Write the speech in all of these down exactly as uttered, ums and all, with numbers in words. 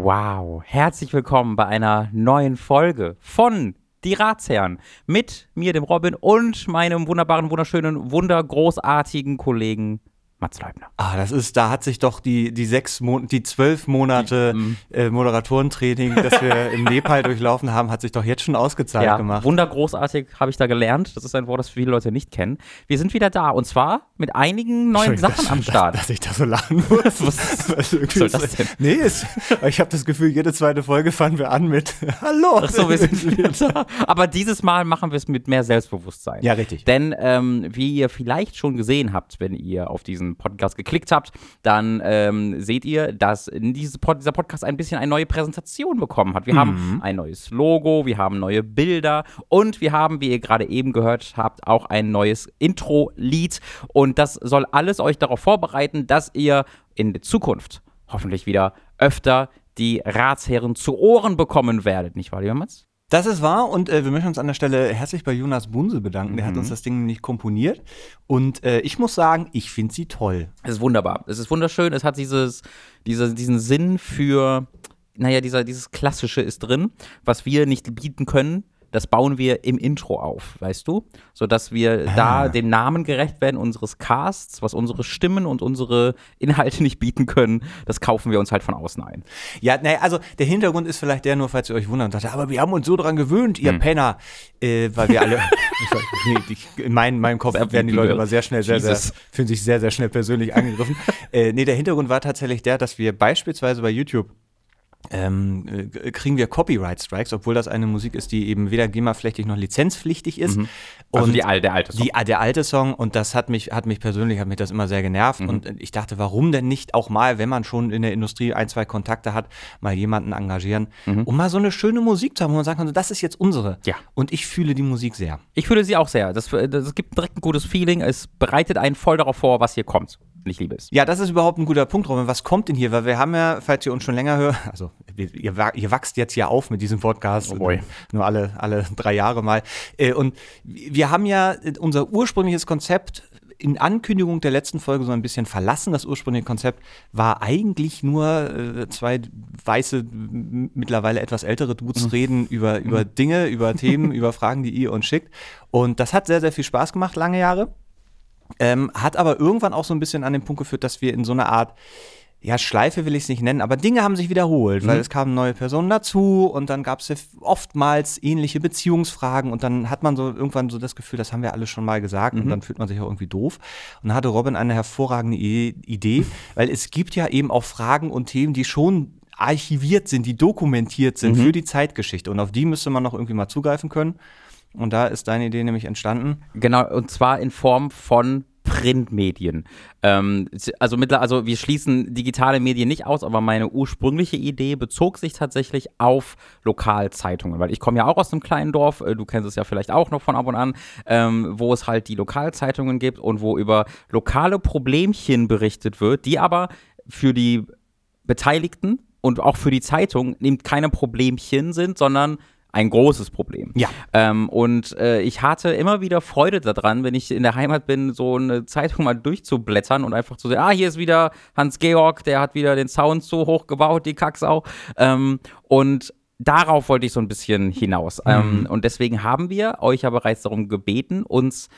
Wow, herzlich willkommen bei einer neuen Folge von Die Ratsherren mit mir, dem Robin, und meinem wunderbaren, wunderschönen, wundergroßartigen Kollegen Mats Leubner. Ah, das ist, da hat sich doch die, die sechs Monate, die zwölf Monate die, äh, Moderatorentraining, das wir im Nepal durchlaufen haben, hat sich doch jetzt schon ausgezahlt ja, gemacht. Wundergroßartig habe ich da gelernt. Das ist ein Wort, das viele Leute nicht kennen. Wir sind wieder da und zwar mit einigen neuen Sachen das, am Start. Dass, dass ich da so lachen muss. Was, was soll das denn? Nee, ist, ich habe das Gefühl, jede zweite Folge fangen wir an mit Hallo. Ach so, wir sind wieder da. Aber dieses Mal machen wir es mit mehr Selbstbewusstsein. Ja, richtig. Denn ähm, wie ihr vielleicht schon gesehen habt, wenn ihr auf diesen Podcast geklickt habt, dann ähm, seht ihr, dass dieses Pod- dieser Podcast ein bisschen eine neue Präsentation bekommen hat. Wir mhm. haben ein neues Logo, wir haben neue Bilder und wir haben, wie ihr gerade eben gehört habt, auch ein neues Intro-Lied. Und das soll alles euch darauf vorbereiten, dass ihr in der Zukunft hoffentlich wieder öfter die Ratsherren zu Ohren bekommen werdet. Nicht wahr, lieber Mats? Das ist wahr und äh, wir möchten uns an der Stelle herzlich bei Jonas Bunse bedanken. Der mhm. hat uns das Ding nicht komponiert und äh, ich muss sagen, ich finde sie toll. Es ist wunderbar. Es ist wunderschön. Es hat dieses, diese, diesen Sinn für, naja, dieser, dieses Klassische ist drin, was wir nicht bieten können. Das bauen wir im Intro auf, weißt du? Sodass wir ah. da dem Namen gerecht werden unseres Casts, was unsere Stimmen und unsere Inhalte nicht bieten können, das kaufen wir uns halt von außen ein. Ja, naja, also der Hintergrund ist vielleicht der, nur falls ihr euch wundert, dachte, aber wir haben uns so dran gewöhnt, ihr hm. Penner, äh, weil wir alle, nee, in meinem, meinem Kopf werden die Leute aber sehr schnell, sehr, sehr, fühlen sich sehr, sehr schnell persönlich angegriffen. äh, nee, der Hintergrund war tatsächlich der, dass wir beispielsweise bei YouTube Ähm, äh, kriegen wir Copyright-Strikes, obwohl das eine Musik ist, die eben weder GEMA-pflichtig noch lizenzpflichtig ist. Mhm. Also und die, der alte Song. Die, der alte Song und das hat mich, hat mich persönlich, hat mich das immer sehr genervt mhm. und ich dachte, warum denn nicht auch mal, wenn man schon in der Industrie ein, zwei Kontakte hat, mal jemanden engagieren, mhm. um mal so eine schöne Musik zu haben, wo man sagen kann, das ist jetzt unsere. Ja. Und ich fühle die Musik sehr. Ich fühle sie auch sehr. Das, das gibt direkt ein gutes Feeling. Es bereitet einen voll darauf vor, was hier kommt. Ich liebe es. Ja, das ist überhaupt ein guter Punkt, Robin. Was kommt denn hier? Weil wir haben ja, falls ihr uns schon länger hört, also ihr, ihr wachst jetzt ja auf mit diesem Podcast, oh boy. nur alle, alle drei Jahre mal. Und wir haben ja unser ursprüngliches Konzept in Ankündigung der letzten Folge so ein bisschen verlassen. Das ursprüngliche Konzept war eigentlich nur äh, zwei weiße, mittlerweile etwas ältere Dudes mhm. reden über, über mhm. Dinge, über Themen, über Fragen, die ihr uns schickt. Und das hat sehr, sehr viel Spaß gemacht, lange Jahre. Ähm, hat aber irgendwann auch so ein bisschen an den Punkt geführt, dass wir in so einer Art, ja, Schleife will ich es nicht nennen, aber Dinge haben sich wiederholt, mhm. weil es kamen neue Personen dazu und dann gab es ja oftmals ähnliche Beziehungsfragen und dann hat man so irgendwann so das Gefühl, das haben wir alle schon mal gesagt mhm. und dann fühlt man sich auch irgendwie doof. Und dann hatte Robin eine hervorragende Idee, weil es gibt ja eben auch Fragen und Themen, die schon archiviert sind, die dokumentiert sind mhm. für die Zeitgeschichte und auf die müsste man noch irgendwie mal zugreifen können. Und da ist deine Idee nämlich entstanden. Genau, und zwar in Form von Printmedien. Ähm, also, mittler, also wir schließen digitale Medien nicht aus, aber meine ursprüngliche Idee bezog sich tatsächlich auf Lokalzeitungen, weil ich komme ja auch aus einem kleinen Dorf, du kennst es ja vielleicht auch noch von ab und an, ähm, wo es halt die Lokalzeitungen gibt und wo über lokale Problemchen berichtet wird, die aber für die Beteiligten und auch für die Zeitung eben keine Problemchen sind, sondern ein großes Problem. Ja. Ähm, und äh, ich hatte immer wieder Freude daran, wenn ich in der Heimat bin, so eine Zeitung mal durchzublättern und einfach zu sehen, ah, hier ist wieder Hans-Georg, der hat wieder den Sound so hoch gebaut, die Kacksau. Ähm, und darauf wollte ich so ein bisschen hinaus. Mhm. Ähm, und deswegen haben wir euch ja bereits darum gebeten, uns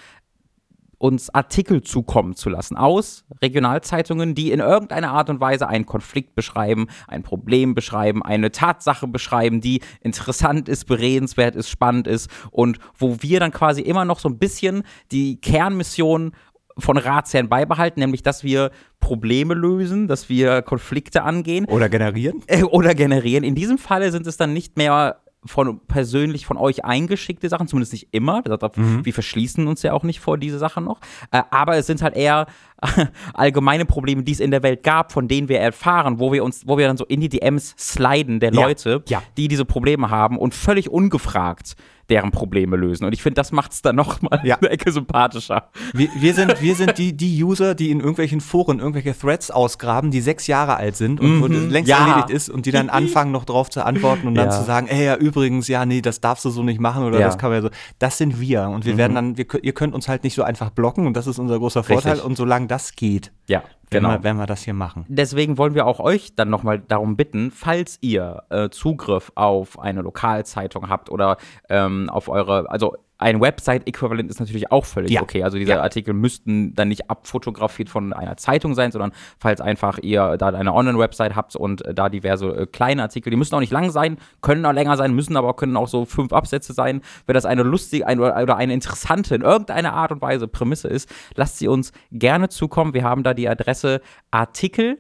uns Artikel zukommen zu lassen aus Regionalzeitungen, die in irgendeiner Art und Weise einen Konflikt beschreiben, ein Problem beschreiben, eine Tatsache beschreiben, die interessant ist, beredenswert ist, spannend ist und wo wir dann quasi immer noch so ein bisschen die Kernmission von Ratsherren beibehalten, nämlich, dass wir Probleme lösen, dass wir Konflikte angehen. Oder generieren. Äh, oder generieren. In diesem Falle sind es dann nicht mehr von persönlich von euch eingeschickte Sachen, zumindest nicht immer. Mhm. Wir verschließen uns ja auch nicht vor diese Sachen noch. Äh, aber es sind halt eher allgemeine Probleme, die es in der Welt gab, von denen wir erfahren, wo wir uns, wo wir dann so in die D Ms sliden der ja. Leute, ja. die diese Probleme haben und völlig ungefragt deren Probleme lösen. Und ich finde, das macht es dann noch mal ja. eine Ecke sympathischer. Wir, wir sind, wir sind die, die User, die in irgendwelchen Foren irgendwelche Threads ausgraben, die sechs Jahre alt sind und mhm. wo das längst ja. erledigt ist und die dann anfangen, noch drauf zu antworten und dann ja. zu sagen, ey, ja, übrigens, ja, nee, das darfst du so nicht machen oder ja. das kann man ja so. Das sind wir und wir mhm. werden dann, wir, ihr könnt uns halt nicht so einfach blocken und das ist unser großer Vorteil. Richtig. Und solange das geht, Ja, Wenn, genau. wir, wenn wir das hier machen. Deswegen wollen wir auch euch dann nochmal darum bitten, falls ihr äh, Zugriff auf eine Lokalzeitung habt oder ähm, auf eure, also ein Website-Äquivalent ist natürlich auch völlig Ja. okay. Also diese Ja. Artikel müssten dann nicht abfotografiert von einer Zeitung sein, sondern falls einfach ihr da eine Online-Website habt und äh, da diverse äh, kleine Artikel, die müssen auch nicht lang sein, können auch länger sein, müssen aber können auch so fünf Absätze sein. Wenn das eine lustige ein, oder eine interessante, in irgendeiner Art und Weise Prämisse ist, lasst sie uns gerne zukommen. Wir haben da die Adresse artikel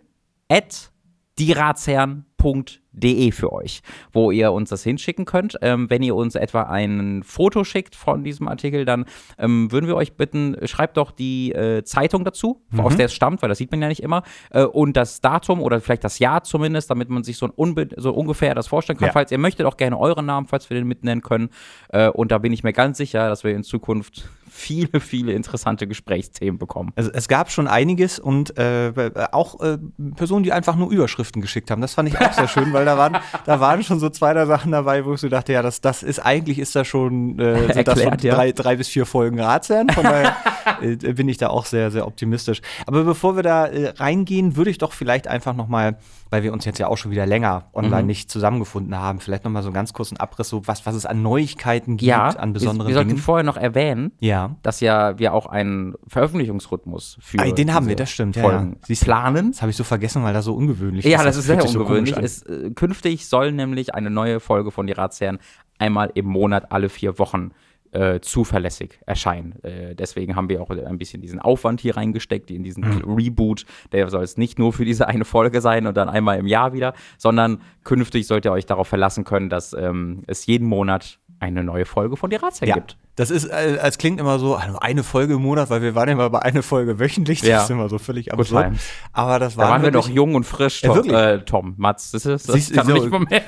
at dieratsherren punkt de für euch, wo ihr uns das hinschicken könnt. Ähm, wenn ihr uns etwa ein Foto schickt von diesem Artikel, dann ähm, würden wir euch bitten, schreibt doch die äh, Zeitung dazu, mhm. aus der es stammt, weil das sieht man ja nicht immer, äh, und das Datum oder vielleicht das Jahr zumindest, damit man sich so, ein unbe- so ungefähr das vorstellen kann. Ja. Falls ihr möchtet, auch gerne euren Namen, falls wir den mitnennen können. Äh, und da bin ich mir ganz sicher, dass wir in Zukunft viele, viele interessante Gesprächsthemen bekommen. Also es gab schon einiges und äh, auch äh, Personen, die einfach nur Überschriften geschickt haben. Das fand ich auch sehr schön, weil da waren, da waren schon so zwei, drei Sachen dabei, wo ich so dachte, ja, das, das ist eigentlich ist da schon äh, sind Erklärt, das schon ja. drei, drei bis vier Folgen Ratsherren. Von daher äh, bin ich da auch sehr, sehr optimistisch. Aber bevor wir da äh, reingehen, würde ich doch vielleicht einfach noch mal, weil wir uns jetzt ja auch schon wieder länger online mhm. nicht zusammengefunden haben, vielleicht noch mal so einen ganz kurzen Abriss, so was, was es an Neuigkeiten gibt, ja, an besonderen wir, wir sollten Dingen. vorher noch erwähnen, ja. dass ja wir auch einen Veröffentlichungsrhythmus für Ah, den haben wir, das stimmt. Ja, Folgen ja. planen. Das habe ich so vergessen, weil das so ungewöhnlich ist. Ja, das ist sehr so ungewöhnlich. an. Es, äh, künftig soll nämlich eine neue Folge von Die Ratsherren einmal im Monat alle vier Wochen äh, zuverlässig erscheinen. Äh, deswegen haben wir auch ein bisschen diesen Aufwand hier reingesteckt, in diesen mhm. Reboot. Der soll es nicht nur für diese eine Folge sein und dann einmal im Jahr wieder, sondern künftig sollt ihr euch darauf verlassen können, dass ähm, es jeden Monat eine neue Folge von Die Ratsherren ja. gibt. Das ist, äh, es klingt immer so, also eine Folge im Monat, weil wir waren immer bei einer Folge wöchentlich, das ja. ist immer so völlig absurd. Aber das war da waren wir noch jung und frisch, ja, Tom, äh, Tom, Mats, das, ist, das Siehst, kann so, nicht mehr mehr.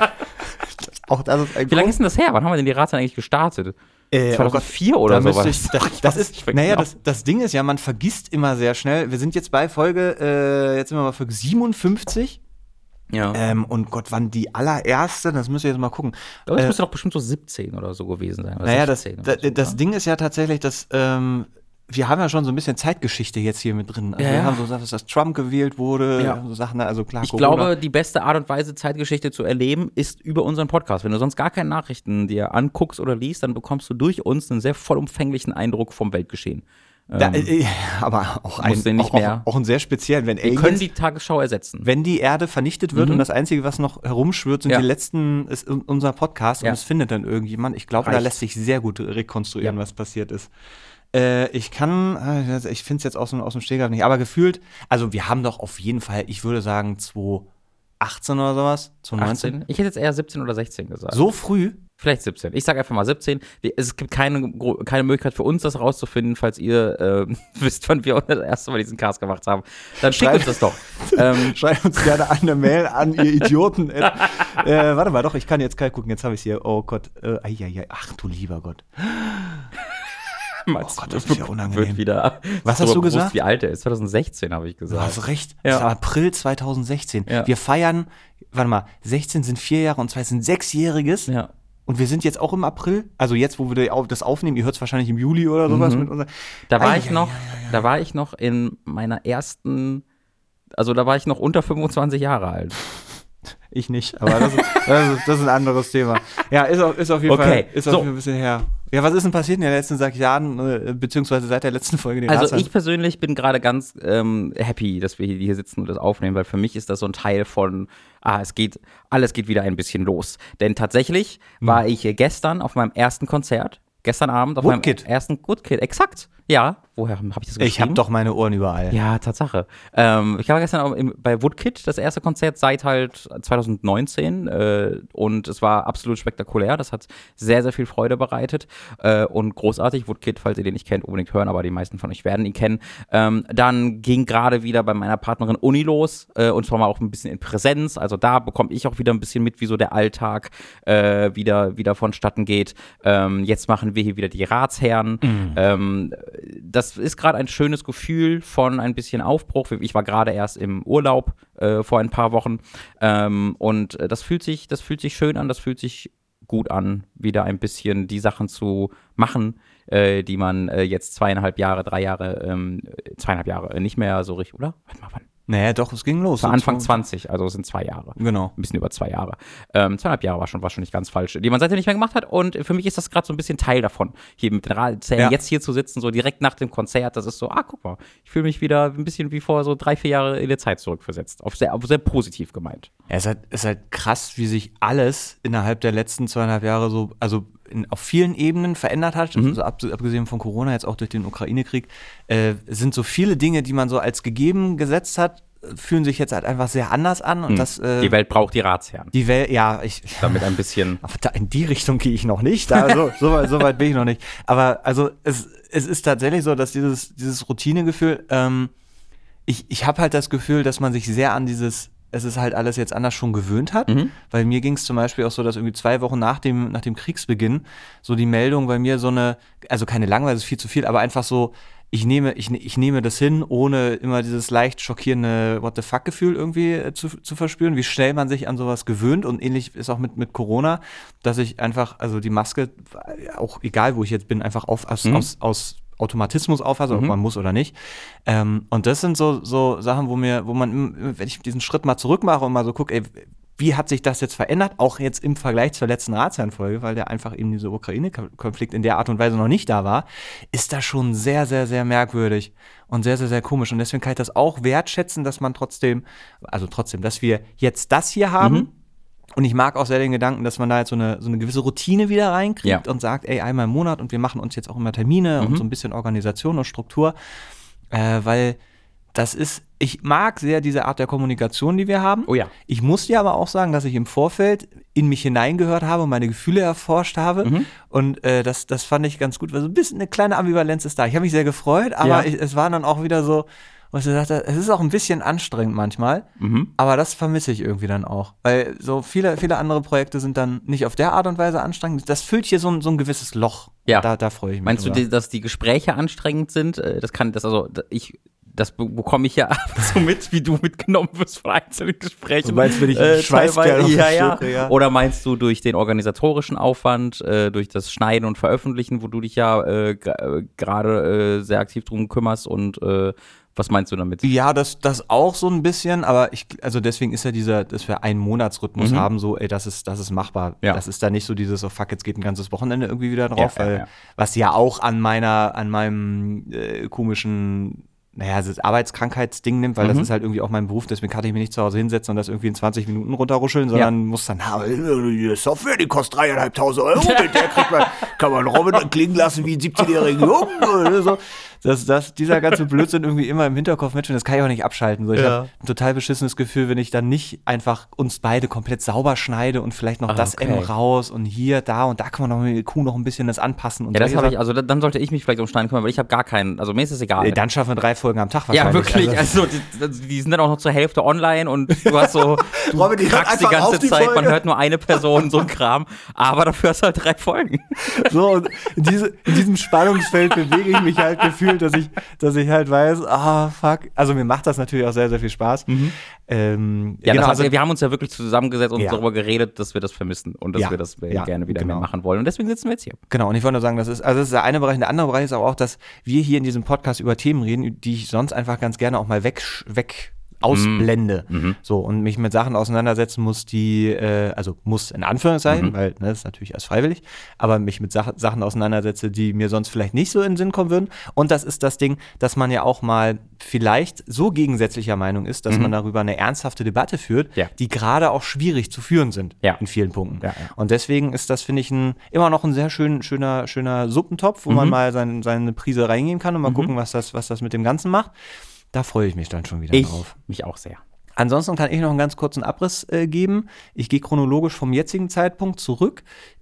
Auch das ist ein Wie lange ist denn das her? Wann haben wir denn Die Ratsherren eigentlich gestartet? Äh, zweitausendvier oh oder da sowas. Ich, das, das ist, naja, das, das Ding ist ja, man vergisst immer sehr schnell. Wir sind jetzt bei Folge, äh, jetzt sind wir bei Folge siebenundfünfzig. Ja. Ähm, und Gott, wann die allererste, das müsst ihr jetzt mal gucken. Aber es äh, müsste doch bestimmt so siebzehn oder so gewesen sein. Oder naja, das, sechzehn das, oder so, das oder? Ding ist ja tatsächlich, dass ähm, wir haben ja schon so ein bisschen Zeitgeschichte jetzt hier mit drin. Also ja, wir ja. haben so Sachen, dass Trump gewählt wurde, Ja. so Sachen, also klar, Ich Corona. glaube, die beste Art und Weise, Zeitgeschichte zu erleben, ist über unseren Podcast. Wenn du sonst gar keine Nachrichten dir anguckst oder liest, dann bekommst du durch uns einen sehr vollumfänglichen Eindruck vom Weltgeschehen. Da, Ähm, äh, aber auch ein, musst du nicht auch, mehr- auch, auch ein sehr speziell, wenn wir Aliens, können die Tagesschau ersetzen. wenn die Erde vernichtet wird Mhm. und das Einzige, was noch herumschwirrt, sind Ja. die letzten, ist un- unser Podcast Ja. und es findet dann irgendjemand. Ich glaube, da Reicht. lässt sich sehr gut rekonstruieren, Ja. was passiert ist. Äh, ich kann, äh, ich finde es jetzt aus dem, aus dem Stegreif nicht, aber gefühlt, also wir haben doch auf jeden Fall, ich würde sagen, zweitausendachtzehn oder sowas, zweitausendneunzehn. achtzehn? Ich hätte jetzt eher siebzehn oder sechzehn gesagt. So früh? Vielleicht siebzehn. Ich sage einfach mal siebzehn. Wir- Es gibt keine, gro- keine Möglichkeit für uns, das rauszufinden, falls ihr äh, wisst, wann wir das erste Mal diesen Cast gemacht haben. Dann schickt Schreibt- uns das doch. ähm, Schreibt uns gerne eine Mail an, ihr Idioten. äh, warte mal, doch, ich kann jetzt gucken, jetzt habe ich es hier. Oh Gott, äh, ai, ai, ai, ach du lieber Gott. Mats, Oh Gott, das ist ja unangenehm. Wird wieder Was so hast du bewusst, gesagt? Wie alt er ist. zweitausendsechzehn habe ich Du gesagt. hast recht. Ja. Das war April zweitausendsechzehn. Ja. Wir feiern, warte mal, sechzehn sind vier Jahre und zwei sind sechsjähriges. Ja. Und wir sind jetzt auch im April. Also jetzt, wo wir das aufnehmen, ihr hört es wahrscheinlich im Juli oder sowas. Mhm. Mit unser Da war Ai, ich ai, noch, ai, ai, ai. da war ich noch in meiner ersten, also da war ich noch unter fünfundzwanzig Jahre alt. Ich nicht, aber das ist, das ist, das ist ein anderes Thema. Ja, ist auf, ist auf jeden Okay, Fall ist auf so. jeden Fall ein bisschen her. Ja, was ist denn passiert in den letzten sechs Jahren, äh, beziehungsweise seit der letzten Folge? Den Also Ratsherren? ich persönlich bin gerade ganz ähm, happy, dass wir hier, hier sitzen und das aufnehmen, weil für mich ist das so ein Teil von, ah, es geht, alles geht wieder ein bisschen los. Denn tatsächlich Hm. war ich äh, gestern auf meinem ersten Konzert, gestern Abend auf Woodkid. meinem ersten Woodkid, exakt. Ja, woher habe ich das geschrieben? Ich habe doch meine Ohren überall. Ja, Tatsache. Ähm, ich war gestern auch im, bei Woodkid, das erste Konzert seit halt zweitausendneunzehn äh, und es war absolut spektakulär. Das hat sehr, sehr viel Freude bereitet äh, und großartig. Woodkid, falls ihr den nicht kennt, unbedingt hören, aber die meisten von euch werden ihn kennen. Ähm, dann ging gerade wieder bei meiner Partnerin Uni los äh, und zwar mal auch ein bisschen in Präsenz. Also da bekomme ich auch wieder ein bisschen mit, wie so der Alltag äh, wieder, wieder vonstatten geht. Ähm, jetzt machen wir hier wieder die Ratsherren. Mhm. Ähm, das ist gerade ein schönes Gefühl von ein bisschen Aufbruch. Ich war gerade erst im Urlaub äh, vor ein paar Wochen ähm, und äh, das fühlt sich, das fühlt sich schön an, das fühlt sich gut an, wieder ein bisschen die Sachen zu machen, äh, die man äh, jetzt zweieinhalb Jahre, drei Jahre, ähm, zweieinhalb Jahre äh, nicht mehr so richtig, oder? Warte mal, wann? Naja, doch, es ging los. War Anfang zwanzig, also es sind zwei Jahre. Genau. Ein bisschen über zwei Jahre. Ähm, zweieinhalb Jahre war schon, war schon nicht ganz falsch, die man seitdem nicht mehr gemacht hat. Und für mich ist das gerade so ein bisschen Teil davon, hier mit den Radzellen ja. jetzt hier zu sitzen, so direkt nach dem Konzert. Das ist so, ah, guck mal, ich fühle mich wieder ein bisschen wie vor so drei, vier Jahre in der Zeit zurückversetzt. Auf sehr, auf sehr positiv gemeint. Ja, es ist halt, es ist halt krass, wie sich alles innerhalb der letzten zweieinhalb Jahre so, also in, auf vielen Ebenen verändert hat, mhm. also ab, abgesehen von Corona, jetzt auch durch den Ukraine-Krieg, äh, sind so viele Dinge, die man so als gegeben gesetzt hat, fühlen sich jetzt halt einfach sehr anders an. Und hm. das, äh, die Welt braucht die Ratsherren. Die Welt, ja. Ich, Damit ein bisschen. Aber da, in die Richtung gehe ich noch nicht. Da, so, so, weit, so weit bin ich noch nicht. Aber also es, es ist tatsächlich so, dass dieses, dieses Routinegefühl, ähm, ich, ich habe halt das Gefühl, dass man sich sehr an dieses, es ist halt alles jetzt anders schon gewöhnt hat. Mhm. Weil mir ging es zum Beispiel auch so, dass irgendwie zwei Wochen nach dem, nach dem Kriegsbeginn so die Meldung bei mir so eine, also keine Langweile, ist viel zu viel, aber einfach so, Ich nehme, ich, ich nehme das hin, ohne immer dieses leicht schockierende What-the-fuck-Gefühl irgendwie äh, zu, zu verspüren, wie schnell man sich an sowas gewöhnt. Und ähnlich ist auch mit, mit Corona, dass ich einfach, also die Maske, auch egal wo ich jetzt bin, einfach auf, aus, mhm. aus, aus Automatismus auffasse, mhm. ob man muss oder nicht. Ähm, und das sind so, so Sachen, wo mir, wo man, wenn ich diesen Schritt mal zurück mache und mal so gucke, ey, wie hat sich das jetzt verändert, auch jetzt im Vergleich zur letzten Ratsherrenfolge, weil der einfach eben dieser Ukraine-Konflikt in der Art und Weise noch nicht da war, ist das schon sehr, sehr, sehr merkwürdig und sehr, sehr, sehr komisch. Und deswegen kann ich das auch wertschätzen, dass man trotzdem, also trotzdem, dass wir jetzt das hier haben. Mhm. Und ich mag auch sehr den Gedanken, dass man da jetzt so eine, so eine gewisse Routine wieder reinkriegt ja. und sagt, ey, einmal im Monat und wir machen uns jetzt auch immer Termine mhm. und so ein bisschen Organisation und Struktur, äh, weil das ist, ich mag sehr diese Art der Kommunikation, die wir haben. Oh ja. Ich muss dir aber auch sagen, dass ich im Vorfeld in mich hineingehört habe und meine Gefühle erforscht habe. Mhm. Und äh, das, das fand ich ganz gut, weil so ein bisschen eine kleine Ambivalenz ist da. Ich habe mich sehr gefreut, aber ja. ich, es war dann auch wieder so, was ich sagte, es ist auch ein bisschen anstrengend manchmal, mhm. aber das vermisse ich irgendwie dann auch. Weil so viele, viele andere Projekte sind dann nicht auf der Art und Weise anstrengend. Das füllt hier so ein, so ein gewisses Loch. Ja. Da, da freue ich mich. Meinst drüber. Du, dass die Gespräche anstrengend sind? Das kann, das also, ich Das bekomme ich ja ab und zu mit, wie du mitgenommen wirst von einzelnen Gesprächen. Du meinst, wenn ich äh, Schweißperlen ja, ja. Stücke, ja. Oder meinst du durch den organisatorischen Aufwand, äh, durch das Schneiden und Veröffentlichen, wo du dich ja äh, gerade äh, sehr aktiv drum kümmerst und äh, was meinst du damit? Ja, das, das auch so ein bisschen, aber ich, also deswegen ist ja dieser, dass wir einen Monatsrhythmus mhm. haben, so, ey, das ist, das ist machbar. Ja. Das ist da nicht so dieses, oh fuck, jetzt geht ein ganzes Wochenende irgendwie wieder drauf, ja, weil, ja, ja. was ja auch an meiner, an meinem äh, komischen, naja, das Arbeitskrankheitsding nimmt, weil mhm. das ist halt irgendwie auch mein Beruf, deswegen kann ich mich nicht zu Hause hinsetzen und das irgendwie in zwanzig Minuten runterruscheln, sondern ja. muss dann, na, die Software, die kostet dreieinhalbtausend Euro, mit der kriegt man, kann man Robin klingen lassen wie ein siebzehnjährigen Jungen oder so. Dass das, dieser ganze Blödsinn irgendwie immer im Hinterkopf mitschwingt, das kann ich auch nicht abschalten. So, ich ja. habe ein total beschissenes Gefühl, wenn ich dann nicht einfach uns beide komplett sauber schneide und vielleicht noch ah, das okay. M raus und hier, da und da kann man noch mit der Kuh noch ein bisschen das anpassen. Und ja, das habe ich, also dann sollte ich mich vielleicht um Schneiden kümmern, weil ich habe gar keinen, also mir ist es egal. Dann schaffen wir drei Folgen am Tag wahrscheinlich. Ja, wirklich, also, also die, die sind dann auch noch zur Hälfte online und du hast so, du Robin, die krackst die ganze die Zeit, Folge. Man hört nur eine Person, so ein Kram, aber dafür hast du halt drei Folgen. So, und in, diese, in diesem Spannungsfeld bewege ich mich halt gefühlt, dass ich, dass ich halt weiß, ah, fuck. Also mir macht das natürlich auch sehr, sehr viel Spaß. Mhm. Ähm, ja, genau, das heißt, also, wir haben uns ja wirklich zusammengesetzt und ja. darüber geredet, dass wir das vermissen und dass ja. wir das ja, gerne wieder genau. mehr machen wollen. Und deswegen sitzen wir jetzt hier. Genau, und ich wollte nur sagen, das ist, also das ist der eine Bereich. Und der andere Bereich ist aber auch, dass wir hier in diesem Podcast über Themen reden, die ich sonst einfach ganz gerne auch mal weg, weg ausblende. Mhm. So, und mich mit Sachen auseinandersetzen muss, die, äh, also muss in Anführungszeichen, mhm. weil ne, das ist natürlich alles freiwillig, aber mich mit Sach- Sachen auseinandersetze, die mir sonst vielleicht nicht so in den Sinn kommen würden. Und das ist das Ding, dass man ja auch mal vielleicht so gegensätzlicher Meinung ist, dass mhm. man darüber eine ernsthafte Debatte führt, ja. die gerade auch schwierig zu führen sind ja. in vielen Punkten. Ja, ja. Und deswegen ist das, finde ich, ein, immer noch ein sehr schön, schöner, schöner Suppentopf, wo mhm. man mal sein, seine Prise reingehen kann und mal mhm. gucken, was das, was das mit dem Ganzen macht. Da freue ich mich dann schon wieder ich, drauf. Mich auch sehr. Ansonsten kann ich noch einen ganz kurzen Abriss äh, geben. Ich gehe chronologisch vom jetzigen Zeitpunkt zurück.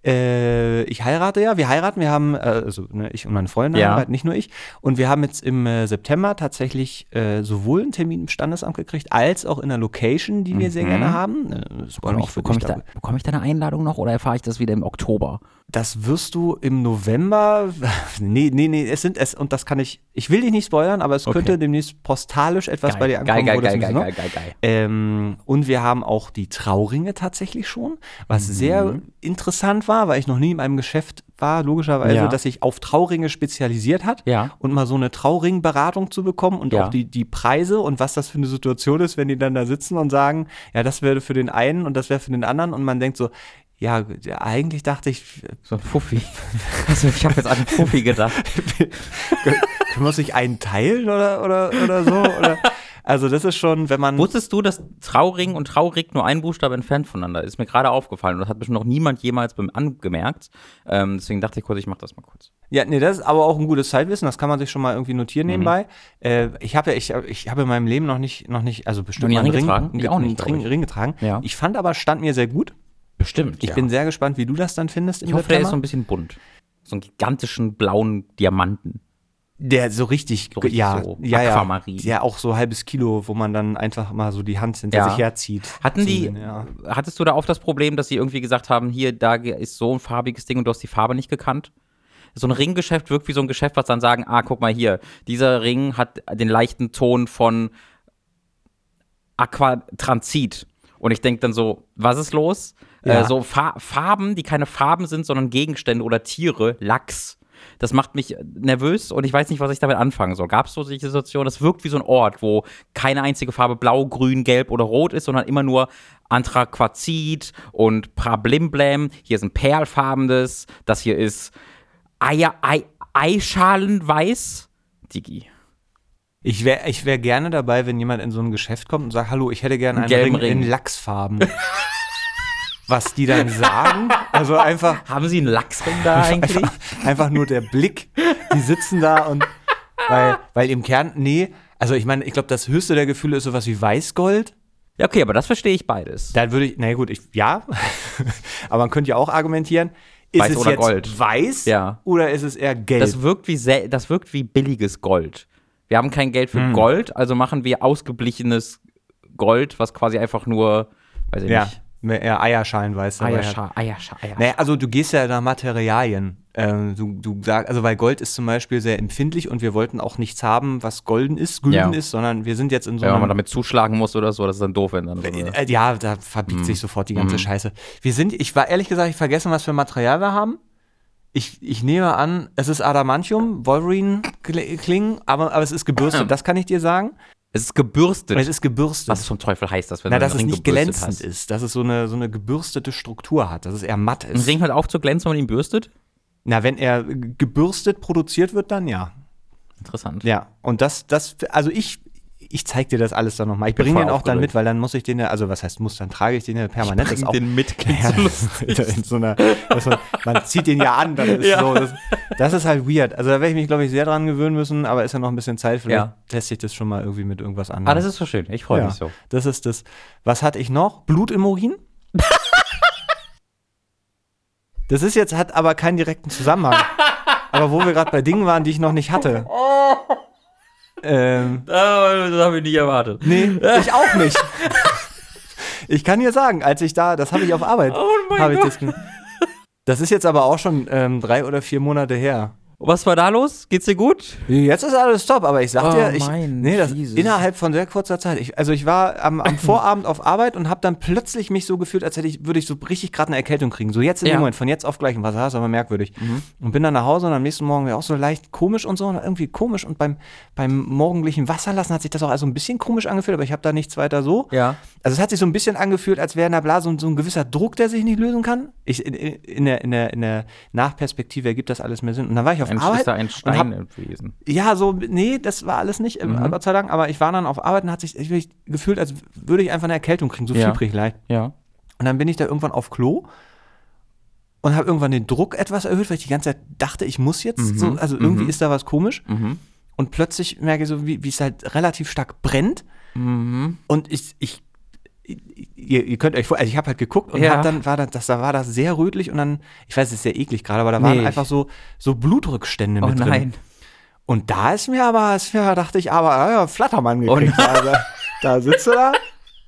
Äh, ich heirate ja, wir heiraten, wir haben, äh, also ne, ich und meine Freundin ja. heiraten, nicht nur ich. Und wir haben jetzt im äh, September tatsächlich äh, sowohl einen Termin im Standesamt gekriegt, als auch in einer Location, die wir mhm. sehr gerne haben. Äh, das bekomme ich, bekomm ich, da, bekomm ich da eine Einladung noch oder erfahre ich das wieder im Oktober? Das wirst du im November, nee, nee, nee, es sind es, und das kann ich Ich will dich nicht spoilern, aber es Okay. könnte demnächst postalisch etwas Geil, bei dir ankommen. geil, wo das geil, ein geil, bisschen geil, geil, geil. Ähm, und wir haben auch die Trauringe tatsächlich schon, was Mhm. sehr interessant war, weil ich noch nie in einem Geschäft war, logischerweise, Ja. das sich auf Trauringe spezialisiert hat. Ja. Und mal so eine Trauringberatung zu bekommen und Ja. auch die, die Preise und was das für eine Situation ist, wenn die dann da sitzen und sagen, ja, das wäre für den einen und das wäre für den anderen. Und man denkt so, ja, ja, eigentlich dachte ich, So ein Fuffi. Also ich habe jetzt an einen Fuffi gedacht. können wir uns nicht einen teilen oder, oder, oder so? Oder, also das ist schon, wenn man... Wusstest du, dass Trauring und Traurig nur ein Buchstabe entfernt voneinander ist? Mir gerade aufgefallen. Und das hat bestimmt noch niemand jemals beim angemerkt. Ähm, deswegen dachte ich kurz, ich mache das mal kurz. Ja, nee, das ist aber auch ein gutes Zeitwissen, das kann man sich schon mal irgendwie notieren Mhm. nebenbei. Äh, ich habe ja, ich, ich habe in meinem Leben noch nicht, noch nicht, also bestimmt Noch nie mal einen Ring getragen? Ring, Ich auch nicht, einen Ring, glaub ich. Ring getragen. Ja. Ich fand aber, stand mir sehr gut. Bestimmt. Ich ja. bin sehr gespannt, wie du das dann findest im Ich hoffe, der ist so September. ein bisschen bunt. So einen gigantischen blauen Diamanten. Der so richtig, So richtig ja, so ja, ja, Aquamarin. ja, auch so halbes Kilo, wo man dann einfach mal so die Hand hinter Ja. sich herzieht. Hatten Zum die, Sehen, ja. hattest du da auch das Problem, dass sie irgendwie gesagt haben, hier, da ist so ein farbiges Ding und du hast die Farbe nicht gekannt? So ein Ringgeschäft wirkt wie so ein Geschäft, was dann sagen, ah, guck mal hier, dieser Ring hat den leichten Ton von Aquatransit. Und ich denke dann so, was ist los? Ja. Äh, so Fa- Farben, die keine Farben sind, sondern Gegenstände oder Tiere, Lachs. Das macht mich nervös und ich weiß nicht, was ich damit anfangen soll. Gab es so solche Situationen? Das wirkt wie so ein Ort, wo keine einzige Farbe blau, grün, gelb oder rot ist, sondern immer nur Anthraquazit und Prablimblam. Hier ist ein perlfarbenes, das hier ist Eier, Ei, Eischalenweiß. Digi. Ich wäre ich wär gerne dabei, wenn jemand in so ein Geschäft kommt und sagt, hallo, ich hätte gerne einen gelben Ring, Ring. in Lachsfarben. Was die dann sagen, also einfach, Haben Sie einen Lachsring da eigentlich? einfach, einfach nur der Blick, die sitzen da und, weil, weil im Kern, nee, also ich meine, ich glaube, das höchste der Gefühle ist sowas wie Weißgold. Ja, okay, aber das verstehe ich beides. Da würde ich, na gut, ich, ja, aber man könnte ja auch argumentieren, ist Weiß es oder jetzt Gold? weiß Ja. oder ist es eher gelb? Das wirkt wie, sel- das wirkt wie billiges Gold. Wir haben kein Geld für Hm. Gold, also machen wir ausgeblichenes Gold, was quasi einfach nur, weiß ich ja, nicht, mehr eher Eierschalenweiß. dabei hat. Eierscha, Eierscha, Eierscha. Naja, also du gehst ja nach Materialien. Ähm, du, du sagst, also weil Gold ist zum Beispiel sehr empfindlich und wir wollten auch nichts haben, was golden ist, gülden Ja. ist, sondern wir sind jetzt in so Ja, wenn man einem. damit zuschlagen muss oder so, das ist dann doof, wenn dann so eine, Äh, ja, da verbiegt sich sofort die ganze Scheiße. Wir sind, ich war ehrlich gesagt, ich vergessen, was für Material wir haben. Ich, ich nehme an, es ist Adamantium, Wolverine-Klingen, aber, aber es ist gebürstet, das kann ich dir sagen. Es ist gebürstet. Es ist gebürstet. Was zum Teufel heißt das, wenn Na, du dass einen es Ring nicht gebürstet glänzend hast? ist, dass es so eine, so eine gebürstete Struktur hat, dass es eher matt Ein ist. Ring hört auf zu glänzen, wenn man ihn bürstet? Na, wenn er gebürstet produziert wird, dann ja. Interessant. Ja, und das, das, also ich, ich zeig dir das alles dann nochmal. Ich bin bringe voll den auch dann aufgeregt. mit, weil dann muss ich den ja, also was heißt muss, dann trage ich den ja permanent. Das ist auch, den mit, klingt ja, so lustig. in so einer, das so, man zieht den ja an, dann ist Ja. so, das, das ist halt weird. Also da werde ich mich, glaube ich, sehr dran gewöhnen müssen, aber ist ja noch ein bisschen Zeit, vielleicht Ja. lässt sich das schon mal irgendwie mit irgendwas anderem. Ah, das ist so schön. Ich freue ja, mich so. Das ist das. Was hatte ich noch? Blut im Urin? Das ist jetzt, hat aber keinen direkten Zusammenhang. Aber wo wir gerade bei Dingen waren, die ich noch nicht hatte. Ähm, Das habe ich nicht erwartet. nee, ich auch nicht. Ich kann dir sagen, als ich da, das habe ich auf Arbeit. Oh mein habe ich Gott. das, ge- das ist jetzt aber auch schon ähm, drei oder vier Monate her. Was war da los? Geht's dir gut? Jetzt ist alles top, aber ich sag Oh, dir, ich, mein nee, das Jesus. innerhalb von sehr kurzer Zeit. Ich, also ich war am, am Vorabend auf Arbeit und habe dann plötzlich mich so gefühlt, als hätte ich, würde ich so richtig gerade eine Erkältung kriegen. So jetzt in Ja. dem Moment, von jetzt auf gleich. Und was war das aber merkwürdig. Und bin dann nach Hause und am nächsten Morgen war auch so leicht komisch und so, und irgendwie komisch. Und beim, beim morgendlichen Wasserlassen hat sich das auch also ein bisschen komisch angefühlt, aber ich habe da nichts weiter so. Ja. Also es hat sich so ein bisschen angefühlt, als wäre in der Blase so, so ein gewisser Druck, der sich nicht lösen kann. Ich, in, in, der, in, der, in der Nachperspektive ergibt das alles mehr Sinn. Und dann war ich auf Ein, Arbeit. ist da ein und hab- Stein gewesen. ja, so, nee, das war alles nicht, mhm. Gott sei Dank, aber ich war dann auf Arbeit und hat sich ich, ich, gefühlt, als würde ich einfach eine Erkältung kriegen, so Ja. fiebrig leicht. Ja. Und dann bin ich da irgendwann auf Klo und habe irgendwann den Druck etwas erhöht, weil ich die ganze Zeit dachte, ich muss jetzt, Mhm. so, also irgendwie Mhm. ist da was komisch. Mhm. Und plötzlich merke ich so, wie wie es halt relativ stark brennt. Mhm. Und ich, ich Ihr, ihr könnt euch vor, also ich habe halt geguckt und Ja. hab dann war das, das, da war das sehr rötlich und dann, ich weiß, es ist sehr eklig gerade, aber da waren Nee. einfach so, so Blutrückstände Oh mit drin. nein. Und da ist mir aber, ist mir, dachte ich, aber, ja, Flattermann Oh gekriegt. nein. also, da sitzt du da,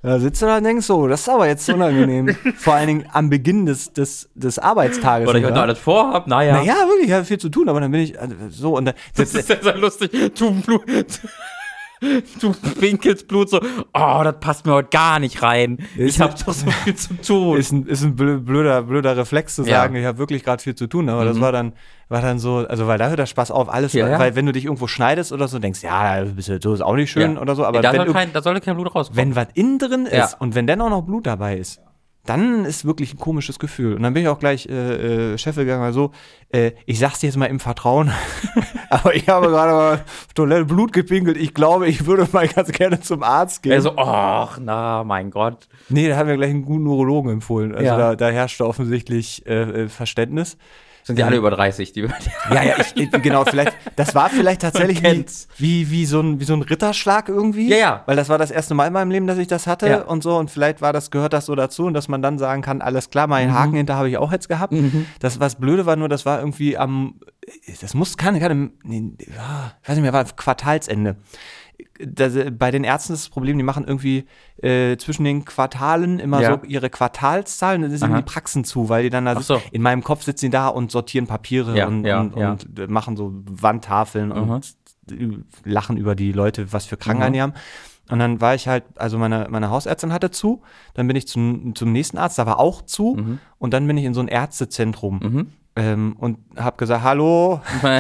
Da sitzt du da und denkst so, das ist aber jetzt unangenehm. Vor allen Dingen am Beginn des, des, des Arbeitstages. Oder ich heute alles vorhab, naja. Naja, wirklich, ich habe viel zu tun, aber dann bin ich also, so und dann. Das ist sehr, sehr lustig. Du, Blut, du pinkelst Blut so, oh, das passt mir heute gar nicht rein. Ich habe doch so viel zu tun. Ist ein, ist ein blöder, blöder Reflex zu sagen, ja. Ich habe wirklich gerade viel zu tun, aber mhm. das war dann, war dann so, also weil da hört der Spaß auf, alles, ja, ja. weil wenn du dich irgendwo schneidest oder so, denkst, ja, bist du, so ist auch nicht schön ja. oder so, aber ja, da, wenn soll kein, da sollte kein Blut rauskommen. Wenn was innen drin ist ja. und wenn dann auch noch Blut dabei ist, dann ist wirklich ein komisches Gefühl. Und dann bin ich auch gleich äh, äh, Chef gegangen, mal so, äh, ich sag's dir jetzt mal im Vertrauen, aber ich habe gerade mal auf Toilette Blut gepinkelt. Ich glaube, ich würde mal ganz gerne zum Arzt gehen. Also, ach, na, mein Gott. Nee, da haben wir gleich einen guten Urologen empfohlen. Also ja. da, da herrschte offensichtlich äh, Verständnis. Sind die alle über dreißig? Die ja, ja, ich, genau, vielleicht, das war vielleicht tatsächlich wie, wie, wie, so ein, wie so ein Ritterschlag irgendwie. Ja, ja. Weil das war das erste Mal in meinem Leben, dass ich das hatte ja. und so. Und vielleicht war das, gehört das so dazu und dass man dann sagen kann, alles klar, meinen mhm. Haken hinter habe ich auch jetzt gehabt. Mhm. Das, was blöde war, nur das war irgendwie am, das muss, keine, keine, nee, ich weiß nicht mehr, war Quartalsende. Das, bei den Ärzten ist das Problem, die machen irgendwie äh, zwischen den Quartalen immer ja. so ihre Quartalszahlen, dann sind die Praxen zu, weil die dann da so. in meinem Kopf sitzen die da und sortieren Papiere ja, und, ja, und, ja. und machen so Wandtafeln mhm. und lachen über die Leute, was für Krankheiten mhm. die haben. Und dann war ich halt, also meine, meine Hausärztin hatte zu, dann bin ich zum, zum nächsten Arzt, da war auch zu mhm. und dann bin ich in so ein Ärztezentrum mhm. ähm, und habe gesagt, hallo,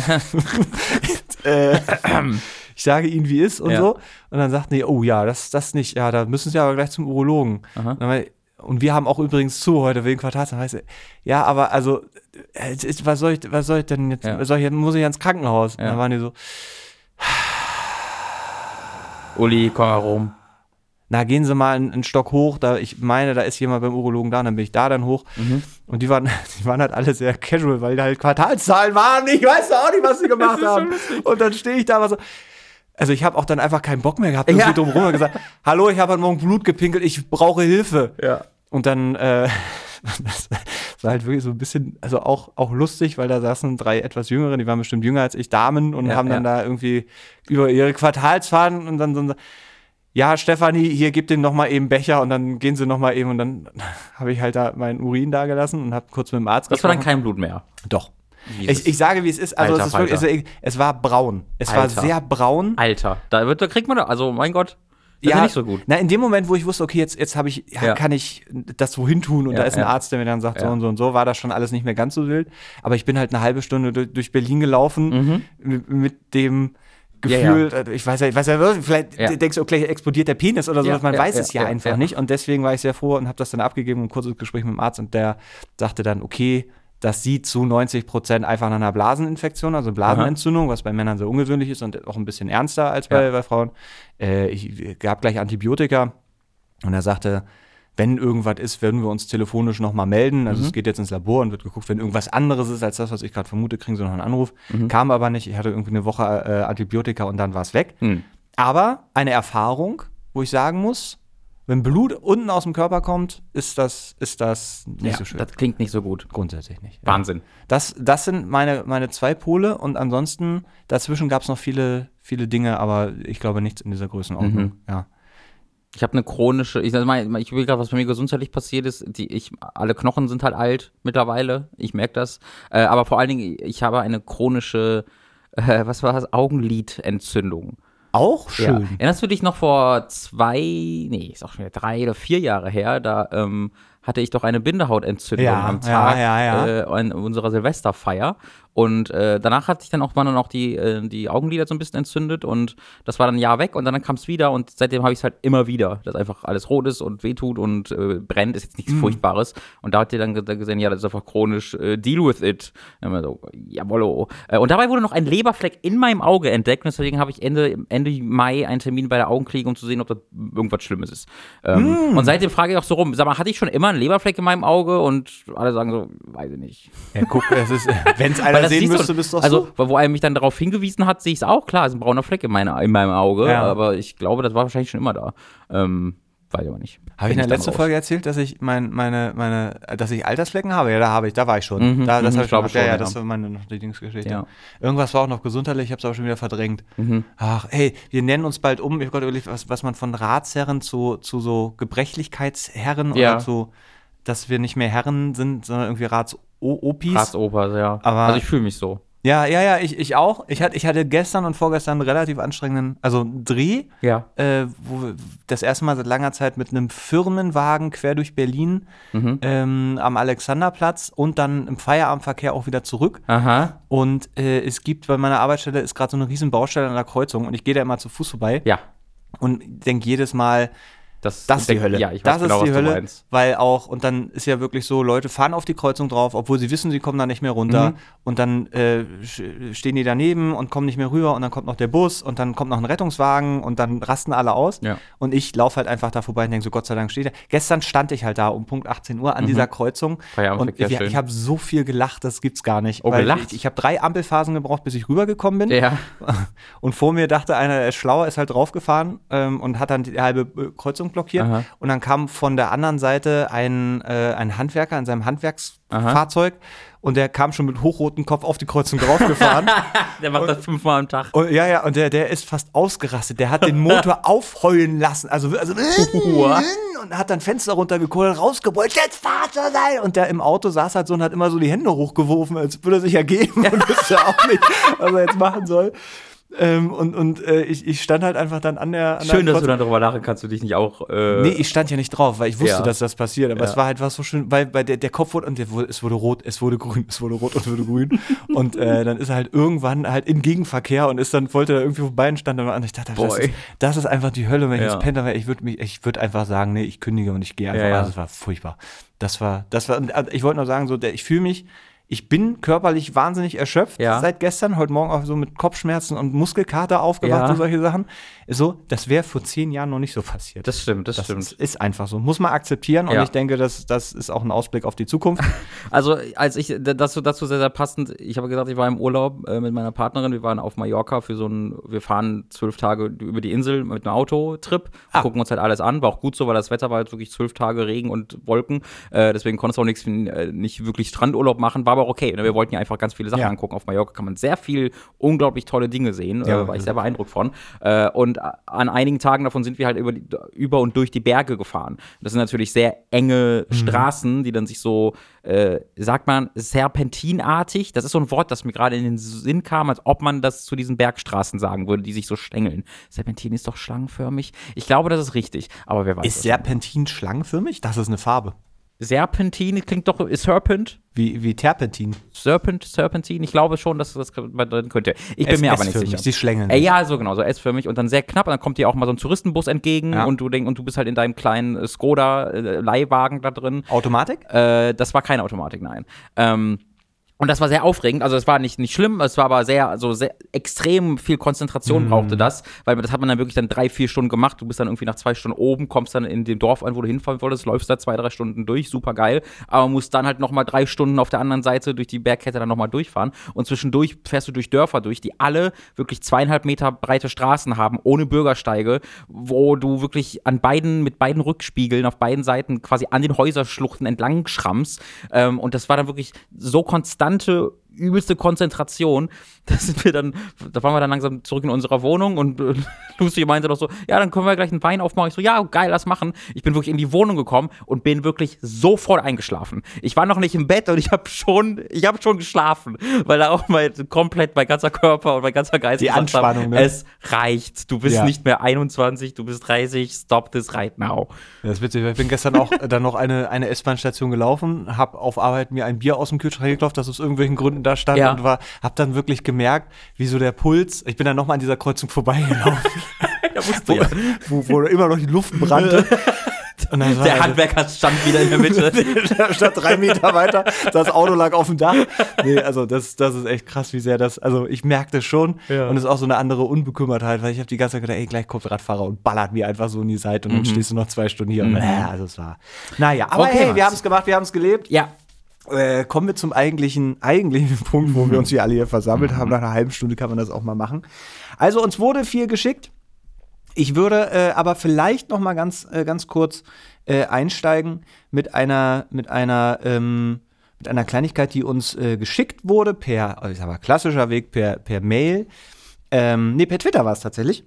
äh, ich sage Ihnen, wie ist und ja. so. Und dann sagten die, oh ja, das das nicht, ja, da müssen Sie aber gleich zum Urologen. Und wir haben auch übrigens zu heute wegen Quartals. Heißt, ja, aber also, was soll ich, was soll ich denn jetzt, ja. soll ich, muss ich ins Krankenhaus? Ja. Und dann waren die so, Uli, komm mal rum. Na, gehen Sie mal einen, einen Stock hoch, da ich meine, da ist jemand beim Urologen da, und dann bin ich da dann hoch. Mhm. Und die waren, die waren halt alle sehr casual, weil da halt Quartalszahlen waren. Ich weiß auch nicht, was sie gemacht haben. Und dann stehe ich da aber so. Also ich habe auch dann einfach keinen Bock mehr gehabt, irgendwie ja. drumherum und gesagt, hallo, ich habe heute Morgen Blut gepinkelt, ich brauche Hilfe. Ja. Und dann, äh, das war halt wirklich so ein bisschen, also auch, auch lustig, weil da saßen drei etwas Jüngere, die waren bestimmt jünger als ich, Damen, und ja, haben dann ja. da irgendwie über ihre Quartalsfahrten und dann so, ja, Stefanie, hier, gib denen noch mal eben Becher, und dann gehen sie noch mal eben, und dann habe ich halt da meinen Urin da gelassen und habe kurz mit dem Arzt gesprochen. Das war dann kein Blut mehr? Doch. Ich, ich sage, wie es ist. Also, Alter, es, ist wirklich, also es war braun. Es Alter. war sehr braun. Alter, da, wird, da kriegt man, also mein Gott, das ja, ist nicht so gut. Na, in dem Moment, wo ich wusste, okay, jetzt, jetzt habe ich, ja, ja. kann ich das wohin tun, und ja, da ist ein ja. Arzt, der mir dann sagt, ja. so und so und so, war das schon alles nicht mehr ganz so wild. Aber ich bin halt eine halbe Stunde durch, durch Berlin gelaufen mhm. mit, mit dem Gefühl, ja, ja. ich weiß ja, ich weiß ja, vielleicht ja. denkst du, okay, explodiert der Penis oder so, ja, man ja, weiß ja, es ja, ja einfach ja. nicht. Und deswegen war ich sehr froh und habe das dann abgegeben, ein kurzes Gespräch mit dem Arzt, und der sagte dann, okay, das sieht zu neunzig Prozent einfach nach einer Blaseninfektion, also Blasenentzündung, was bei Männern sehr ungewöhnlich ist und auch ein bisschen ernster als bei, ja. bei Frauen. Äh, ich gab gleich Antibiotika, und er sagte, wenn irgendwas ist, werden wir uns telefonisch nochmal melden. Also mhm. es geht jetzt ins Labor und wird geguckt, wenn irgendwas anderes ist als das, was ich gerade vermute, kriegen sie noch einen Anruf. Mhm. Kam aber nicht. Ich hatte irgendwie eine Woche äh, Antibiotika und dann war es weg. Mhm. Aber eine Erfahrung, wo ich sagen muss, wenn Blut unten aus dem Körper kommt, ist das, ist das nicht ja, so schön. Das klingt nicht so gut. Grundsätzlich nicht. Ja. Wahnsinn. Das, das sind meine, meine zwei Pole, und ansonsten, dazwischen gab es noch viele, viele Dinge, aber ich glaube nichts in dieser Größenordnung. Mhm. Ja. Ich habe eine chronische, ich sag mal, ich will gerade, was bei mir gesundheitlich passiert ist, die, ich, alle Knochen sind halt alt mittlerweile, ich merke das, äh, aber vor allen Dingen, ich habe eine chronische, äh, was war das, Augenlidentzündung. Auch schön. Ja. Erinnerst du dich noch vor zwei, nee, ist auch schon wieder drei oder vier Jahre her, da ähm, hatte ich doch eine Bindehautentzündung ja, am Tag ja, ja, ja. Äh, in unserer Silvesterfeier. Und äh, danach hatte ich dann auch, waren dann auch die, äh, die Augenlider so ein bisschen entzündet, und das war dann ein Jahr weg, und dann kam es wieder, und seitdem habe ich es halt immer wieder, dass einfach alles rot ist und wehtut und äh, brennt, ist jetzt nichts mm. Furchtbares. Und da hat ihr dann gesehen, ja, das ist einfach chronisch, äh, deal with it. Und so, jawollo. Äh, und dabei wurde noch ein Leberfleck in meinem Auge entdeckt, und deswegen habe ich Ende, Ende Mai einen Termin bei der Augenklinik, um zu sehen, ob da irgendwas Schlimmes ist. Ähm, mm. Und seitdem frage ich auch so rum, sag mal, hatte ich schon immer einen Leberfleck in meinem Auge? Und alle sagen so, weiß ich nicht. Ja, guck, es ist, wenn es einer sehen müsste, bist du doch also, so. wo er mich dann darauf hingewiesen hat, sehe ich es auch. Klar, ist ein brauner Fleck in, meine, in meinem Auge, ja. aber ich glaube, das war wahrscheinlich schon immer da. Ähm, Weiß ich aber nicht. Habe ich in der letzten Folge erzählt, dass ich mein, meine, meine, dass ich Altersflecken habe? Ja, da habe ich, da war ich schon. Mhm, da, das mhm, habe ich glaube schon. Ja, ja, ja. das war meine noch die Dingsgeschichte. Ja. Irgendwas war auch noch gesundheitlich, ich habe es aber schon wieder verdrängt. Mhm. Ach, hey, wir nennen uns bald um. Ich habe gerade überlegt, was, was man von Ratsherren zu, zu so Gebrechlichkeitsherren Ja. oder zu, dass wir nicht mehr Herren sind, sondern irgendwie Rats-Opis. Ratsoper, ja. Aber- also ich fühle mich so. Ja, ja, ja, ich, ich auch. Ich hatte, ich hatte gestern und vorgestern einen relativ anstrengenden, also einen Dreh, Ja. äh, wo wir das erste Mal seit langer Zeit mit einem Firmenwagen quer durch Berlin Mhm. ähm, am Alexanderplatz und dann im Feierabendverkehr auch wieder zurück. Aha. Und äh, es gibt bei meiner Arbeitsstelle ist gerade so eine riesen Baustelle an der Kreuzung und ich gehe da immer zu Fuß vorbei Ja. und denke jedes Mal, Das, das ist die Hölle. Ja, ich weiß das genau, ist die was Hölle, du meinst. weil auch, und dann ist ja wirklich so, Leute fahren auf die Kreuzung drauf, obwohl sie wissen, sie kommen da nicht mehr runter. Mhm. Und dann äh, stehen die daneben und kommen nicht mehr rüber und dann kommt noch der Bus und dann kommt noch ein Rettungswagen und dann rasten alle aus. Ja. Und ich laufe halt einfach da vorbei und denke so, Gott sei Dank steht er. Gestern stand ich halt da um Punkt achtzehn Uhr an Mhm. dieser Kreuzung und Feierabendverkehr, wir, schön. ich habe so viel gelacht, das gibt's gar nicht. Oh, weil gelacht? Ich, ich habe drei Ampelphasen gebraucht, bis ich rübergekommen bin. Ja. Und vor mir dachte einer, er ist schlauer, ist halt draufgefahren ähm, und hat dann die halbe äh, Kreuzung blockiert. Aha. Und dann kam von der anderen Seite ein, äh, ein Handwerker in seinem Handwerksfahrzeug und der kam schon mit hochrotem Kopf auf die Kreuzung draufgefahren. Der macht das fünfmal am Tag. Und, ja, ja, und der, der ist fast ausgerastet. Der hat den Motor aufheulen lassen. Also, also und hat dann Fenster runtergekohlt, rausgebeult, jetzt Vater sein. Und der im Auto saß halt so und hat immer so die Hände hochgeworfen, als würde er sich ergeben und wusste auch nicht, was er jetzt machen soll. Ähm, und und äh, ich, ich stand halt einfach dann an der an Schön, der dass du dann darüber lachen kannst, du dich nicht auch. Äh, Nee, ich stand ja nicht drauf, weil ich wusste, Ja. dass das passiert. Aber Ja. es war halt was so schön, weil, weil der, der Kopf wurde und der wurde, es wurde rot, es wurde grün, es wurde rot und es wurde grün. Und äh, dann ist er halt irgendwann halt in Gegenverkehr und ist dann, wollte da irgendwie vorbei und stand dann an. Ich dachte, das Boah, ist, ey. das ist einfach die Hölle, wenn ich Ja. jetzt Penta wäre. Ich würde mich, ich würde einfach sagen, nee, ich kündige und ich gehe einfach. Ja, ja. Also, das war furchtbar. Das war, das war, und, also, ich wollte nur sagen, so, der, ich fühle mich. Ich bin körperlich wahnsinnig erschöpft Ja. seit gestern, heute Morgen auch so mit Kopfschmerzen und Muskelkater aufgewacht Ja. und solche Sachen. So, das wäre vor zehn Jahren noch nicht so passiert. Das stimmt, das, Das stimmt. ist, ist einfach so. Muss man akzeptieren und Ja. ich denke, das, das ist auch ein Ausblick auf die Zukunft. Also, als ich, dazu, dazu sehr, sehr passend, ich habe gesagt, ich war im Urlaub äh, mit meiner Partnerin, wir waren auf Mallorca für so ein, wir fahren zwölf Tage über die Insel mit einem Autotrip, Ah. gucken uns halt alles an, war auch gut so, weil das Wetter war halt wirklich zwölf Tage Regen und Wolken, äh, deswegen konntest du auch nichts, äh, nicht wirklich Strandurlaub machen, war aber auch okay, ne? Wir wollten ja einfach ganz viele Sachen Ja. angucken, auf Mallorca kann man sehr viel, unglaublich tolle Dinge sehen, Ja. äh, war ich sehr beeindruckt von, äh, und an einigen Tagen davon sind wir halt über, die, über und durch die Berge gefahren. Das sind natürlich sehr enge Mhm. Straßen, die dann sich so, äh, sagt man, serpentinartig. Das ist so ein Wort, das mir gerade in den Sinn kam, als ob man das zu diesen Bergstraßen sagen würde, die sich so stängeln. Serpentin ist doch schlangenförmig. Ich glaube, das ist richtig, aber wer weiß. Ist das. Serpentin schlangenförmig? Das ist eine Farbe. Serpentin klingt doch, ist Serpent? Wie, wie Terpentin. Serpent, Serpentin? Ich glaube schon, dass das drin könnte. Ich bin S- mir aber nicht S-förmig, sicher. Sie schlängeln Äh, sich. ja, so genau, so S-förmig und dann sehr knapp. Und dann kommt dir auch mal so ein Touristenbus entgegen Ja. und du denk, und du bist halt in deinem kleinen äh, Skoda-Leihwagen da drin. Automatik? Äh, das war keine Automatik, nein. Ähm, und das war sehr aufregend. Also es war nicht, nicht schlimm, es war aber sehr, also sehr extrem viel Konzentration brauchte das, weil das hat man dann wirklich dann drei, vier Stunden gemacht. Du bist dann irgendwie nach zwei Stunden oben, kommst dann in dem Dorf an, wo du hinfahren wolltest, läufst da zwei, drei Stunden durch, super geil. Aber musst dann halt nochmal drei Stunden auf der anderen Seite durch die Bergkette dann nochmal durchfahren. Und zwischendurch fährst du durch Dörfer durch, die alle wirklich zweieinhalb Meter breite Straßen haben, ohne Bürgersteige, wo du wirklich an beiden, mit beiden Rückspiegeln auf beiden Seiten quasi an den Häuserschluchten entlang schrammst. Ähm, und das war dann wirklich so konstante, übelste Konzentration. Da sind wir dann, da waren wir dann langsam zurück in unserer Wohnung und äh, Lucy meinte doch so, ja, dann können wir gleich einen Wein aufmachen. Ich so, ja, geil, lass machen. Ich bin wirklich in die Wohnung gekommen und bin wirklich sofort eingeschlafen. Ich war noch nicht im Bett und ich habe schon, ich habe schon geschlafen, weil da auch mal komplett mein ganzer Körper und mein ganzer Geist Die gesagt Anspannung, haben, ne? es reicht. Du bist Ja. nicht mehr einundzwanzig, du bist dreißig, stop this right now. Das ist witzig. Ich bin gestern auch dann noch eine, eine S-Bahn-Station gelaufen, hab auf Arbeit mir ein Bier aus dem Kühlschrank geklopft, das aus irgendwelchen Gründen da stand Ja. und war, hab dann wirklich gemerkt, wie so der Puls, ich bin dann nochmal an dieser Kreuzung vorbeigelaufen, Da musst wo, wo, wo immer noch die Luft brannte. Und dann war Der also- Handwerker stand wieder in der Mitte. Statt drei Meter weiter, das Auto lag auf dem Dach. Nee, also das, das ist echt krass, wie sehr das, also ich merkte schon Ja. und es ist auch so eine andere Unbekümmertheit, weil ich habe die ganze Zeit gedacht, ey, gleich kommt Radfahrer und ballert mir einfach so in die Seite und dann stehst du noch zwei Stunden hier und äh, also es war, naja, aber Okay, hey, Max. wir haben es gemacht, wir haben es gelebt. Ja. Äh, kommen wir zum eigentlichen, eigentlichen Punkt, wo wir uns hier alle hier versammelt haben. Nach einer halben Stunde kann man das auch mal machen. Also uns wurde viel geschickt. Ich würde äh, aber vielleicht noch mal ganz, äh, ganz kurz äh, einsteigen mit einer, mit einer, ähm, mit einer Kleinigkeit, die uns äh, geschickt wurde per, ich sag mal, klassischer Weg per, per Mail. Ähm, nee, per Twitter war es tatsächlich.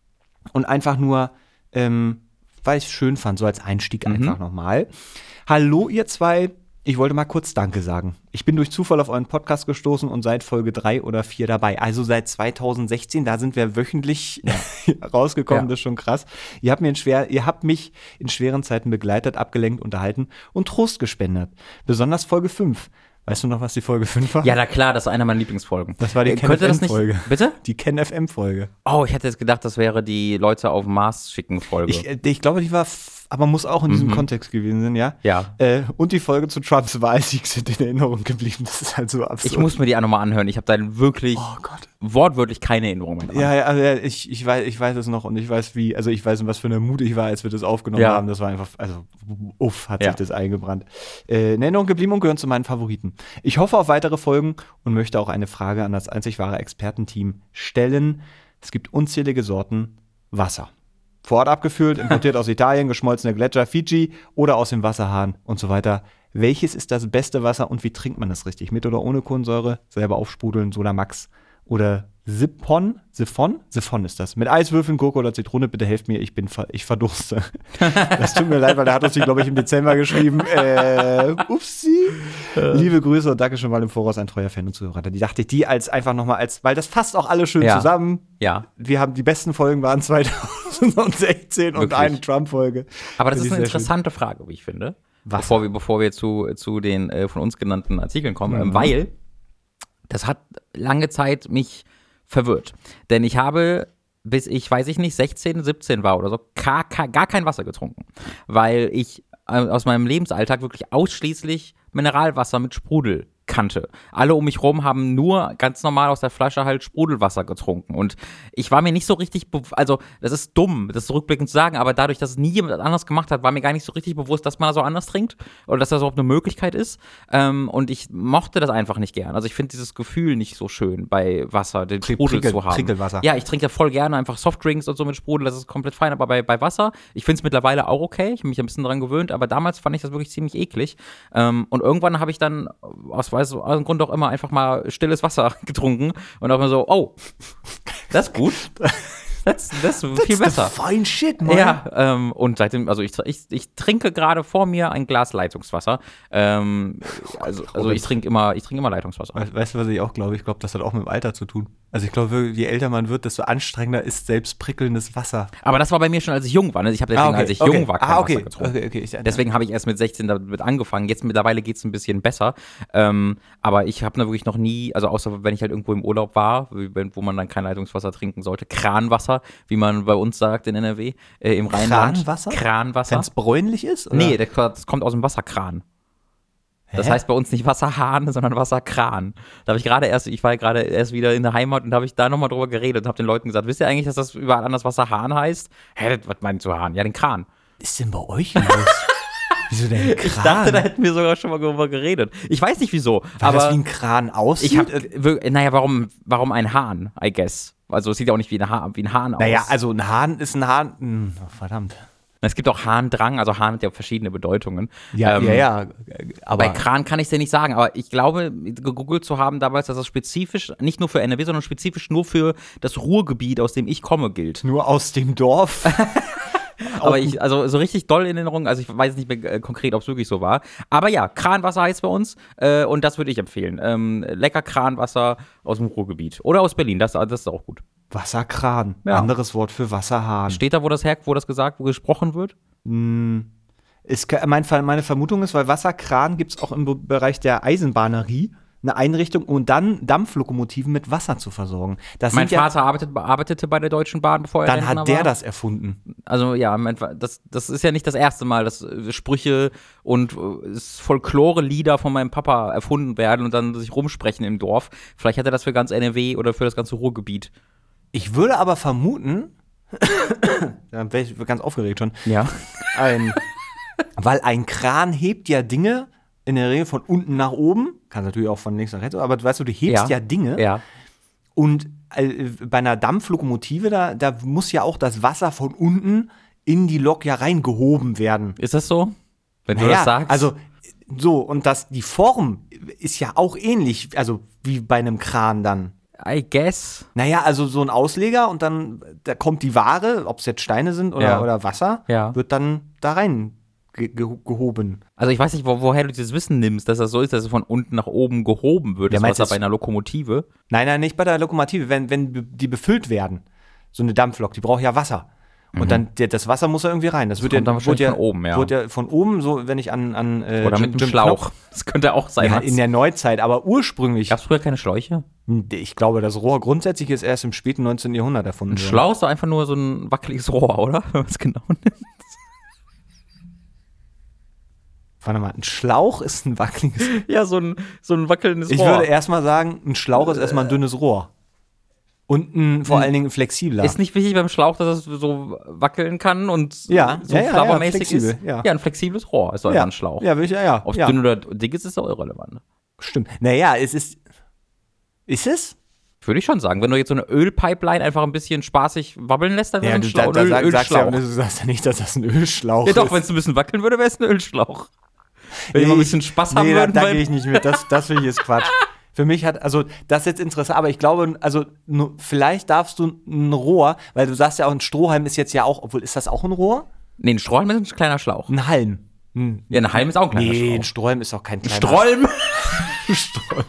Und einfach nur, ähm, weil ich es schön fand, so als Einstieg Mhm. einfach nochmal. Hallo, ihr zwei. Ich wollte mal kurz Danke sagen. Ich bin durch Zufall auf euren Podcast gestoßen und seit Folge drei oder vier dabei. Also seit zwanzig sechzehn, da sind wir wöchentlich ja. rausgekommen, Ja. das ist schon krass. Ihr habt, mir in schwer, ihr habt mich in schweren Zeiten begleitet, abgelenkt, unterhalten und Trost gespendet. Besonders Folge fünf. Weißt du noch, was die Folge fünf war? Ja, na klar, das ist eine meiner Lieblingsfolgen. Das war die Äh, Ken könnte F das M nicht- Folge. Bitte? Die Ken F M Folge. Oh, ich hätte jetzt gedacht, das wäre die Leute auf Mars schicken Folge. Ich, äh, ich glaube, die war, f- aber muss auch in diesem Mhm. Kontext gewesen sein, ja? Ja. Äh, und die Folge zu Trumps Wahlsieg sind in Erinnerung geblieben. Das ist halt so absurd. Ich muss mir die auch nochmal anhören. Ich habe da wirklich Oh Gott. wortwörtlich keine Erinnerung mehr dran. Ja, ja, also ja, ich, ich, weiß, ich weiß es noch und ich weiß wie, also ich weiß, was für eine Mut ich war, als wir das aufgenommen Ja. haben. Das war einfach, also uff, hat Ja. sich das eingebrannt. Äh, in Erinnerung geblieben und gehören zu meinen Favoriten. Ich hoffe auf weitere Folgen und möchte auch eine Frage an das einzig wahre Expertenteam stellen. Es gibt unzählige Sorten Wasser. Vor Ort abgefüllt, importiert aus Italien, geschmolzene Gletscher, Fiji oder aus dem Wasserhahn und so weiter. Welches ist das beste Wasser und wie trinkt man es richtig? Mit oder ohne Kohlensäure? Selber aufsprudeln, Sodamax oder Siphon? Siphon? Siphon ist das. Mit Eiswürfeln, Gurke oder Zitrone, bitte helft mir, ich bin ver ich verdurste. Das tut mir leid, weil der hat uns die, glaube ich, im Dezember geschrieben. Äh, upsi. Liebe Grüße und danke schon mal im Voraus, ein treuer Fan und Zuhörer. Die dachte ich, die als einfach nochmal als, weil das fasst auch alle schön Ja. zusammen. Ja. Wir haben, die besten Folgen waren zwanzig sechzehn und Wirklich. eine Trump-Folge. Aber das Finde ist ich eine sehr schön. interessante Frage, wie ich finde. Wasser. Bevor wir, bevor wir zu, zu den äh, von uns genannten Artikeln kommen, Mhm. ähm, weil das hat lange Zeit mich verwirrt. Denn ich habe, bis ich, weiß ich nicht, sechzehn, siebzehn war oder so, gar, gar kein Wasser getrunken. Weil ich äh, aus meinem Lebensalltag wirklich ausschließlich Mineralwasser mit Sprudel kannte. Alle um mich rum haben nur ganz normal aus der Flasche halt Sprudelwasser getrunken. Und ich war mir nicht so richtig, be- also das ist dumm, das rückblickend zu sagen, aber dadurch, dass es nie jemand anders gemacht hat, war mir gar nicht so richtig bewusst, dass man das so anders trinkt oder dass das überhaupt eine Möglichkeit ist. Ähm, und ich mochte das einfach nicht gern. Also ich finde dieses Gefühl nicht so schön bei Wasser, den Pri- Sprudel Prickel- zu haben. Prickelwasser. Ja, ich trinke ja voll gerne einfach Softdrinks und so mit Sprudel, das ist komplett fein, aber bei, bei Wasser, ich finde es mittlerweile auch okay, ich habe mich ein bisschen dran gewöhnt, aber damals fand ich das wirklich ziemlich eklig. Ähm, und irgendwann habe ich dann aus weiß aus dem Grund auch immer einfach mal stilles Wasser getrunken und auch mal so, oh, das ist gut. Das, das ist viel besser. Fine shit, Mann. Ja, ähm, und seitdem, also ich, ich, ich trinke gerade vor mir ein Glas Leitungswasser. Ähm, also, also ich trinke immer, ich trinke immer Leitungswasser. We- Weißt du, was ich auch glaube? Ich glaube, das hat auch mit dem Alter zu tun. Also ich glaube, je älter man wird, desto anstrengender ist selbst prickelndes Wasser. Aber das war bei mir schon, als ich jung war. Ne? Ich habe deswegen, als ich jung war, kein ah, okay. Wasser getrunken. Okay, okay. Ich, Deswegen habe ich erst mit sechzehn damit angefangen. Jetzt mittlerweile geht es ein bisschen besser. Ähm, aber ich habe da wirklich noch nie, also außer wenn ich halt irgendwo im Urlaub war, wenn, wo man dann kein Leitungswasser trinken sollte, Kranwasser, wie man bei uns sagt in N R W, äh, im Rheinland. Kranwasser? Kranwasser. Wenn es bräunlich ist? Oder? Nee, das, das kommt aus dem Wasserkran. Das Hä? heißt bei uns nicht Wasserhahn, sondern Wasserkran. Da habe ich gerade erst, ich war gerade erst wieder in der Heimat und da habe ich da nochmal drüber geredet und habe den Leuten gesagt, wisst ihr eigentlich, dass das überall anders Wasserhahn heißt? Hä, das- was meinst du Hahn? Ja, den Kran. Was ist denn bei euch los? Wieso denn Kran? Ich dachte, da hätten wir sogar schon mal drüber geredet. Ich weiß nicht wieso, Weil aber das wie ein Kran aussieht? ich habe, äh, naja, warum, warum ein Hahn, I guess? Also es sieht ja auch nicht wie ein, ha wie ein Hahn aus. Naja, also ein Hahn ist ein Hahn. Hm, oh, verdammt. Es gibt auch Hahndrang, also Hahn hat ja verschiedene Bedeutungen. Ja, Ähm, ja, ja. Aber Bei Kran kann ich es dir nicht sagen, aber ich glaube, gegoogelt zu haben damals, dass das spezifisch, nicht nur für N R W, sondern spezifisch nur für das Ruhrgebiet, aus dem ich komme, gilt. nur aus dem Dorf. Aber ich, also so richtig doll in Erinnerung, also ich weiß nicht mehr äh, konkret, ob es wirklich so war. Aber ja, Kranwasser heißt bei uns äh, und das würde ich empfehlen. Ähm, lecker Kranwasser aus dem Ruhrgebiet oder aus Berlin, das, das ist auch gut. Wasserkran. Ja. Anderes Wort für Wasserhahn. Steht da, wo das her, wo das gesagt, wo gesprochen wird? Hm. Ist, mein, meine Vermutung ist, weil Wasserkran gibt es auch im Be- Bereich der Eisenbahnerie eine Einrichtung, um dann Dampflokomotiven mit Wasser zu versorgen. Das Mein sind ja, Vater arbeitet, arbeitete bei der Deutschen Bahn, bevor er dann Rentner hat der war. das erfunden. Also ja, mein Fa- das, das ist ja nicht das erste Mal, dass äh, Sprüche und äh, Folklore-Lieder von meinem Papa erfunden werden und dann sich rumsprechen im Dorf. Vielleicht hat er das für ganz N R W oder für das ganze Ruhrgebiet. Ich würde aber vermuten, da bin ich ganz aufgeregt schon, Ja. ein, weil ein Kran hebt ja Dinge in der Regel von unten nach oben, kann natürlich auch von links nach rechts, aber weißt du, du hebst ja, Ja. Dinge Ja. und äh, bei einer Dampflokomotive, da, da muss ja auch das Wasser von unten in die Lok ja reingehoben werden. Ist das so? Wenn du naja, das sagst? Also, so, und das, die Form ist ja auch ähnlich, also wie bei einem Kran dann. I guess. Naja, also so ein Ausleger und dann da kommt die Ware, ob es jetzt Steine sind oder, Ja. oder Wasser, Ja. wird dann da rein ge ge gehoben. Also ich weiß nicht, wo, woher du dieses Wissen nimmst, dass das so ist, dass es von unten nach oben gehoben wird, Ja, das meinst Wasser du bei einer Lokomotive. Nein, nein, nicht bei der Lokomotive, wenn, wenn be- die befüllt werden. So eine Dampflok, die braucht ja Wasser. Und dann, der, das Wasser muss ja irgendwie rein. Das, wird kommt ja, dann wahrscheinlich wird ja von oben, ja. Wird ja von oben, so wenn ich an, an äh, Oder Jim- mit einem Jim Schlauch. Knopf- Das könnte auch sein. Ja, Mats. in der Neuzeit, aber ursprünglich, Gab es früher keine Schläuche? ich glaube, das Rohr grundsätzlich ist erst im späten neunzehnten. Jahrhundert erfunden Ein worden. Schlauch ist doch einfach nur so ein wackeliges Rohr, oder? Wenn man es genau nimmt. Warte mal, ein Schlauch ist ein wackeliges. Ja, so ein, so ein wackelndes Ich Rohr. würde erstmal sagen, ein Schlauch ist erstmal ein dünnes Rohr. Und ein, vor allen Dingen flexibler. Ist nicht wichtig beim Schlauch, dass es so wackeln kann und Ja, so ja, ja, flabbermäßig ja, flexibel, ist? ja. ein flexibles Rohr ist doch ja. einfach ein Schlauch. Ja, will ich, ja, ja. Ob es ja. dünn oder dick ist, ist doch irrelevant. Stimmt. Naja, es ist. Ist es? Würde ich schon sagen. Wenn du jetzt so eine Ölpipeline einfach ein bisschen spaßig wabbeln lässt, dann wäre es ein Schlauch. da, Öl, sag, sagst ja, Ölschlauch. du sagst ja nicht, dass das ein Ölschlauch Ja, ist. doch, wenn es ein bisschen wackeln würde, wäre es ein Ölschlauch. Wenn Nee, wir mal ein bisschen Spaß haben nee, würden. da, da beim- gehe ich nicht mit. Das, das finde ich jetzt Quatsch. Für mich hat, also, das ist jetzt interessant, aber ich glaube, also, nur, vielleicht darfst du ein Rohr, weil du sagst ja auch, ein Strohhalm ist jetzt ja auch, obwohl, ist das auch ein Rohr? Nee, ein Strohhalm ist ein kleiner Schlauch. Ein Halm. Hm. Ja, ein Halm ist auch ein kleiner Nee, ein Schlauch. Strohhalm ist auch kein kleiner Strolm? Strohhalm.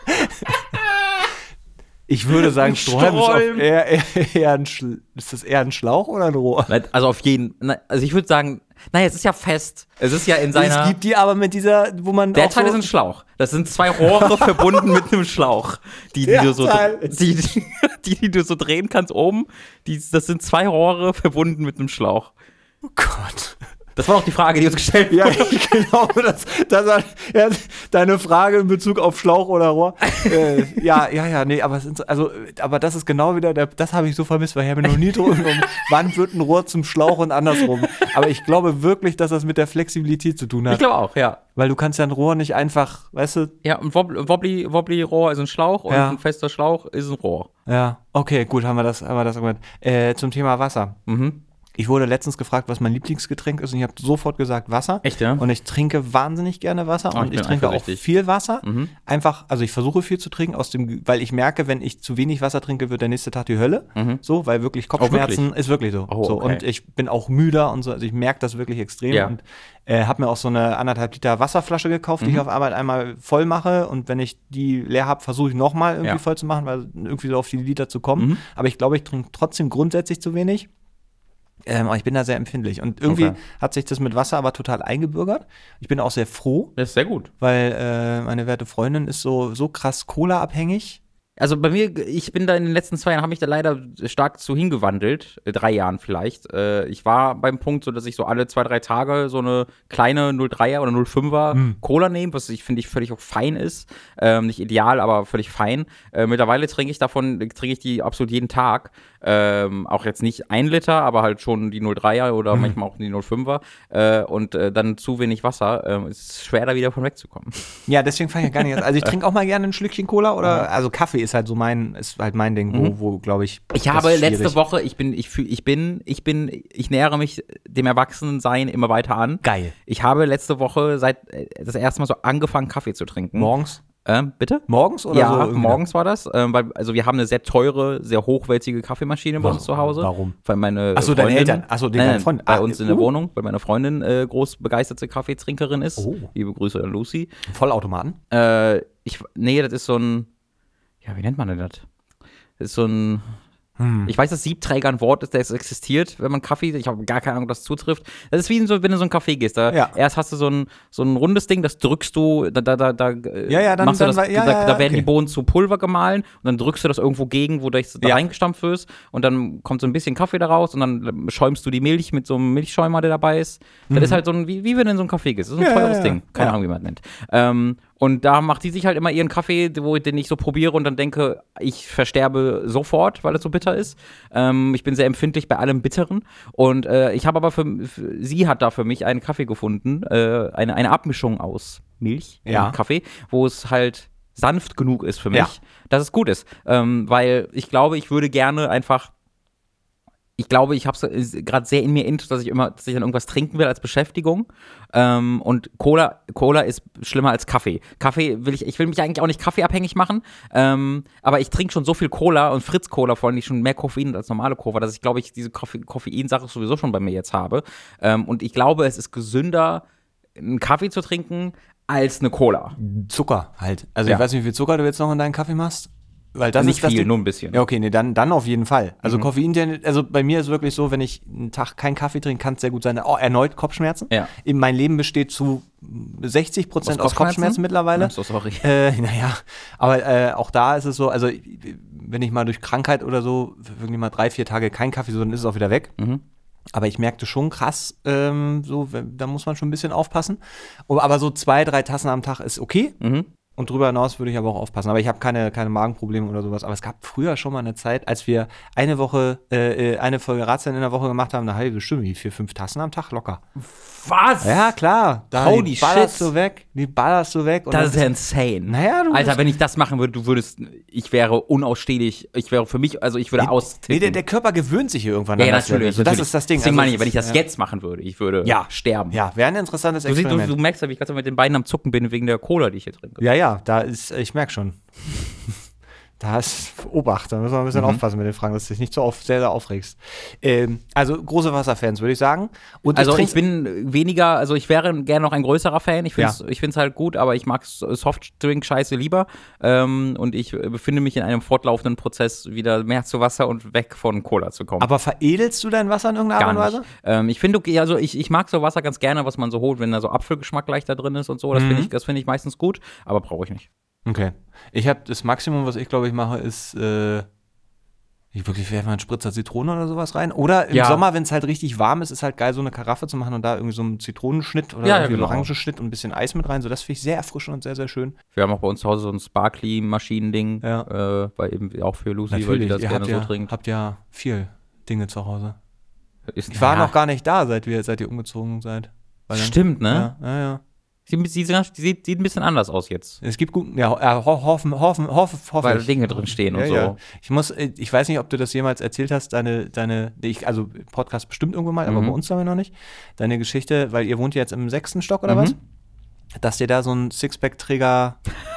Ich würde sagen, Strohhalm ist, Strohhalm. auch eher, eher, eher ein Schl- ist das eher ein Schlauch oder ein Rohr? Also auf jeden, na, also ich würde sagen, naja, es ist ja fest. Es ist ja in seiner. Es gibt die aber mit dieser, wo man Der auch Teil so ist ein Schlauch. Das sind zwei Rohre verbunden mit einem Schlauch. Die, die, Der du so, Teil ist- die, die, die, die du so drehen kannst oben. Die, das sind zwei Rohre verbunden mit einem Schlauch. Oh Gott. Das war auch die Frage, die uns gestellt Ja, wurde. genau. Das, das war, ja, deine Frage in Bezug auf Schlauch oder Rohr. äh, ja, ja, ja, nee, aber, es sind so- also, aber das ist genau wieder, der, das habe ich so vermisst, weil ich habe mir noch nie drüber gekommen, wann wird ein Rohr zum Schlauch und andersrum. Aber ich glaube wirklich, dass das mit der Flexibilität zu tun Ich hat. glaube auch, ja. Weil du kannst ja ein Rohr nicht einfach, weißt du, Ja, ein Wobbly, Wobbly, Wobbly Rohr ist ein Schlauch und Ja. ein fester Schlauch ist ein Rohr. ja, okay, gut, haben wir das, haben wir das gemacht. Äh, zum Thema Wasser. Mhm. Ich wurde letztens gefragt, was mein Lieblingsgetränk ist und ich habe sofort gesagt Wasser. Echt, ja? Und ich trinke wahnsinnig gerne Wasser Oh, ich und ich, bin trinke auch eifersüchtig. viel Wasser. Mhm. Einfach, also ich versuche viel zu trinken, aus dem, weil ich merke, wenn ich zu wenig Wasser trinke, wird der nächste Tag die Hölle. Mhm. So, weil wirklich Kopfschmerzen wirklich? ist wirklich so. Oh, so. okay. Und ich bin auch müder und so. Also ich merke das wirklich extrem. Ja. Und äh, habe mir auch so eine anderthalb Liter Wasserflasche gekauft, die Mhm. ich auf Arbeit einmal voll mache. Und wenn ich die leer habe, versuche ich nochmal irgendwie Ja. voll zu machen, weil irgendwie so auf die Liter zu kommen. Mhm. Aber ich glaube, ich trinke trotzdem grundsätzlich zu wenig. Ähm, aber ich bin da sehr empfindlich. Und irgendwie Okay. hat sich das mit Wasser aber total eingebürgert. Ich bin auch sehr froh, Das ist sehr gut. weil äh, meine werte Freundin ist so, so krass Cola-abhängig. Also bei mir, ich bin da in den letzten zwei Jahren, habe mich da leider stark zu hingewandelt, äh, drei Jahren vielleicht. Äh, ich war beim Punkt, so dass ich so alle zwei, drei Tage so eine kleine null Komma dreier oder null Komma fünfer Mm. Cola nehme, was ich finde ich völlig auch fein ist. Ähm, nicht ideal, aber völlig fein. Äh, mittlerweile trinke ich davon, trinke ich die absolut jeden Tag. Ähm, auch jetzt nicht ein Liter, aber halt schon die null Komma dreier oder Mm. manchmal auch die null Komma fünfer. Äh, und äh, dann zu wenig Wasser. Äh, es ist schwer, da wieder von wegzukommen. Ja, deswegen fange ich gar nicht an. Also ich trinke auch mal gerne ein Schlückchen Cola oder, also Kaffee ist halt so mein, ist halt mein Ding, wo, Mhm. wo glaube ich. Ich das habe ist letzte schwierig. Woche, ich bin, ich fühl, ich bin, ich bin, ich nähere mich dem Erwachsenensein immer weiter an. Geil. Ich habe letzte Woche seit äh, das erste Mal so angefangen, Kaffee zu trinken. Morgens? Ähm, bitte? Morgens oder ja, so? irgendwie? morgens war das. Ähm, weil, also wir haben eine sehr teure, sehr hochwertige Kaffeemaschine bei uns zu Hause. Warum? Weil meine Ach so, deine Freundin- Eltern. Ach so, die nein, deine nein, Freundin. bei Ah, uns in der uh. Wohnung, weil meine Freundin äh, groß begeisterte Kaffeetrinkerin ist. Oh. Liebe Grüße an Lucy. Vollautomaten? Äh, ich, nee, das ist so ein, ja, wie nennt man denn das? Das ist so ein, Hm. ich weiß, dass Siebträger ein Wort ist, das existiert, wenn man Kaffee, ich habe gar keine Ahnung, ob das zutrifft. Das ist wie in so, wenn du so einen Kaffee gehst. Da Ja. Erst hast du so ein, so ein rundes Ding, das drückst du, da, da, da, da, Ja, ja, dann- machst du dann das, war- ja, da, ja, da werden okay. die Bohnen zu Pulver gemahlen und dann drückst du das irgendwo gegen, wo du da Ja. reingestampft wirst und dann kommt so ein bisschen Kaffee da raus und dann schäumst du die Milch mit so einem Milchschäumer, der dabei ist. Das ist halt so ein, wie, wie wenn du in so einen Kaffee gehst. Das ist ein Mhm. Ja, teures ja, ja. Ding. Keine Ja. Ahnung, wie man das nennt. Ähm, und da macht die sich halt immer ihren Kaffee, wo ich den ich so probiere und dann denke, ich versterbe sofort, weil es so bitter ist. Ähm, ich bin sehr empfindlich bei allem Bitteren. Und äh, ich habe aber für, für, sie hat da für mich einen Kaffee gefunden, äh, eine, eine Abmischung aus Milch Ja. und Kaffee, wo es halt sanft genug ist für mich, Ja. dass es gut ist. Ähm, weil ich glaube, ich würde gerne einfach Ich glaube, ich habe es gerade sehr in mir intus, dass ich immer, dass ich dann irgendwas trinken will als Beschäftigung. Ähm, und Cola, Cola ist schlimmer als Kaffee. Kaffee will ich, ich will mich eigentlich auch nicht kaffeeabhängig machen. Ähm, aber ich trinke schon so viel Cola und Fritz Cola, vor allem die schon mehr Koffein als normale Cola, dass ich glaube, ich diese Koffe- Koffein-Sache sowieso schon bei mir jetzt habe. Ähm, und ich glaube, es ist gesünder, einen Kaffee zu trinken als eine Cola. Zucker halt. Also Ja. ich weiß nicht, wie viel Zucker du jetzt noch in deinen Kaffee machst. Weil das Nicht ist das viel, Ding- nur ein bisschen. Ja, okay, nee, dann, dann auf jeden Fall. Also Mhm. Koffein, also bei mir ist wirklich so, wenn ich einen Tag keinen Kaffee trinke, kann es sehr gut sein, oh, erneut Kopfschmerzen. Ja. In mein Leben besteht zu sechzig Prozent aus, Aus Kopfschmerzen, Kopfschmerzen mittlerweile. Ach so, sorry. Äh, naja, aber äh, auch da ist es so, also wenn ich mal durch Krankheit oder so, wirklich mal drei, vier Tage kein Kaffee, so, dann ist es auch wieder weg. Mhm. Aber ich merkte schon krass, ähm, so, da muss man schon ein bisschen aufpassen. Aber so zwei, drei Tassen am Tag ist okay. Mhm. Und drüber hinaus würde ich aber auch aufpassen. Aber ich habe keine, keine Magenprobleme oder sowas. Aber es gab früher schon mal eine Zeit, als wir eine Woche, äh, eine Folge Radsein in der Woche gemacht haben, da hatte ich bestimmt wie vier, fünf Tassen am Tag locker. Was? Ja, klar. Da Holy die ballerst shit. du weg, die ballerst du weg. Und Das ist ja dann insane. Naja, du Alter, bist- wenn ich das machen würde, du würdest, ich wäre unausstehlich, ich wäre für mich, also ich würde austippen. Nee, der, der Körper gewöhnt sich hier irgendwann ja, an ja, das Level. natürlich, So, das natürlich. ist das Ding. Deswegen Also, meine ich, es wenn ich ist- das ja. jetzt machen würde, ich würde Ja. sterben. Ja, wäre ein interessantes Du, siehst, du, Experiment. du merkst ja, wie ich gerade mit den Beinen am Zucken bin wegen der Cola, die ich hier trinke. Ja, ja, da ist, ich merke schon. Da ist Obacht, da müssen wir ein bisschen Mhm. aufpassen mit den Fragen, dass du dich nicht so auf, sehr, sehr aufregst. Ähm, also große Wasserfans, würde ich sagen. Und Also trink- ich bin weniger, also ich wäre gerne noch ein größerer Fan. Ich finde es ich find's halt gut, aber ich mag Softdrink-Scheiße lieber. Ähm, und ich befinde mich in einem fortlaufenden Prozess, wieder mehr zu Wasser und weg von Cola zu kommen. Aber veredelst du dein Wasser in irgendeiner Art Gar und nicht. Weise? Ähm, ich finde, okay, also ich, ich mag so Wasser ganz gerne, was man so holt, wenn da so Apfelgeschmack leichter drin ist und so. Das Mhm. finde ich, das finde ich meistens gut, aber brauche ich nicht. Okay. Ich habe das Maximum, was ich glaube ich mache, ist äh, ich wirklich werfe mal einen Spritzer Zitrone oder sowas rein. Oder im Ja. Sommer, wenn es halt richtig warm ist, ist halt geil, so eine Karaffe zu machen und da irgendwie so einen Zitronenschnitt oder Ja, ja, irgendwie genau. einen Orangenschnitt und ein bisschen Eis mit rein. So, das finde ich sehr erfrischend und sehr, sehr schön. Wir haben auch bei uns zu Hause so ein Sparkly-Maschinen-Ding, Ja. äh, weil eben auch für Lucy, weil die das ihr gerne habt so ja, trinkt. habt ja viel Dinge zu Hause. Ist, Ich war naja, noch gar nicht da, seit wir, seit ihr umgezogen seid. Weil dann- Stimmt, ne? Ja, ja, ja. Sie, sie, sie sieht, sieht ein bisschen anders aus jetzt, Es gibt guten, ja, ho ho hoffen, hoffen, hoffen, hoffe weil ich. Dinge drin stehen Ja, und so. ja. Ich muss, äh, ich weiß nicht, ob du das jemals erzählt hast, deine, deine, ich, also Podcast bestimmt irgendwann mal, aber Mhm. bei uns haben wir noch nicht. Deine Geschichte, weil ihr wohnt ja jetzt im sechsten Stock oder Mhm. was? Dass dir da so ein Sixpack-Träger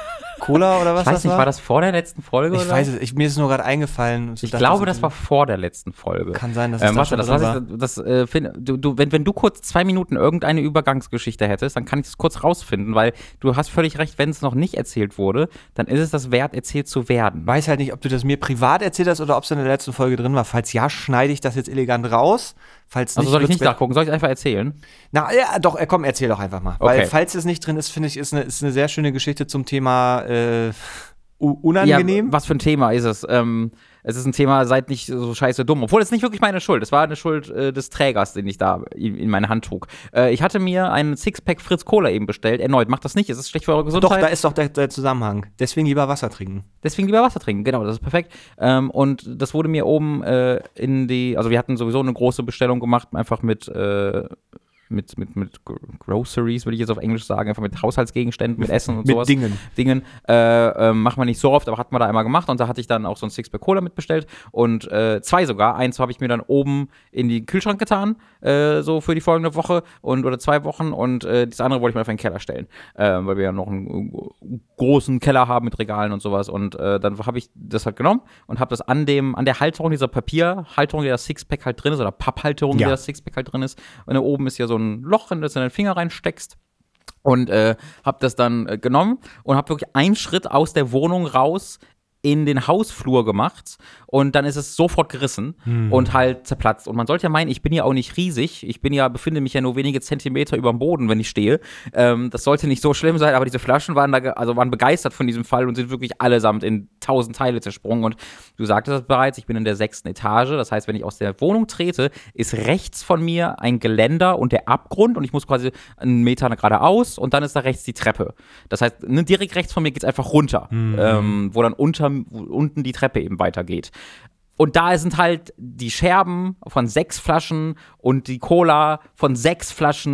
Cola oder was Ich weiß das nicht, war? war das vor der letzten Folge? Ich oder? weiß es, ich, mir ist nur gerade eingefallen. Ich glaube, das war vor der letzten Folge. Kann sein, dass es Ähm, da warte, schon das, drin lass war. ich, das äh, find, du, du, wenn, wenn du kurz zwei Minuten irgendeine Übergangsgeschichte hättest, dann kann ich das kurz rausfinden, weil du hast völlig recht, wenn es noch nicht erzählt wurde, dann ist es das wert, erzählt zu werden. Weiß halt nicht, ob du das mir privat erzählt hast oder ob es in der letzten Folge drin war. Falls ja, schneide ich das jetzt elegant raus. Falls Also soll ich wird's nicht nachgucken, soll ich einfach erzählen? Na, ja, doch, äh, komm, erzähl doch einfach mal. Okay. Weil, falls es nicht drin ist, finde ich, ist eine, ist eine sehr schöne Geschichte zum Thema äh, u- unangenehm. Ja, was für ein Thema ist es? Ähm, es ist ein Thema, seid nicht so scheiße dumm. Obwohl, es ist nicht wirklich meine Schuld. Es war eine Schuld äh, des Trägers, den ich da in, in meine Hand trug. Äh, ich hatte mir einen Sixpack Fritz Cola eben bestellt. Erneut, macht das nicht. Es ist schlecht für eure Gesundheit. Doch, da ist doch der, der Zusammenhang. Deswegen lieber Wasser trinken. Deswegen lieber Wasser trinken, genau, das ist perfekt. Ähm, und das wurde mir oben äh, in die, also wir hatten sowieso eine große Bestellung gemacht, einfach mit, äh, mit, mit, mit Groceries, würde ich jetzt auf Englisch sagen, einfach mit Haushaltsgegenständen, mit Essen und Mit sowas. Dingen. Dingen. Äh, äh, macht man nicht so oft, aber hat man da einmal gemacht und da hatte ich dann auch so ein Sixpack Cola mitbestellt und äh, zwei sogar. Eins habe ich mir dann oben in den Kühlschrank getan, äh, so für die folgende Woche und oder zwei Wochen und äh, das andere wollte ich mir einfach in den Keller stellen, äh, weil wir ja noch einen äh, großen Keller haben mit Regalen und sowas und äh, dann habe ich das halt genommen und habe das an dem, an der Halterung, dieser Papierhalterung, die das Sixpack halt drin ist oder Papphalterung, Ja. die das Sixpack halt drin ist und da oben ist ja so ein Loch, in das du deinen Finger reinsteckst. Und äh, hab das dann äh, genommen und hab wirklich einen Schritt aus der Wohnung raus in den Hausflur gemacht und dann ist es sofort gerissen Hm. und halt zerplatzt. Und man sollte ja meinen, ich bin ja auch nicht riesig, ich bin ja, befinde mich ja nur wenige Zentimeter über dem Boden, wenn ich stehe. Ähm, das sollte nicht so schlimm sein, aber diese Flaschen waren da, ge- also waren begeistert von diesem Fall und sind wirklich allesamt in tausend Teile zersprungen. Und du sagtest das bereits, ich bin in der sechsten Etage, das heißt, wenn ich aus der Wohnung trete, ist rechts von mir ein Geländer und der Abgrund und ich muss quasi einen Meter geradeaus und dann ist da rechts die Treppe. Das heißt, ne, direkt rechts von mir geht es einfach runter, ähm, wo dann unter, wo unten die Treppe eben weitergeht. Und da sind halt die Scherben von sechs Flaschen und die Cola von sechs Flaschen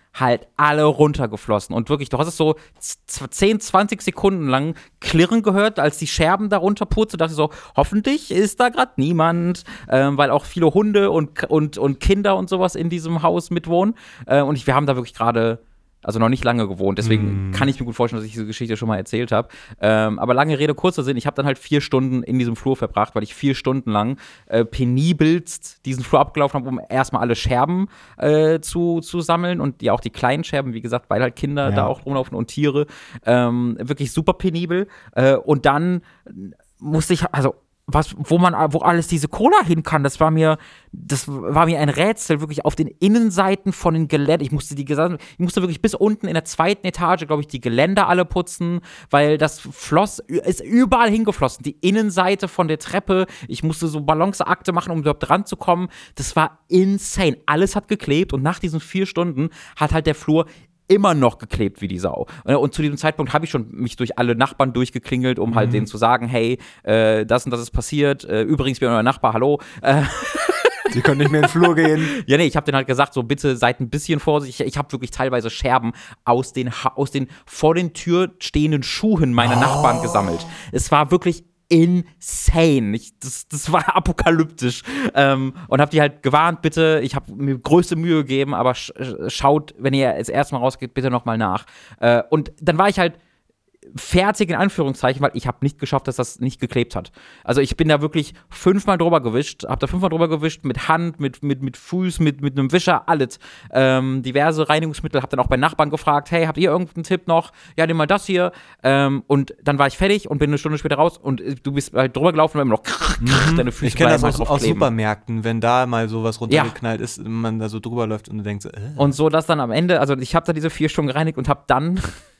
halt alle runtergeflossen. Und wirklich, du hast es so zehn, zwanzig Sekunden lang klirren gehört, als die Scherben da runterpurzten. Da dachte ich so, hoffentlich ist da gerade niemand, ähm, weil auch viele Hunde und, und, und Kinder und sowas in diesem Haus mitwohnen. Äh, und ich, wir haben da wirklich gerade also noch nicht lange gewohnt, deswegen mm. kann ich mir gut vorstellen, dass ich diese Geschichte schon mal erzählt habe. Ähm, aber lange Rede, kurzer Sinn, ich habe dann halt vier Stunden in diesem Flur verbracht, weil ich vier Stunden lang äh, penibelst diesen Flur abgelaufen habe, um erstmal alle Scherben äh, zu, zu sammeln und ja auch die kleinen Scherben, wie gesagt, weil halt Kinder ja. da auch rumlaufen und Tiere. Ähm, wirklich super penibel. Äh, und dann musste ich, also was, wo man, wo alles diese Cola hin kann, das war mir, das war mir ein Rätsel, wirklich auf den Innenseiten von den Geländern. Ich musste die, ich musste wirklich bis unten in der zweiten Etage, glaube ich, die Geländer alle putzen, weil das floss, ist überall hingeflossen. Die Innenseite von der Treppe, ich musste so Balanceakte machen, um dort dran zu kommen. Das war insane. Alles hat geklebt und nach diesen vier Stunden hat halt der Flur immer noch geklebt wie die Sau. Und zu diesem Zeitpunkt habe ich schon mich durch alle Nachbarn durchgeklingelt, um halt mhm. denen zu sagen, hey, äh, das und das ist passiert. Äh, übrigens, ich bin euer Nachbar, hallo. Äh, Sie können nicht mehr in den Flur gehen. Ja, nee, ich habe denen halt gesagt, so bitte seid ein bisschen vorsichtig. Ich, ich habe wirklich teilweise Scherben aus den, aus den vor den Tür stehenden Schuhen meiner oh. Nachbarn gesammelt. Es war wirklich insane. Ich, das, das war apokalyptisch. Ähm, und hab die halt gewarnt, bitte, ich habe mir größte Mühe gegeben, aber sch- schaut, wenn ihr das erste Mal rausgeht, bitte nochmal nach. Äh, und dann war ich halt fertig in Anführungszeichen, weil ich habe nicht geschafft, dass das nicht geklebt hat. Also ich bin da wirklich fünfmal drüber gewischt, habe da fünfmal drüber gewischt, mit Hand, mit, mit, mit Fuß, mit, mit einem Wischer, alles. Ähm, diverse Reinigungsmittel, habe dann auch bei Nachbarn gefragt, hey, habt ihr irgendeinen Tipp noch? Ja, nimm mal das hier. Ähm, und dann war ich fertig und bin eine Stunde später raus und du bist halt drüber gelaufen und immer noch mhm. deine Füße. Ich kenne das aus, aus Supermärkten, wenn da mal sowas runtergeknallt ja. ist, man da so drüber läuft und du denkst, äh. Und so, dass dann am Ende, also ich habe da diese vier Stunden gereinigt und habe dann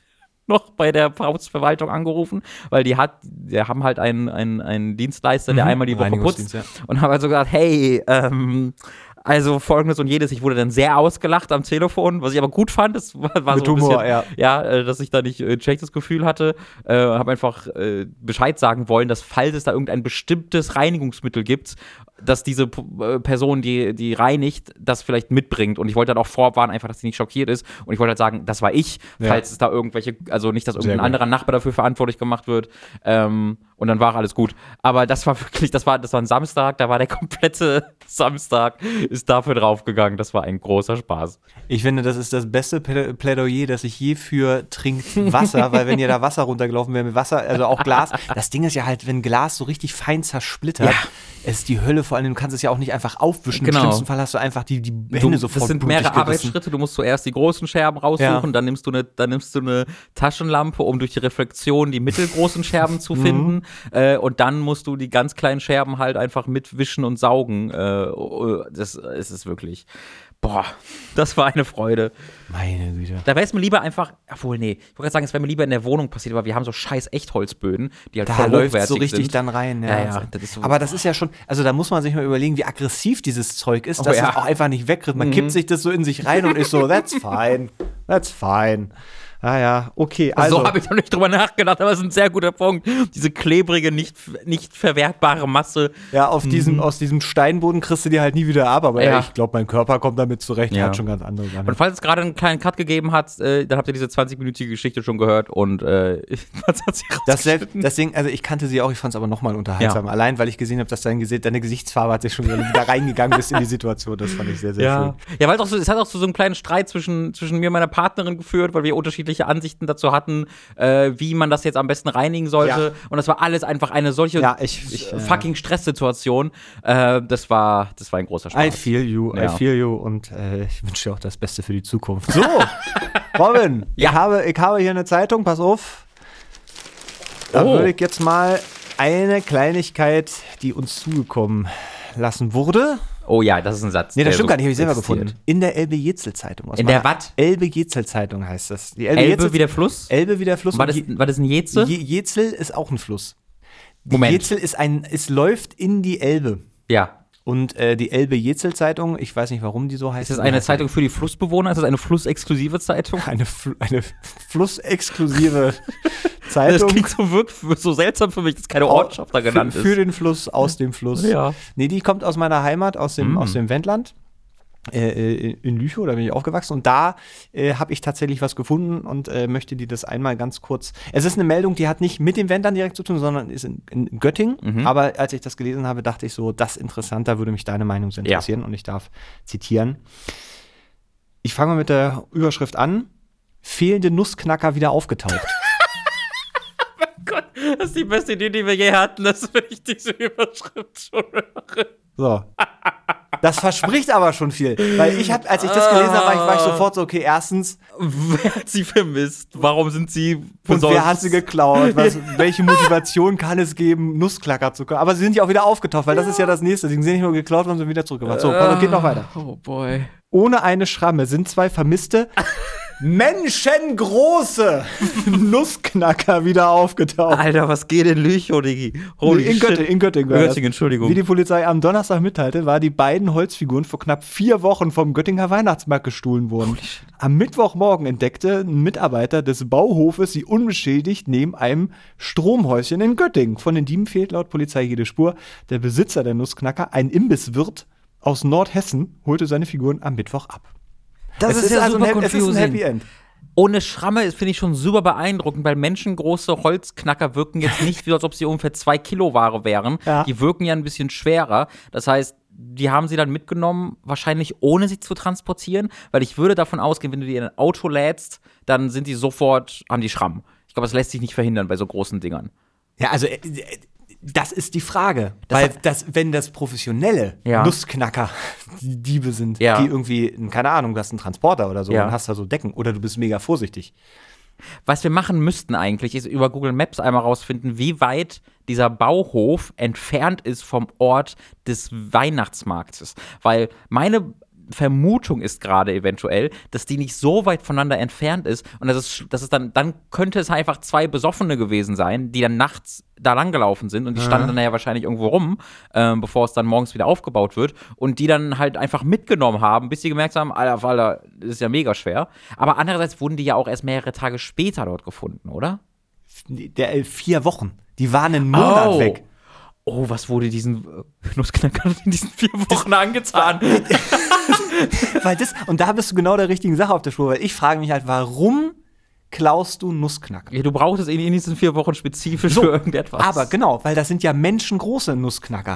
noch bei der Hausverwaltung angerufen, weil die hat, die haben halt einen, einen, einen Dienstleister, der mhm. einmal die Woche putzt ja. und haben also gesagt, hey, ähm, also folgendes und jedes. Ich wurde dann sehr ausgelacht am Telefon, was ich aber gut fand. Das war, war Mit so ein Humor, bisschen, ja. ja, äh, dass ich da nicht ein äh, schlechtes Gefühl hatte. Äh, habe einfach äh, Bescheid sagen wollen, dass falls es da irgendein bestimmtes Reinigungsmittel gibt, dass diese äh, Person, die, die reinigt, das vielleicht mitbringt. Und ich wollte dann auch vorwarnen, einfach, dass sie nicht schockiert ist. Und ich wollte halt sagen, das war ich, ja. falls es da irgendwelche, also nicht, dass irgendein anderer Nachbar dafür verantwortlich gemacht wird. Ähm, und dann war alles gut. Aber das war wirklich, das war, das war ein Samstag, da war der komplette Samstag, ist dafür draufgegangen. Das war ein großer Spaß. Ich finde, das ist das beste Plädoyer, das ich je für trinkt Wasser, weil wenn ihr da Wasser runtergelaufen wäre mit Wasser, also auch Glas, das Ding ist ja halt, wenn Glas so richtig fein zersplittert, ja. ist die Hölle, vor allem, du kannst es ja auch nicht einfach aufwischen. Genau. Im schlimmsten Fall hast du einfach die, die Hände du, sofort Das sind mehrere Arbeitsschritte, du musst zuerst die großen Scherben raussuchen, ja. dann nimmst du eine, dann nimmst du eine Taschenlampe, um durch die Reflexion die mittelgroßen Scherben zu finden mhm. äh, und dann musst du die ganz kleinen Scherben halt einfach mitwischen und saugen. Äh, das, das ist wirklich, boah, das war eine Freude. Meine Güte. Da wäre es mir lieber einfach, obwohl, nee, ich wollte gerade sagen, es wäre mir lieber in der Wohnung passiert, aber wir haben so scheiß Echtholzböden, die halt da voll läuft hochwertig so richtig sind. dann rein. Ja, ja, ja, das ist so, aber das ist ja schon, also da muss man sich mal überlegen, wie aggressiv dieses Zeug ist, oh, dass ja. es auch einfach nicht wegkriegt. Man mhm. kippt sich das so in sich rein und ist so, that's fine, that's fine. Ah ja, okay. Also so habe ich noch nicht drüber nachgedacht, aber es ist ein sehr guter Punkt. Diese klebrige, nicht, nicht verwertbare Masse. Ja, auf mhm. diesem, aus diesem Steinboden kriegst du die halt nie wieder ab, aber ja. ich glaube, mein Körper kommt damit zurecht. Ja. Hat schon ganz andere Sachen. Und falls es gerade einen kleinen Cut gegeben hat, äh, dann habt ihr diese zwanzig-minütige Geschichte schon gehört und äh, was hat sie das selbst, deswegen, also ich kannte sie auch, ich fand es aber nochmal unterhaltsam. Ja. Allein, weil ich gesehen habe, dass dein Gesicht, deine Gesichtsfarbe hat sich schon wieder reingegangen bist in die Situation. Das fand ich sehr, sehr ja. schön. Ja, weil es, auch so, es hat auch zu so einem kleinen Streit zwischen, zwischen mir und meiner Partnerin geführt, weil wir unterschiedliche Ansichten dazu hatten, äh, wie man das jetzt am besten reinigen sollte. Ja. Und das war alles einfach eine solche ja, ich, ich, fucking Stresssituation. Äh, das war, das war ein großer Spaß. I feel you, ja. I feel you. Und äh, ich wünsche dir auch das Beste für die Zukunft. So, Robin, ja. ich, habe, ich habe hier eine Zeitung, pass auf. Da oh. würde ich jetzt mal eine Kleinigkeit, die uns zugekommen lassen wurde. Oh ja, das ist ein Satz. Nee, das stimmt so gar nicht, habe ich selber existiert. gefunden. In der Elbe-Jezel-Zeitung. In der was? Elbe-Jezel-Zeitung heißt das. Die Elbe, Elbe wie der Fluss? Elbe wie der Fluss. War das, war das ein Jezel? Je, Jezel ist auch ein Fluss. Die Moment. Jezel ist ein, es läuft in die Elbe. Ja. Und äh, die Elbe-Jezel-Zeitung, ich weiß nicht, warum die so heißt. Ist das eine Zeitung für die Flussbewohner? Ist das eine flussexklusive Zeitung? Eine, Fl- eine flussexklusive Zeitung. Das klingt so, wirklich, so seltsam für mich, dass keine Ortschaft da genannt für, ist. Für den Fluss, aus dem Fluss. Ja. Nee, die kommt aus meiner Heimat, aus dem, mm. aus dem Wendland. Äh, in Lüchow, da bin ich aufgewachsen und da äh, habe ich tatsächlich was gefunden und äh, möchte dir das einmal ganz kurz. Es ist eine Meldung, die hat nicht mit dem Wendern direkt zu tun, sondern ist in, in Göttingen. Mhm. Aber als ich das gelesen habe, dachte ich so, das ist interessant, da würde mich deine Meinung so interessieren, ja. Und ich darf zitieren. Ich fange mal mit der Überschrift an. Fehlende Nussknacker wieder aufgetaucht. Oh mein Gott, das ist die beste Idee, die wir je hatten, dass wenn ich diese Überschrift schon höre. So. Das verspricht aber schon viel. Weil ich hab, als ich das gelesen habe, war ich, war ich sofort so, okay, erstens. Wer hat sie vermisst? Warum sind sie besonders? Und wer hat sie geklaut? Was, welche Motivation kann es geben, Nussknacker zu können? Aber sie sind ja auch wieder aufgetaucht, weil das ist ja das Nächste. Sie sind nicht nur geklaut, sondern sind wieder zurückgebracht. So, uh, geht noch weiter. Oh boy. Ohne eine Schramme sind zwei vermisste menschengroße Nussknacker wieder aufgetaucht. Alter, was geht in Lüchow, Digi? Holy in Göttingen, in Göttingen. Göttingen, Entschuldigung. Wie die Polizei am Donnerstag mitteilte, war die beiden Holzfiguren vor knapp vier Wochen vom Göttinger Weihnachtsmarkt gestohlen worden. Am Mittwochmorgen entdeckte ein Mitarbeiter des Bauhofes sie unbeschädigt neben einem Stromhäuschen in Göttingen. Von den Dieben fehlt laut Polizei jede Spur. Der Besitzer der Nussknacker, ein Imbisswirt aus Nordhessen, holte seine Figuren am Mittwoch ab. Das ist, ist ja also super ein, es ist ein Happy End. Ohne Schramme finde ich schon super beeindruckend, weil menschengroße Holzknacker wirken jetzt nicht wie, als ob sie ungefähr zwei Kilo Ware wären. Ja. Die wirken ja ein bisschen schwerer. Das heißt, die haben sie dann mitgenommen, wahrscheinlich ohne sie zu transportieren, weil ich würde davon ausgehen, wenn du die in ein Auto lädst, dann sind die sofort, haben die Schramm. Ich glaube, das lässt sich nicht verhindern bei so großen Dingern. Ja, also äh, das ist die Frage, das weil hat, das, wenn das professionelle ja. Nussknacker die Diebe sind, ja. die irgendwie, keine Ahnung, du hast einen Transporter oder so ja. und hast da so Decken oder du bist mega vorsichtig. Was wir machen müssten eigentlich, ist über Google Maps einmal rausfinden, wie weit dieser Bauhof entfernt ist vom Ort des Weihnachtsmarktes. Weil meine Vermutung ist gerade eventuell, dass die nicht so weit voneinander entfernt ist und das ist, das ist dann, dann könnte es einfach zwei Besoffene gewesen sein, die dann nachts da langgelaufen sind und die standen dann ja wahrscheinlich irgendwo rum, ähm, bevor es dann morgens wieder aufgebaut wird und die dann halt einfach mitgenommen haben, bis sie gemerkt haben, Alter, Alter, das ist ja mega schwer. Aber andererseits wurden die ja auch erst mehrere Tage später dort gefunden, oder? Der, äh, vier Wochen. Die waren einen Monat oh. weg. Oh, was wurde diesen äh, Nussknackern in diesen vier Wochen angetan? Weil das, und da bist du genau der richtigen Sache auf der Spur, weil ich frage mich halt, warum klaust du Nussknacker? Ja, du brauchst es in, in diesen vier Wochen spezifisch so, für irgendetwas. Aber genau, weil das sind ja menschengroße Nussknacker.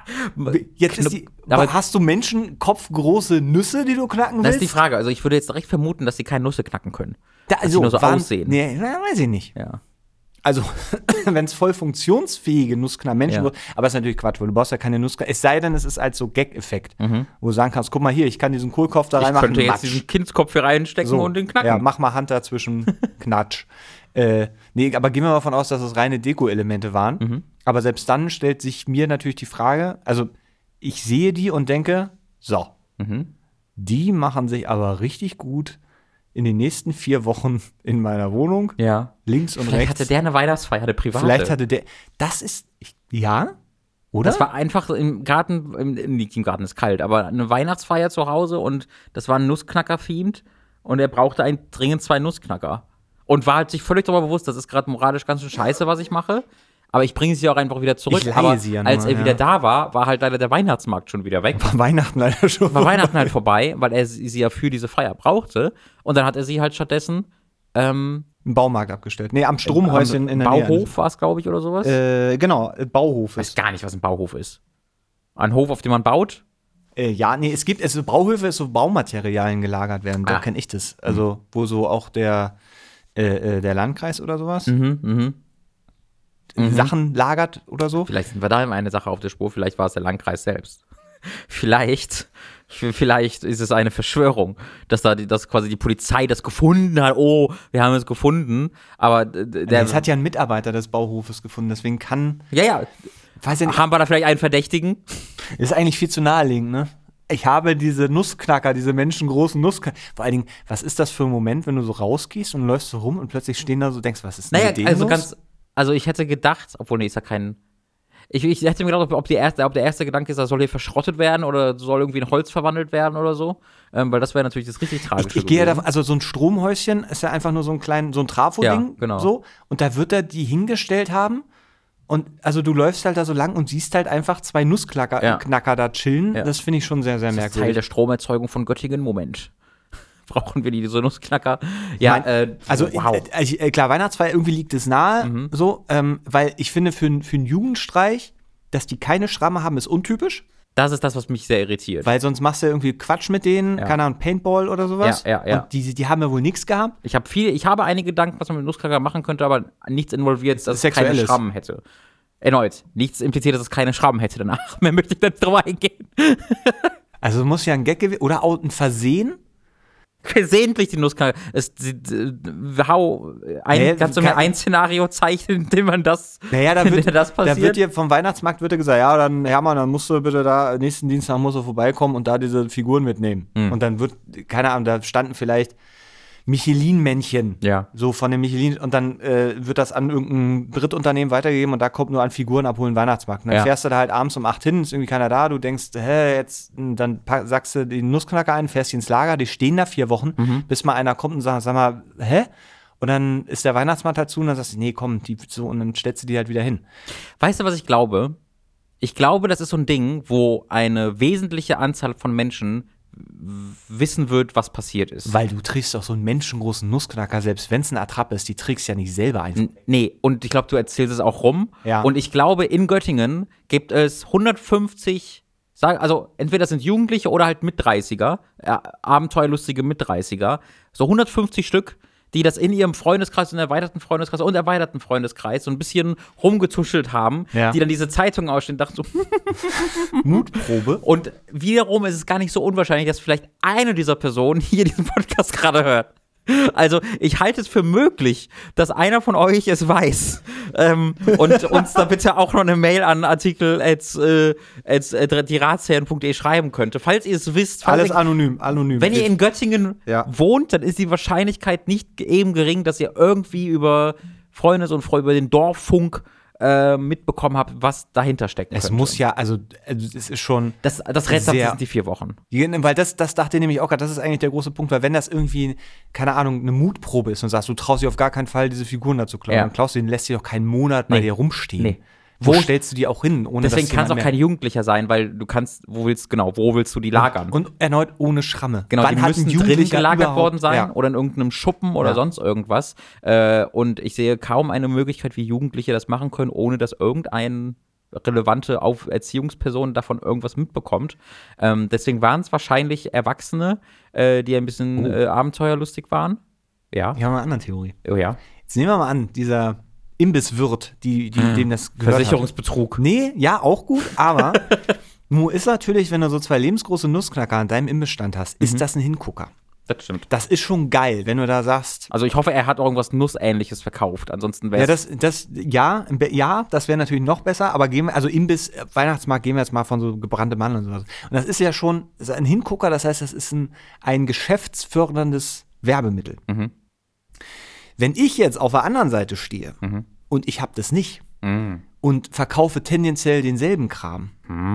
Jetzt ist die, aber hast du menschenkopfgroße Nüsse, die du knacken willst? Das ist die Frage. Also ich würde jetzt direkt vermuten, dass sie keine Nüsse knacken können. Da, also, dass sie nur so waren, aussehen. Nee, weiß ich nicht. Ja. Also, wenn es voll funktionsfähige Nussknacker Menschen, ja. aber das ist natürlich Quatsch, weil du brauchst ja keine Nussknacker. Es sei denn, es ist als so Gag-Effekt, mhm. wo du sagen kannst, guck mal hier, ich kann diesen Kohlkopf da reinmachen. Ich könnte jetzt diesen Kindskopf hier reinstecken so, und den knacken. Ja, mach mal Hand dazwischen, Knatsch. Äh, nee, aber gehen wir mal davon aus, dass es reine Deko-Elemente waren. Mhm. Aber selbst dann stellt sich mir natürlich die Frage, also ich sehe die und denke, so, mhm. die machen sich aber richtig gut in den nächsten vier Wochen in meiner Wohnung. Ja. Links und Vielleicht rechts. Vielleicht hatte der eine Weihnachtsfeier, eine private. Vielleicht hatte der, das ist, ja, oder? Das war einfach im Garten, im, nicht im Garten ist kalt, aber eine Weihnachtsfeier zu Hause und das war ein Nussknacker-themed und er brauchte ein, dringend zwei Nussknacker. Und war halt sich völlig darüber bewusst, das ist gerade moralisch ganz schön scheiße, was ich mache. Aber ich bringe sie auch einfach wieder zurück. Ich leihe aber sie ja nur, als er ja. wieder da war, war halt leider der Weihnachtsmarkt schon wieder weg. War Weihnachten leider schon War Weihnachten halt vorbei, weil er sie ja für diese Feier brauchte. Und dann hat er sie halt stattdessen ähm, im Baumarkt abgestellt. Nee, am Stromhäuschen in der Nähe. Bauhof war es, glaube ich, oder sowas? Äh, genau, Bauhof. Ich weiß gar nicht, was ein Bauhof ist. Ein Hof, auf dem man baut? Äh, ja, nee, es gibt, also Bauhöfe ist so Baumaterialien gelagert werden. Da ah. kenne ich das. Also, mhm. wo so auch der, äh, der Landkreis oder sowas mhm, mhm. Mhm. Sachen lagert oder so. Vielleicht sind wir da immer eine Sache auf der Spur, vielleicht war es der Landkreis selbst. vielleicht, vielleicht ist es eine Verschwörung, dass da die, dass quasi die Polizei das gefunden hat. Oh, wir haben es gefunden. Aber der es hat ja ein Mitarbeiter des Bauhofes gefunden, deswegen kann. Ja, ja. Weiß ja nicht, haben wir da vielleicht einen Verdächtigen? Ist eigentlich viel zu naheliegend, ne? Ich habe diese Nussknacker, diese menschengroßen Nussknacker. Vor allen Dingen, was ist das für ein Moment, wenn du so rausgehst und läufst so rum und plötzlich stehen da so, denkst, was ist denn naja, mit denen also los? ganz. Also ich hätte gedacht, obwohl nee, ist ja kein. Ich, ich hätte mir gedacht, ob, die erste, ob der erste Gedanke ist, das soll hier verschrottet werden oder soll irgendwie in Holz verwandelt werden oder so. Ähm, weil das wäre natürlich das richtig Tragische. Ich, ich gehe ja davon, also so ein Stromhäuschen ist ja einfach nur so ein klein, so ein Trafo-Ding. Ja, genau. So. Und da wird er die hingestellt haben Und also du läufst halt da so lang und siehst halt einfach zwei Nussknacker Ja. Knacker da chillen. Ja. Das finde ich schon sehr, sehr Das ist Teil merkwürdig. der Stromerzeugung von Göttingen. Moment. Brauchen wir diese Nussknacker? Ja, Mein, äh, also wow. äh, ich, äh, klar, Weihnachtsfeier irgendwie liegt es nahe, Mhm. so, ähm, weil ich finde, für, n- für einen Jugendstreich, dass die keine Schramme haben, ist untypisch, Das ist das, was mich sehr irritiert. weil sonst machst du ja irgendwie Quatsch mit denen, Ja. keine Ahnung, Paintball oder sowas. Ja, ja, ja. Und die, die haben ja wohl nichts gehabt. Ich habe viele, ich habe einige Gedanken, was man mit Nussknacker machen könnte, aber nichts involviert, dass es keine Sexuelles. Schrammen hätte. Erneut, nichts impliziert, dass es keine Schrammen hätte danach. Mehr möchte ich nicht drauf eingehen. Also muss ja ein Gag gewesen, oder auch ein Versehen. Versehentlich die Nussknacker. Es, äh, hau, ein, Nee, kannst du mir kann- ein Szenario zeichnen, in dem man das, Naja, da in wird, dem das da passiert? wird dir vom Weihnachtsmarkt wird dir gesagt, ja, dann Hermann, dann musst du bitte da, nächsten Dienstag musst du vorbeikommen und da diese Figuren mitnehmen. Hm. Und dann wird, keine Ahnung, da standen vielleicht Michelin-Männchen. Ja. So von dem Michelin und dann äh, wird das an irgendein Drittunternehmen weitergegeben und da kommt nur an Figuren abholen Weihnachtsmarkt. Und dann Ja. fährst du da halt abends um acht hin, ist irgendwie keiner da, du denkst, hä, jetzt, dann pack, sagst du die Nussknacker ein, fährst die ins Lager, die stehen da vier Wochen, Mhm. bis mal einer kommt und sagt, sag mal, hä? Und dann ist der Weihnachtsmarkt halt zu und dann sagst du, nee, komm, die so und dann stellst du die halt wieder hin. Weißt du, was ich glaube? Ich glaube, das ist so ein Ding, wo eine wesentliche Anzahl von Menschen w- wissen wird, was passiert ist. Weil du trägst auch so einen menschengroßen Nussknacker, selbst wenn es ein Attrappe ist, die trägst ja nicht selber einfach. N- Nee, und ich glaube, du erzählst es auch rum. Ja. Und ich glaube, in Göttingen gibt es hundertfünfzig, sag, also entweder sind Jugendliche oder halt Mitdreißiger, äh, abenteuerlustige Mitdreißiger, so hundertfünfzig Stück, die das in ihrem Freundeskreis, in erweiterten Freundeskreis und erweiterten Freundeskreis so ein bisschen rumgetuschelt haben, Ja. die dann diese Zeitungen ausstehen und dachten so, Mutprobe. und wiederum ist es gar nicht so unwahrscheinlich, dass vielleicht eine dieser Personen hier diesen Podcast gerade hört. Also, ich halte es für möglich, dass einer von euch es weiß. Ähm, und uns da bitte auch noch eine Mail an artikel at, äh, at, at die ratsherren punkt de schreiben könnte. Falls ihr es wisst, falls Alles ihr, anonym, anonym. wenn ihr in Göttingen Ja. wohnt, dann ist die Wahrscheinlichkeit nicht eben gering, dass ihr irgendwie über Freundes- und Freunde, über den Dorffunk äh, mitbekommen habt, was dahinter steckt. es muss ja, also, also es ist schon. Das, das Rätsel sehr- sind die vier Wochen. Weil das, das dachte ich nämlich auch gerade, das ist eigentlich der große Punkt, weil wenn das irgendwie, keine Ahnung, eine Mutprobe ist und sagst, du traust dich auf gar keinen Fall, diese Figuren da zu klauen, Ja. dann klaust du den, lässt sie doch keinen Monat bei Nee. dir rumstehen. Nee. Wo Wo- stellst du die auch hin, ohne Deswegen dass kann es auch jemand kein merkt? Jugendlicher sein, weil du kannst, wo willst, genau, wo willst du die lagern? Und erneut ohne Schramme. Genau, Wann die hat müssen ein drin Jugendlicher gelagert überhaupt- worden sein Ja. oder in irgendeinem Schuppen oder Ja. sonst irgendwas. Äh, und ich sehe kaum eine Möglichkeit, wie Jugendliche das machen können, ohne dass irgendein relevante Auf Erziehungsperson davon irgendwas mitbekommt. Ähm, deswegen waren es wahrscheinlich Erwachsene, äh, die ein bisschen Oh. äh, abenteuerlustig waren. Ja. Ich habe mal eine andere Theorie. Oh ja. Jetzt nehmen wir mal an, dieser Imbisswirt, die, die, dem das gehört hat. Versicherungsbetrug. Nee, ja, auch gut, aber nur ist natürlich, wenn du so zwei lebensgroße Nussknacker an deinem Imbissstand hast, ist das ein Hingucker. Das stimmt. Das ist schon geil, wenn du da sagst, Also ich hoffe, er hat irgendwas Nussähnliches verkauft. Ansonsten wäre ja, das, das, ja, im Be- ja, das wäre natürlich noch besser, aber gehen wir, also Imbiss, äh, Weihnachtsmarkt gehen wir jetzt mal von so gebrannte Mandeln und sowas. Und das ist ja schon das ist ein Hingucker, das heißt, das ist ein, ein geschäftsförderndes Werbemittel. Mhm. Wenn ich jetzt auf der anderen Seite stehe Mhm. und ich habe das nicht Mhm. und verkaufe tendenziell denselben Kram,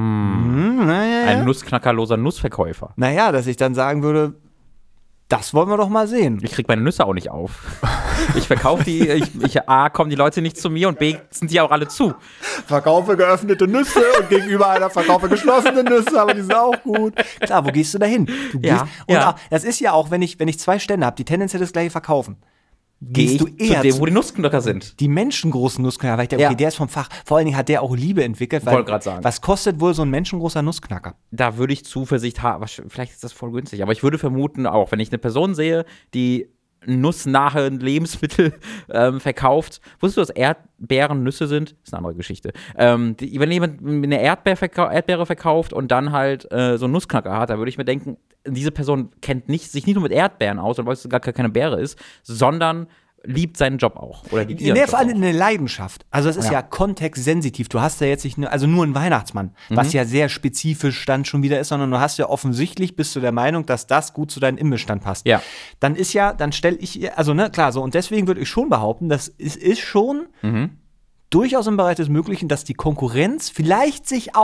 hm, naja, Ein nussknackerloser Nussverkäufer. naja, dass ich dann sagen würde, das wollen wir doch mal sehen. Ich krieg meine Nüsse auch nicht auf. Ich verkaufe die, ich, ich, A, kommen die Leute nicht zu mir und B, sind die auch alle zu. Verkaufe geöffnete Nüsse und gegenüber einer verkaufe geschlossene Nüsse, aber die sind auch gut. Klar, wo gehst du da hin? Du Ja, gehst, und ja. auch, das ist ja auch, wenn ich, wenn ich zwei Stände habe, die tendenziell das gleiche verkaufen, Gehe ich gehst du zu eher dem, zu wo die Nussknacker sind. die menschengroßen Nussknacker, weil ich denke, okay, Ja. der ist vom Fach. Vor allen Dingen hat der auch Liebe entwickelt. Weil, Wollte grad sagen. Was kostet wohl so ein menschengroßer Nussknacker? Da würde ich Zuversicht haben, vielleicht ist das voll günstig, aber ich würde vermuten auch, wenn ich eine Person sehe, die nussnahe Lebensmittel ähm, verkauft. Wusstest du, dass Erdbeeren Nüsse sind? Das ist eine andere Geschichte. Ähm, die, wenn jemand eine Erdbeere, verkau Erdbeere verkauft und dann halt äh, so einen Nussknacker hat, da würde ich mir denken, diese Person kennt nicht, sich nicht nur mit Erdbeeren aus und weiß, dass es gar keine Beere ist, sondern liebt seinen Job auch. Oder liebt ihren Nee, Job vor allem auch. eine Leidenschaft. Also es ist ja, Ja. kontextsensitiv. Du hast ja jetzt nicht nur, also nur einen Weihnachtsmann, was ja sehr spezifisch dann schon wieder ist, sondern du hast ja offensichtlich, bist du der Meinung, dass das gut zu deinem Imbissstand passt. Ja. Dann ist ja, dann stelle ich, also ne, klar, so, und deswegen würde ich schon behaupten, das ist, ist schon Mhm. durchaus im Bereich des Möglichen, dass die Konkurrenz vielleicht sich auch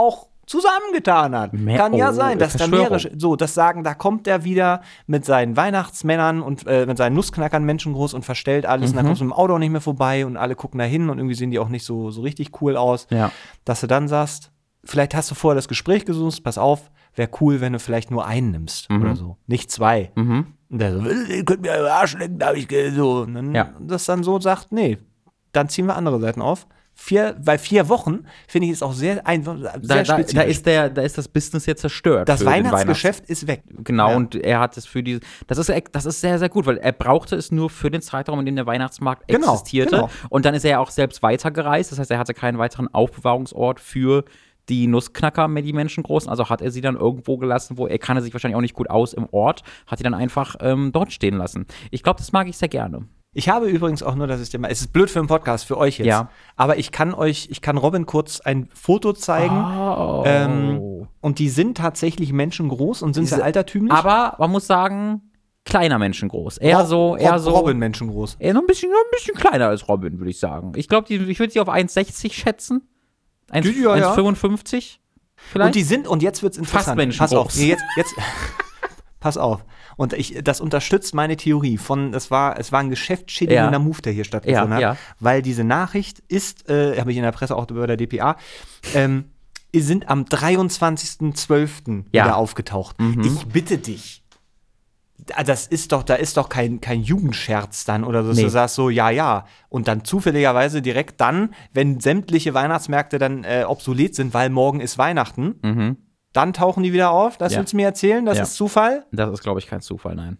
zusammengetan hat. Mehr- Kann ja oh, sein, dass da Verschwörung. mehrere, so, das sagen, da kommt er wieder mit seinen Weihnachtsmännern und äh, mit seinen Nussknackern menschengroß und verstellt alles. Und dann kommst du mit dem Auto auch nicht mehr vorbei und alle gucken da hin und irgendwie sehen die auch nicht so, so richtig cool aus. Ja. Dass du dann sagst, vielleicht hast du vorher das Gespräch gesucht, pass auf, wäre cool, wenn du vielleicht nur einen nimmst Mhm. oder so, nicht zwei. Mhm. Und der so, ihr könnt mir am Arsch lecken, da hab ich ge- so. Und dann Ja. das dann so sagt, nee, dann ziehen wir andere Seiten auf. Vier, bei vier Wochen finde ich es auch sehr, ein, sehr Da, da, spezifisch. da, ist der, da ist das Business jetzt zerstört. das für den Weihnachtsgeschäft ist weg. Weihnachts- Genau, Ja. und er hat es für diese. Das ist, das ist sehr, sehr gut, weil er brauchte es nur für den Zeitraum, in dem der Weihnachtsmarkt Genau, existierte. genau. Und dann ist er ja auch selbst weitergereist. Das heißt, er hatte keinen weiteren Aufbewahrungsort für die Nussknacker, die Menschengroßen. Also hat er sie dann irgendwo gelassen, wo er kannte sich wahrscheinlich auch nicht gut aus im Ort, hat die dann einfach ähm, dort stehen lassen. Ich glaube, das mag ich sehr gerne. Ich habe übrigens auch nur, dass ich dir mal, es ist blöd für einen Podcast, für euch jetzt, Ja. aber ich kann euch, ich kann Robin kurz ein Foto zeigen Oh. ähm, und die sind tatsächlich menschengroß und sind Diese- sehr altertümlich. Aber man muss sagen, kleiner Menschengroß. Eher Rob- so, eher Rob- so. Robin menschengroß. Eher noch ein bisschen, noch ein bisschen kleiner als Robin, würde ich sagen. Ich glaube, ich würde sie auf eins Komma sechzig schätzen. eins Ja, ja. eins Komma fünfundfünfzig vielleicht. Und die sind, und jetzt wird's interessant. menschengroß. Pass auf, nee, jetzt, jetzt, pass auf. Und ich, das unterstützt meine Theorie von, es war, es war ein geschäftsschädigender Ja. Move, der hier stattgefunden Ja, hat. ja. Weil diese Nachricht ist, äh, habe ich in der Presse auch bei der D P A, ähm, die sind am dreiundzwanzigsten zwölften Ja. wieder aufgetaucht. Mhm. Ich bitte dich. Da- Das ist doch, da ist doch kein, kein Jugendscherz dann oder so, dass Nee. du sagst so, ja, ja. Und dann zufälligerweise direkt dann, wenn sämtliche Weihnachtsmärkte dann äh, obsolet sind, weil morgen ist Weihnachten, Mhm. dann tauchen die wieder auf. Das Ja. willst du mir erzählen? Das Ja. ist Zufall? Das ist, glaube ich, kein Zufall, nein.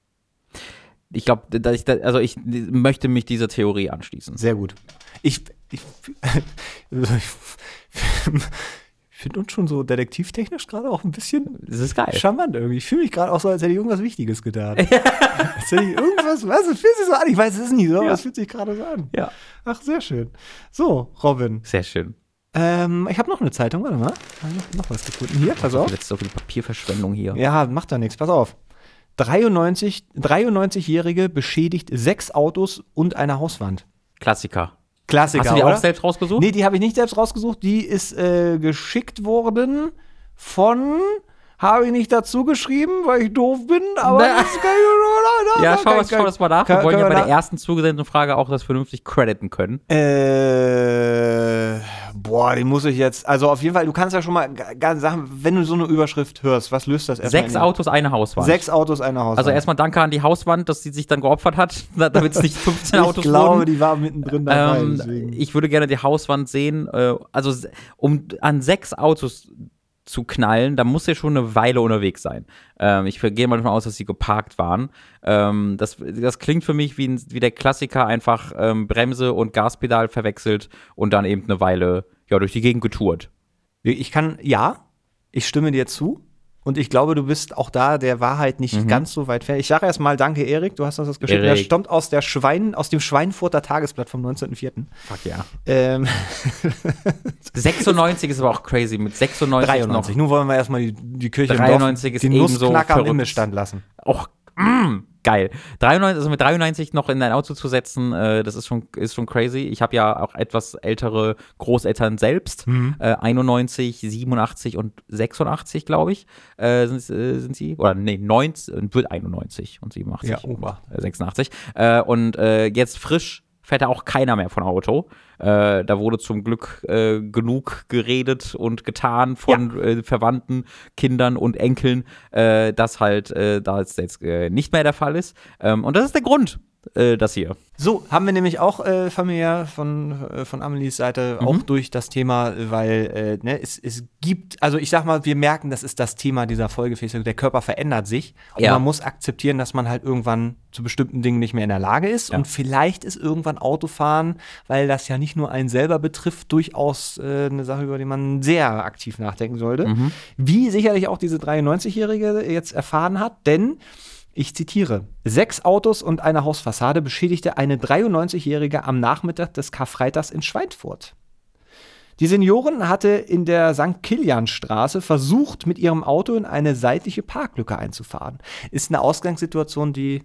Ich glaube, dass ich, da- also ich möchte mich dieser Theorie anschließen. Sehr gut. Ich, ich, ich finde uns schon so detektivtechnisch gerade auch ein bisschen Das ist geil. charmant irgendwie. Ich fühle mich gerade auch so, als hätte ich irgendwas Wichtiges getan. als hätte ich irgendwas, was? Es fühlt sich so an. Ich weiß es ist nicht so, aber Ja. es fühlt sich gerade so an. Ja. Ach, sehr schön. So, Robin. Sehr schön. Ähm, ich habe noch eine Zeitung, warte mal. Ich habe noch, noch was gefunden. Hier, pass auf. Jetzt so viel Papierverschwendung hier. Ja, macht da nichts, pass auf. dreiundneunzig, dreiundneunzig-Jährige beschädigt sechs Autos und eine Hauswand. Klassiker. Klassiker, Hast du die oder? auch selbst rausgesucht? Nee, die habe ich nicht selbst rausgesucht. Die ist äh, geschickt worden von, habe ich nicht dazu geschrieben, weil ich doof bin, aber Na. das kann ich, oder, Ja, oder, schau, kann- das, schau kann- das mal nach. kann- Wir wollen ja können bei wir der ersten zugesendeten Frage auch das vernünftig crediten können. Äh, boah, die muss ich jetzt, also auf jeden Fall, du kannst ja schon mal g- ganz sagen, wenn du so eine Überschrift hörst, was löst das erstmal? Sechs in dir? Autos, eine Hauswand. Sechs Autos, eine Hauswand. Also erstmal danke an die Hauswand, dass sie sich dann geopfert hat, damit es nicht fünfzehn ich Autos glaube, wurden. die war mittendrin dabei. Ähm, deswegen. ich würde gerne die Hauswand sehen. Äh, also s- um an sechs Autos zu knallen, da muss ja schon eine Weile unterwegs sein. Ähm, ich gehe mal davon aus, dass sie geparkt waren. Ähm, das, das klingt für mich wie, ein, wie der Klassiker, einfach ähm, Bremse und Gaspedal verwechselt und dann eben eine Weile ja, durch die Gegend getourt. Ich kann, ja, ich stimme dir zu. Und ich glaube, du bist auch da der Wahrheit nicht Mhm. ganz so weit fern. Ich sage erstmal danke, Erik, du hast uns das geschickt. Erik. Das stammt aus, der Schwein, aus dem Schweinfurter Tagesblatt vom neunzehnten vierten Fuck ja. Ähm, sechsundneunzig ist aber auch crazy. Mit sechsundneunzig dreiundneunzig. Nun wollen wir erstmal die, die Kirche dreiundneunzig im ist Dorf, die ebenso Nussknacker am verrückt. Himmelstand lassen. Och, mm, geil. dreiundneunzig, also mit dreiundneunzig noch in dein Auto zu setzen, äh, das ist schon, ist schon crazy. Ich habe ja auch etwas ältere Großeltern selbst. Mhm. Äh, einundneunzig, siebenundachtzig und sechsundachtzig, glaube ich, äh, sind, äh, sind sie. Oder nee, neunzig, wird einundneunzig und siebenundachtzig. Ja, Opa. Äh, sechsundachtzig. Äh, und äh, jetzt frisch fährt da auch keiner mehr von Auto. Äh, da wurde zum Glück äh, genug geredet und getan von äh, Verwandten, Kindern und Enkeln, äh, dass halt äh, da es jetzt äh, nicht mehr der Fall ist. Ähm, und das ist der Grund, äh, das hier. So, haben wir nämlich auch äh, familiär von, äh, von Amelies Seite auch Mhm. durch das Thema, weil äh, ne, es, es gibt, also ich sag mal, wir merken, das ist das Thema dieser Folge, der Körper verändert sich und Ja. man muss akzeptieren, dass man halt irgendwann zu bestimmten Dingen nicht mehr in der Lage ist Ja. und vielleicht ist irgendwann Autofahren, weil das ja nicht nur einen selber betrifft, durchaus äh, eine Sache, über die man sehr aktiv nachdenken sollte. Mhm. Wie sicherlich auch diese dreiundneunzig-Jährige jetzt erfahren hat, denn ich zitiere: Sechs Autos und eine Hausfassade beschädigte eine dreiundneunzig-Jährige am Nachmittag des Karfreitags in Schweinfurt. Die Seniorin hatte in der Sankt Kilian-Straße versucht, mit ihrem Auto in eine seitliche Parklücke einzufahren. Ist eine Ausgangssituation, die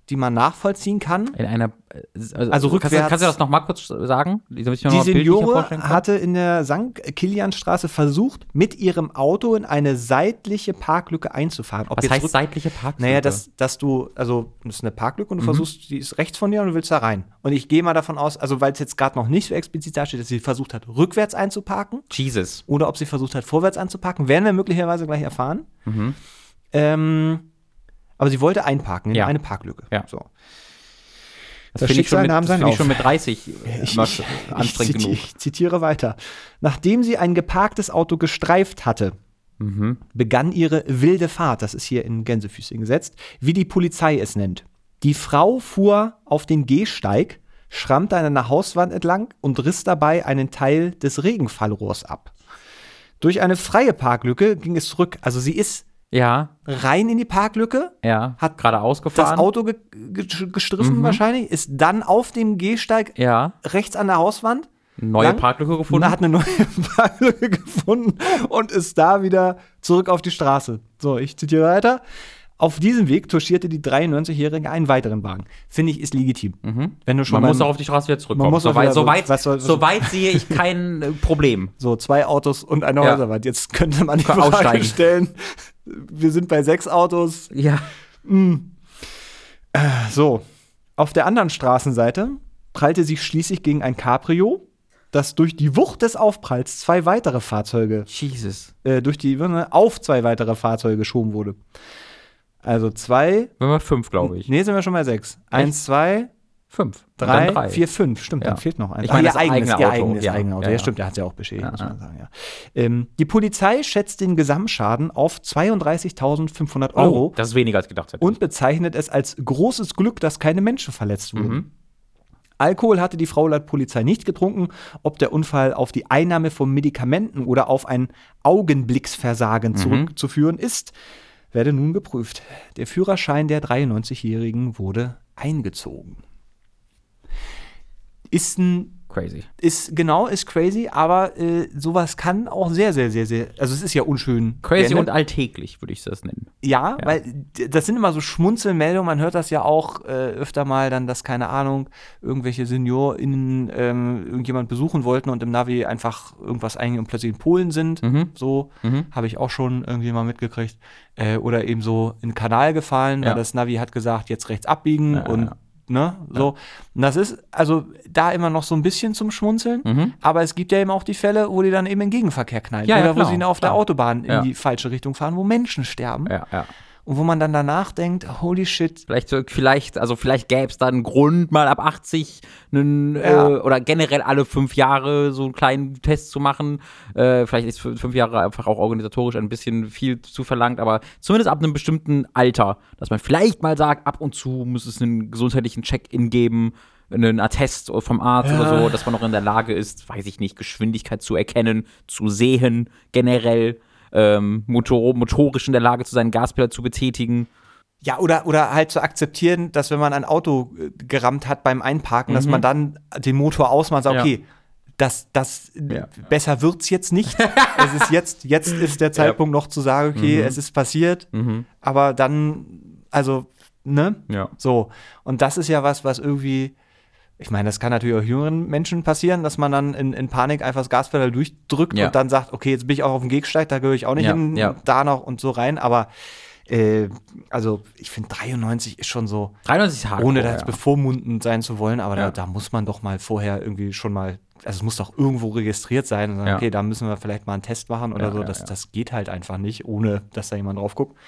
die man nachvollziehen kann. In einer, also, Also kannst, rückwärts- du- kannst du das noch mal kurz sagen? Damit ich mir noch Die mal bildlicher Seniore vorstellen kann? hatte in der Sankt Kilianstraße versucht, mit ihrem Auto in eine seitliche Parklücke einzufahren. Ob Was jetzt heißt rück- seitliche Parklücke? Naja, dass, dass du, also das ist eine Parklücke und du Mhm. versuchst, die ist rechts von dir und du willst da rein. Und ich gehe mal davon aus, also weil es jetzt gerade noch nicht so explizit dasteht, dass sie versucht hat, rückwärts einzuparken Jesus. oder ob sie versucht hat, vorwärts einzuparken, werden wir möglicherweise gleich erfahren. Mhm. Ähm, aber sie wollte einparken in Ja. eine Parklücke. Ja. So. Das, Das finde ich, schon Schicksal mit- nahm das seinen finde ich schon Lauf. mit dreißig Ich, immer ich, anstrengend ich, ziti- genug. ich zitiere weiter. Nachdem sie ein geparktes Auto gestreift hatte, Mhm. begann ihre wilde Fahrt, das ist hier in Gänsefüßchen gesetzt, wie die Polizei es nennt. Die Frau fuhr auf den Gehsteig, schrammte an einer Hauswand entlang und riss dabei einen Teil des Regenfallrohrs ab. Durch eine freie Parklücke ging es zurück. Also sie ist Ja, rein in die Parklücke, ja. Hat gerade das ausgefahren. Auto ge ge gestriffen Mhm. wahrscheinlich, ist dann auf dem Gehsteig Ja, rechts an der Hauswand, neue lang- Parklücke gefunden. und hat eine neue Parklücke gefunden und ist da wieder zurück auf die Straße. So, ich zitiere weiter. Auf diesem Weg touchierte die dreiundneunzigjährige einen weiteren Wagen. Finde ich, ist legitim. Mhm. Wenn du schon Man muss beim- auch auf die Straße wieder zurückkommen. Man muss auch Soweit, wieder so- soweit, was soll- soweit sehe ich kein äh, Problem. so zwei Autos und eine Ja. Häuserwand. Jetzt könnte man die Kann Frage aussteigen. stellen. Wir sind bei sechs Autos. Ja. So, auf der anderen Straßenseite prallte sie schließlich gegen ein Cabrio, das durch die Wucht des Aufpralls zwei weitere Fahrzeuge, Jesus. äh, durch die, auf zwei weitere Fahrzeuge geschoben wurde. Also zwei, Wenn wir fünf, glaube ich. nee, sind wir schon bei sechs. Eins, zwei, Fünf. Und drei, dann drei. vier, fünf. Stimmt, Ja. dann fehlt noch eins. Ich meine, Ah, das ihr eigenes, eigene ihr Auto. eigenes Ja, eigenes Auto. ja, Ja, ja. stimmt, der hat ja auch beschädigt, Ja, muss ja. man sagen, ja. Ähm, die Polizei schätzt den Gesamtschaden auf zweiunddreißigtausendfünfhundert Oh, Euro das ist weniger als gedacht hätte. und bezeichnet es als großes Glück, dass keine Menschen verletzt wurden. Mhm. Alkohol hatte die Frau laut Polizei nicht getrunken. Ob der Unfall auf die Einnahme von Medikamenten oder auf ein Augenblicksversagen Mhm. zurückzuführen ist, werde nun geprüft. Der Führerschein der dreiundneunzigjährigen wurde eingezogen. Ist ein Crazy. ist genau, ist crazy, aber äh, sowas kann auch sehr, sehr, sehr, sehr, also es ist ja unschön. Crazy geendet. und alltäglich, würde ich das nennen. Ja, Ja. weil d- das sind immer so Schmunzelmeldungen, man hört das ja auch äh, öfter mal dann, dass, keine Ahnung, irgendwelche SeniorInnen ähm, irgendjemand besuchen wollten und im Navi einfach irgendwas eingehen und plötzlich in Polen sind. Mhm. So, Mhm. habe ich auch schon irgendwie mal mitgekriegt. Äh, oder eben so in den Kanal gefallen, Ja. weil das Navi hat gesagt, jetzt rechts abbiegen Ja, ja, und ja. ne, so. Und das ist also da immer noch so ein bisschen zum Schmunzeln, Mhm. aber es gibt ja eben auch die Fälle, wo die dann eben in den Gegenverkehr knallen. Ja, ja, oder wo klar, sie auf der klar. Autobahn in Ja. die falsche Richtung fahren, wo Menschen sterben. Ja, ja. Und wo man dann danach denkt, holy shit. Vielleicht, so- vielleicht, also vielleicht gäbe es da einen Grund, mal ab achtzig einen, Ja. äh, oder generell alle fünf Jahre so einen kleinen Test zu machen. Äh, vielleicht ist für fünf Jahre einfach auch organisatorisch ein bisschen viel zu verlangt, aber zumindest ab einem bestimmten Alter, dass man vielleicht mal sagt, ab und zu muss es einen gesundheitlichen Check-in geben, einen Attest vom Arzt Ja. oder so, dass man noch in der Lage ist, weiß ich nicht, Geschwindigkeit zu erkennen, zu sehen, generell. Ähm, motor motorisch in der Lage zu sein, Gaspedal zu betätigen. Ja, oder, oder halt zu akzeptieren, dass wenn man ein Auto äh, gerammt hat beim Einparken, dass Mhm. man dann den Motor ausmacht und sagt, Ja. okay, das, das Ja. besser wird's jetzt nicht. es ist jetzt, jetzt ist der Zeitpunkt noch zu sagen, okay, Mhm. es ist passiert, Mhm. aber dann, also, ne? Ja. So. Und das ist ja was, was irgendwie, ich meine, das kann natürlich auch jüngeren Menschen passieren, dass man dann in, in Panik einfach das Gaspedal durchdrückt Ja. und dann sagt, okay, jetzt bin ich auch auf dem Gehsteig, da gehöre ich auch nicht Ja, hin, ja. da noch und so rein, aber äh, also ich finde dreiundneunzig ist schon so, dreiundneunzig ist hardcore, ohne da jetzt ja. bevormundend sein zu wollen, aber Ja. da, da muss man doch mal vorher irgendwie schon mal, also es muss doch irgendwo registriert sein und sagen, Ja. okay, da müssen wir vielleicht mal einen Test machen oder Ja, so, ja, das, ja. das geht halt einfach nicht, ohne dass da jemand drauf guckt.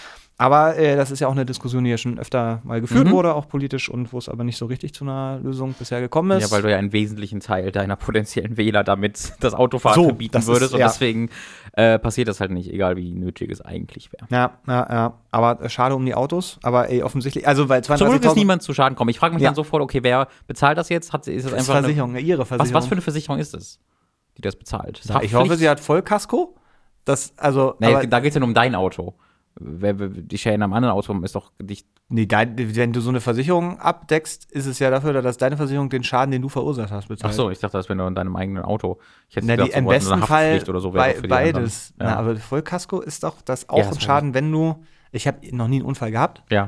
Aber äh, das ist ja auch eine Diskussion, die ja schon öfter mal geführt Mhm. wurde, auch politisch, und wo es aber nicht so richtig zu einer Lösung bisher gekommen ist. Ja, weil du ja einen wesentlichen Teil deiner potenziellen Wähler damit das Autofahren So, verbieten das ist- würdest. Und ja. deswegen äh, passiert das halt nicht, egal wie nötig es eigentlich wäre. ja, ja, ja. Aber äh, schade um die Autos. Aber ey, offensichtlich, also weil Zum Glück ist zweiunddreißigtausend niemand zu Schaden gekommen. Ich frage mich Ja. dann sofort, okay, wer bezahlt das jetzt? Hat, ist das ist einfach eine, Versicherung, ja, ihre was, Versicherung. was für eine Versicherung ist es, die das bezahlt? Ja, ich hoffe, sie hat Vollkasko. Das, also, Nee, aber, da geht es ja nur um dein Auto. Wer, wer, die Schäden am anderen Auto ist doch nicht. nee, dein, wenn du so eine Versicherung abdeckst, ist es ja dafür, dass deine Versicherung den Schaden, den du verursacht hast, bezahlt. Ach so, ich dachte, das wäre nur in deinem eigenen Auto. Ich hätte Na, gedacht, die, so im eine besten Fall Haftpflicht oder so wäre bei, doch für die beides. anderen. Na, Ja. aber Vollkasko ist doch das auch Ja, ein das weiß Schaden, wenn du, ich habe noch nie einen Unfall gehabt, ja.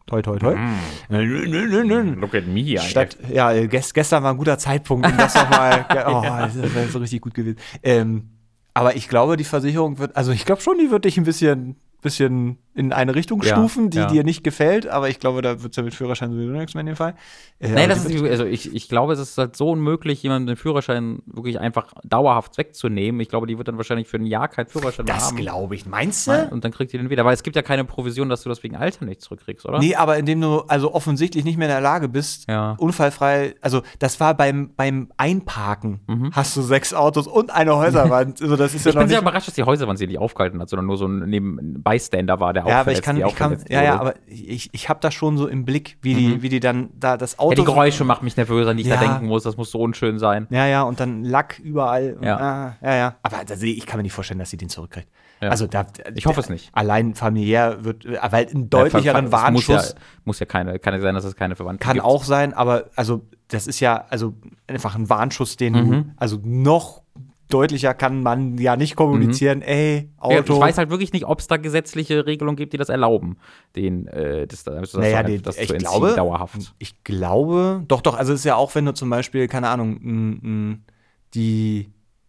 Toi, toi, toi. Mm. Nö, nö, nö, nö. Look at me. Statt, ja, gest, gestern war ein guter Zeitpunkt, um das nochmal. Oh, das wäre so richtig gut gewesen. Ähm, aber ich glaube, die Versicherung wird, also ich glaube schon, die wird dich ein bisschen, bisschen in eine Richtung Ja, stufen, die ja. dir nicht gefällt, aber ich glaube, da wird es ja mit Führerschein sowieso nichts mehr in dem Fall. Äh, Nee, aber das die ist, wird- also ich, ich glaube, es ist halt so unmöglich, jemandem den Führerschein wirklich einfach dauerhaft wegzunehmen. Ich glaube, die wird dann wahrscheinlich für ein Jahr keinen Führerschein mehr das haben. glaube ich. Meinst Nein, du? und dann kriegt ihr den wieder. Weil es gibt ja keine Provision, dass du das wegen Alter nicht zurückkriegst, oder? Nee, aber indem du also offensichtlich nicht mehr in der Lage bist, Ja. unfallfrei, also das war beim, beim Einparken, hast du sechs Autos und eine Häuserwand. Also das ist ja Ich noch bin sehr nicht. überrascht, dass die Häuserwand sie nicht aufgehalten hat, sondern nur so ein, neben, ein Bystander war, der auch Ja, aber ich verletzt, kann, die ich auch kann, verletzt ja, ja, wurde. aber ich, ich habe das schon so im Blick, wie die, Mhm. wie die dann da das Auto. Ja, die Geräusche machen mich nervös, an die ich Ja. da denken muss. Das muss so unschön sein. Ja, ja, und dann Lack überall. Ja. Ah, ja, ja. Aber da sehe ich kann mir nicht vorstellen, dass sie den zurückkriegt. Ja. Also da, Ich hoffe es nicht. Allein familiär wird, weil ein deutlicheren Es Warnschuss Muss ja, muss ja keine, kann ja sein, dass es keine Verwandten kann gibt. auch sein, aber also das ist ja also einfach ein Warnschuss, den Mhm. du, also noch deutlicher kann man ja nicht kommunizieren, ey, Ja, Auto. ich weiß halt wirklich nicht, ob es da gesetzliche Regelungen gibt, die das erlauben, den, äh, das, das, das, Naja, das, die, das ich zu entziehen, glaube, dauerhaft. Ich glaube, doch, doch, also es ist ja auch, wenn du zum Beispiel, keine Ahnung, m, m, die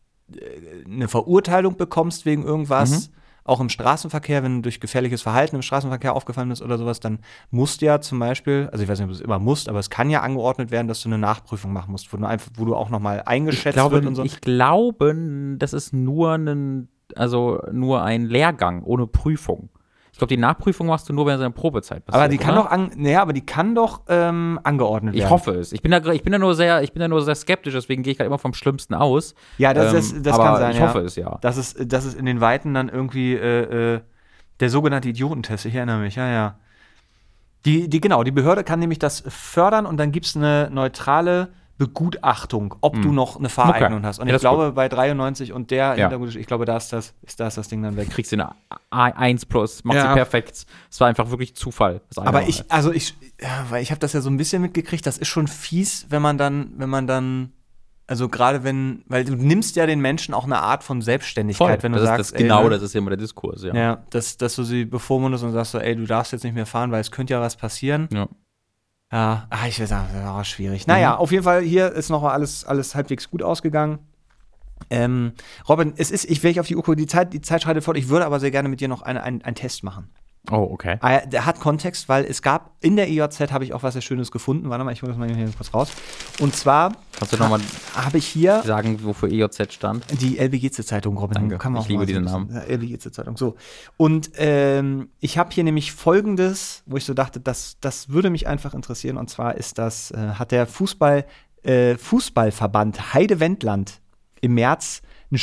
äh, eine Verurteilung bekommst wegen irgendwas, Mhm. auch im Straßenverkehr, wenn du durch gefährliches Verhalten im Straßenverkehr aufgefallen bist oder sowas, dann musst ja zum Beispiel, also ich weiß nicht, ob du es immer musst, aber es kann ja angeordnet werden, dass du eine Nachprüfung machen musst, wo du, einfach, wo du auch nochmal Ich eingeschätzt glaube, wird und so. ich glaube, das ist nur ein, also nur ein Lehrgang ohne Prüfung. Ich glaube, die Nachprüfung machst du nur, wenn es in der Probezeit passiert. aber die kann oder? doch, an, naja, aber die kann doch ähm, angeordnet werden. Ich hoffe es. Ich bin da, ich bin da nur sehr, ich bin da nur sehr skeptisch, deswegen gehe ich halt immer vom Schlimmsten aus. Ja, das, Ähm, das, das aber kann sein, ich ja. hoffe es, ja. Das ist, das ist in den Weiten dann irgendwie äh, äh, der sogenannte Idiotentest, ich erinnere mich, ja, ja. Die, die, genau, die Behörde kann nämlich das fördern und dann gibt es eine neutrale Begutachtung, ob du noch eine Fahreignung Okay. hast. Und Ja, ich das ist glaube, bei dreiundneunzig und der Ja. Hintergrund, ich glaube, da ist das, ist das, das Ding dann weg. Kriegst du eine A eins plus, macht Ja. sie perfekt. Es war einfach wirklich Zufall. das eine Aber Mal. ich, also ich, ja, weil ich habe das ja so ein bisschen mitgekriegt, das ist schon fies, wenn man dann, wenn man dann, also gerade wenn, weil du nimmst ja den Menschen auch eine Art von Selbstständigkeit, Voll. wenn du das sagst, ist das, genau, ey, ne? das ist ja immer der Diskurs, ja. Ja, dass, dass du sie bevormundest und sagst so, ey, du darfst jetzt nicht mehr fahren, weil es könnte ja was passieren. Ja. Ja, ah, ich will sagen, das war schwierig. Naja, Mhm. auf jeden Fall, hier ist noch mal alles, alles halbwegs gut ausgegangen. Ähm, Robin, es ist, ich will auf die Uhr, die Zeit, die Zeit schreitet fort, ich würde aber sehr gerne mit dir noch eine, ein, einen Test machen. Oh, okay. Ah, ja, der hat Kontext, weil es gab, in der E J Z habe ich auch was sehr Schönes gefunden. Warte mal, ich hole das mal hier kurz raus. Und zwar Kannst du nochmal habe ich hier sagen, wofür E J Z stand? die L B G Z-Zeitung, Robin. Danke. Kann man Ich auch liebe mal so diesen ein bisschen- Namen. Ja, L B G Z-Zeitung, so. Und ähm, ich habe hier nämlich Folgendes, wo ich so dachte, das, das würde mich einfach interessieren. Und zwar ist das, äh, hat der Fußball, äh, Fußballverband Heide-Wendland im März einen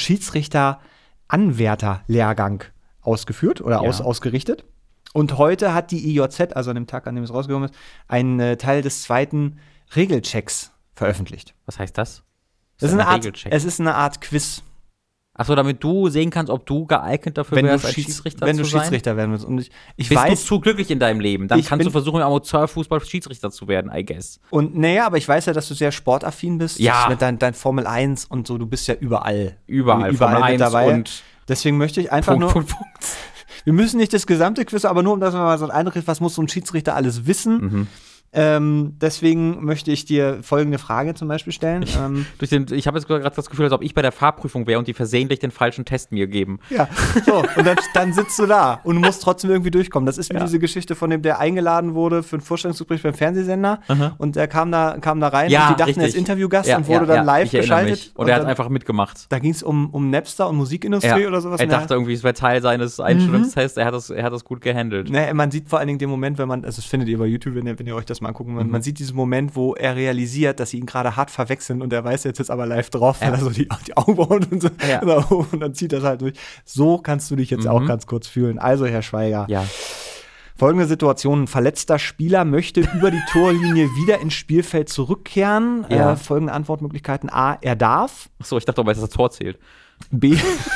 Schiedsrichter-Anwärter-Lehrgang ausgeführt oder Ja. aus, ausgerichtet. Und heute hat die I J Z, also an dem Tag, an dem es rausgekommen ist, einen äh, Teil des zweiten Regelchecks veröffentlicht. Was heißt das? Das ist eine Art, Regelcheck. es ist eine Art Quiz. Achso, damit du sehen kannst, ob du geeignet dafür Wenn du, wärst, als Schieds- Schiedsrichter wenn du zu sein. Schiedsrichter werden willst. Und ich, ich Bist weiß, du zu glücklich in deinem Leben, dann Ich kannst du bin- versuchen, im Amateurfußball Schiedsrichter zu werden, I guess. und naja, aber ich weiß ja, dass du sehr sportaffin bist. Ja. Mit dein, dein Formel eins und so, du bist ja überall. Überall, überall Formel mit eins dabei. und Deswegen möchte ich einfach Punkt, nur, Punkt, Punkt. wir müssen nicht das gesamte Quiz, aber nur um das mal so einen Eindruck, was muss so ein Schiedsrichter alles wissen. Mhm. Ähm, deswegen möchte ich dir folgende Frage zum Beispiel stellen. ähm, Durch den, ich habe jetzt gerade das Gefühl, als ob ich bei der Fahrprüfung wäre und die versehentlich den falschen Test mir geben. Ja, so, und dann, dann sitzt du da und du musst trotzdem irgendwie durchkommen. Das ist wie Ja. diese Geschichte von dem, der eingeladen wurde für ein Vorstellungsgespräch beim Fernsehsender Aha. und der kam da, kam da rein Ja, und die dachten, er ist richtig. Interviewgast Ja, und wurde ja, dann ja, live ich erinnere geschaltet. mich. Und, er hat dann, einfach mitgemacht. da ging es um, um Napster und Musikindustrie oder sowas. Er Und er- dachte irgendwie, es wäre Teil seines Einstellungstests. Er, hat das, er hat das gut gehandelt. Ne, man sieht vor allen Dingen den Moment, wenn man, also das findet ihr bei YouTube, wenn ihr, wenn ihr euch das mal angucken, man, Mhm. man sieht diesen Moment, wo er realisiert, dass sie ihn gerade hart verwechseln und er weiß jetzt jetzt aber live drauf, weil Ja. er so die, die Augenbrauen und so Ja. und dann zieht das halt durch. So kannst du dich jetzt Mhm. auch ganz kurz fühlen. Also, Herr Schweiger, Ja. folgende Situation: Ein verletzter Spieler möchte über die Torlinie wieder ins Spielfeld zurückkehren. Ja. Äh, folgende Antwortmöglichkeiten: A, er darf. Achso, ich dachte aber, dass das Tor zählt. B.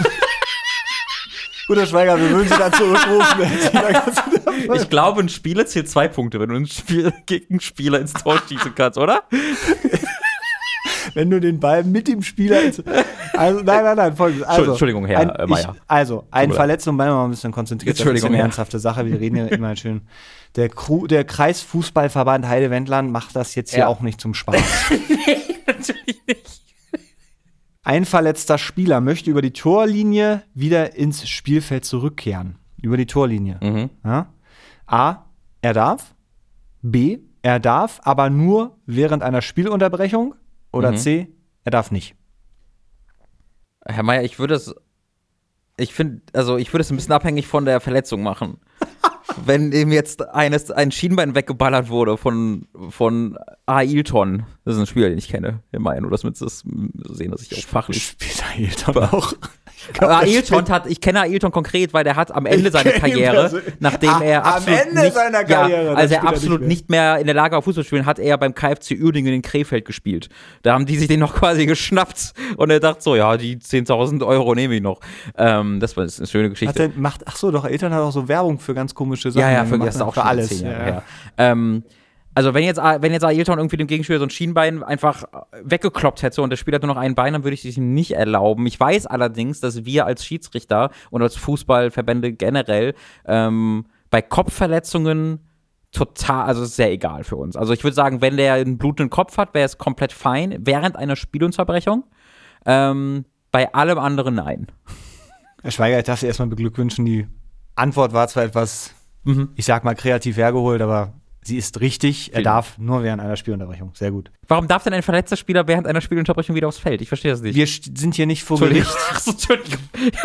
Guter Schweiger, wir würden Sie dann zurückrufen. Herr Zieler, kannst du da- Ich glaube, ein Spieler zählt zwei Punkte, wenn du einen Spiel Gegenspieler ins Tor schießen kannst, oder? wenn du den Ball mit dem Spieler. Ins, also, nein, nein, nein, folgendes. Also, Entschuldigung, Herr ein, äh, Meier. Ich, also, ein Verletzter, bleiben wir mal ein bisschen konzentriert. Entschuldigung, das ist eine ja. ernsthafte Sache. Wir reden ja immer schön. Der, Kru, der Kreisfußballverband Heide-Wendland macht das jetzt hier Ja. auch nicht zum Spaß. Nee, natürlich nicht. Ein verletzter Spieler möchte über die Torlinie wieder ins Spielfeld zurückkehren. Über die Torlinie. Mhm. Ja? A, er darf. B, er darf, aber nur während einer Spielunterbrechung. Oder Mhm. C, er darf nicht. Herr Meier, ich würde es, ich finde, also ich würde es ein bisschen abhängig von der Verletzung machen. Wenn ihm jetzt eines, ein Schienbein weggeballert wurde von, von Ailton, das ist ein Spieler, den ich kenne, Herr Meier, nur damit Sie das sehen, dass ich auch fachlich. Spielt Ailton auch. Aber Ailton hat, ich kenne Ailton konkret, weil der hat am Ende seiner kenn ihn Karriere, persönlich. nachdem Ah, er am absolut Ende nicht, seiner Karriere, ja, dann als er spielt er absolut nicht nicht mehr in der Lage war, Fußball zu spielen, hat er beim K F C Uerdingen in Krefeld gespielt. Da haben die sich den noch quasi geschnappt und er dachte so, ja, die zehntausend Euro nehme ich noch. Ähm, das war das ist eine schöne Geschichte. Hat der, macht, ach so, doch, Ailton hat auch so Werbung für ganz komische Sachen. Ja, ja, für, gemacht, das ist auch für schon alles. zehn Jahre Ja. her. Ähm, also wenn jetzt, wenn jetzt Ailton irgendwie dem Gegenspieler so ein Schienbein einfach weggekloppt hätte und der Spieler hat nur noch ein Bein, dann würde ich es ihm nicht erlauben. Ich weiß allerdings, dass wir als Schiedsrichter und als Fußballverbände generell ähm, bei Kopfverletzungen total, also es ist sehr egal für uns. Also ich würde sagen, wenn der einen blutenden Kopf hat, wäre es komplett fein während einer Spielunterbrechung. Ähm, bei allem anderen nein. Herr Schweiger, ich darf Sie erstmal beglückwünschen. Die Antwort war zwar etwas, Mhm. ich sag mal, kreativ hergeholt, aber sie ist richtig. Er Vielen darf nur während einer Spielunterbrechung. Sehr gut. Warum darf denn ein verletzter Spieler während einer Spielunterbrechung wieder aufs Feld? Ich verstehe das nicht. Wir st- sind hier nicht vor Entschuldigung. Gericht. Ach so, Entschuldigung.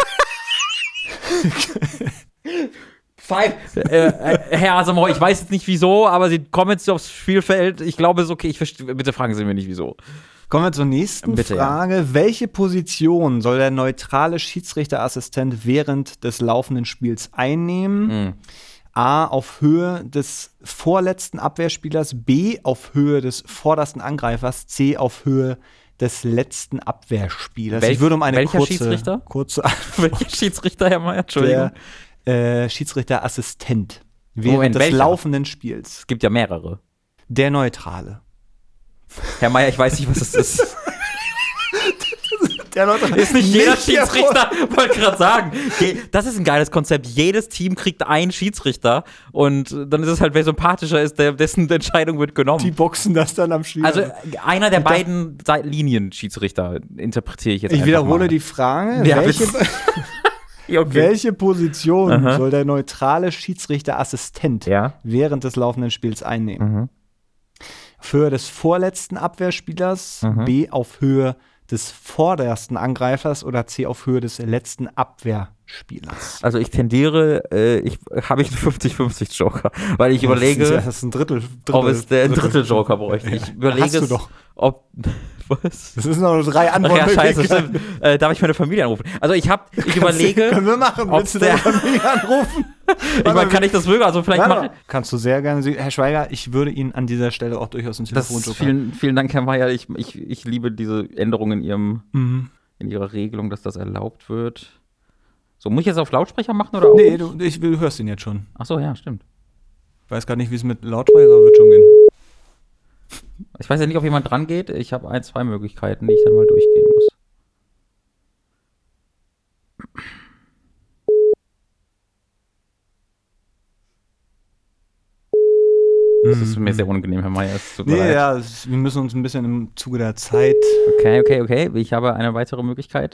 Five. äh, äh, Herr Asamoah, ich weiß jetzt nicht wieso, aber Sie kommen jetzt aufs Spielfeld. Ich glaube, es ist okay. Ich verste- Bitte fragen Sie mir nicht wieso. Kommen wir zur nächsten Bitte, ja. Frage. Welche Position soll der neutrale Schiedsrichterassistent während des laufenden Spiels einnehmen? Mhm. A, auf Höhe des vorletzten Abwehrspielers, B, auf Höhe des vordersten Angreifers, C, auf Höhe des letzten Abwehrspielers. Welch- ich würde um eine welcher kurze, Schiedsrichter? kurze Welcher Schiedsrichter, Herr Meier? Entschuldigung. der äh, Schiedsrichterassistent während Moment, des welcher? laufenden Spiels. Es gibt ja mehrere. Der Neutrale. Herr Meier, ich weiß nicht, was es ist. Der Neutrale. Ist nicht jeder Nicht der Schiedsrichter, wollte gerade sagen. Je- Das ist ein geiles Konzept. Jedes Team kriegt einen Schiedsrichter und dann ist es halt, wer sympathischer ist, der, dessen Entscheidung wird genommen. Die boxen das dann am Spiel. Also einer der beiden Sei- Linien-Schiedsrichter interpretiere ich jetzt ich einfach wiederhole mal. die Frage. Ja, welche, Ja, okay. welche Position Aha. soll der neutrale Schiedsrichterassistent Ja. während des laufenden Spiels einnehmen? Mhm. Auf Höhe des vorletzten Abwehrspielers, Mhm. B, auf Höhe des vordersten Angreifers oder C, auf Höhe des letzten Abwehrspielers? Also ich tendiere, äh, ich habe ich einen fünfzig fünfzig Joker, weil ich überlege, Das ist, das ist ein Drittel. Drittel ob es der Drittel-Joker bräuchte. Ich Ja, überlege hast du es, doch. ob was? Das sind noch drei Ach Antworten. ja, scheiße, stimmt. Äh, darf ich meine Familie anrufen? Also ich habe, ich überlege, Können wir machen? ob Willst du der- deine Familie anrufen? ich meine, kann ich das wirklich? Also vielleicht mache ich. Kannst du sehr gerne. Sie- Herr Schweiger, ich würde Ihnen an dieser Stelle auch durchaus ein Das Telefon ist, vielen, vielen Dank, Herr Meier. Ich, ich, ich liebe diese Änderung in ihrem, Mhm. in ihrer Regelung, dass das erlaubt wird. So, muss ich jetzt auf Lautsprecher machen oder auch? Nee, du, ich, du hörst ihn jetzt schon. Ach so, ja, stimmt. Ich weiß gar nicht, wie es mit Lautsprecher wird schon gehen. Ich weiß ja nicht, ob jemand dran geht. Ich habe ein, zwei Möglichkeiten, die ich dann mal durchgehen muss. Das ist mir sehr unangenehm, Herr Meier. Es tut mir Nee, leid. ja, es, wir müssen uns ein bisschen im Zuge der Zeit. Okay, okay, okay. Ich habe eine weitere Möglichkeit.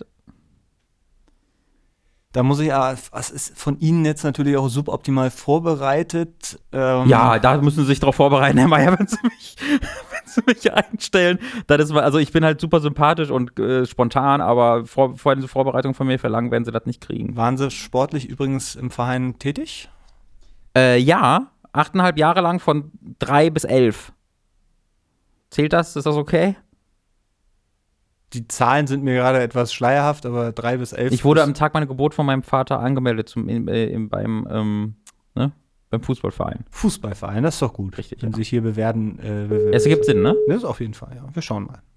Da muss ich ja, was ist von Ihnen jetzt natürlich auch suboptimal vorbereitet. Ähm, Ja, da müssen Sie sich darauf vorbereiten, Herr Meier, wenn Sie mich, wenn Sie mich einstellen. Das ist, also ich bin halt super sympathisch und äh, spontan, aber vor, vor diese Vorbereitung von mir verlangen, werden Sie das nicht kriegen. Waren Sie sportlich übrigens im Verein tätig? Äh, ja, achteinhalb Jahre lang von drei bis elf. Zählt das? Ist das okay? Die Zahlen sind mir gerade etwas schleierhaft, aber drei bis elf. Ich wurde am Tag meiner Geburt von meinem Vater angemeldet zum, in, äh, im, beim, ähm, ne? beim Fußballverein. Fußballverein, das ist doch gut. Richtig, Wenn ja. sich hier bewerten. Äh, bewerten. Es ergibt Sinn, ne? Das ist auf jeden Fall, ja. Wir schauen mal.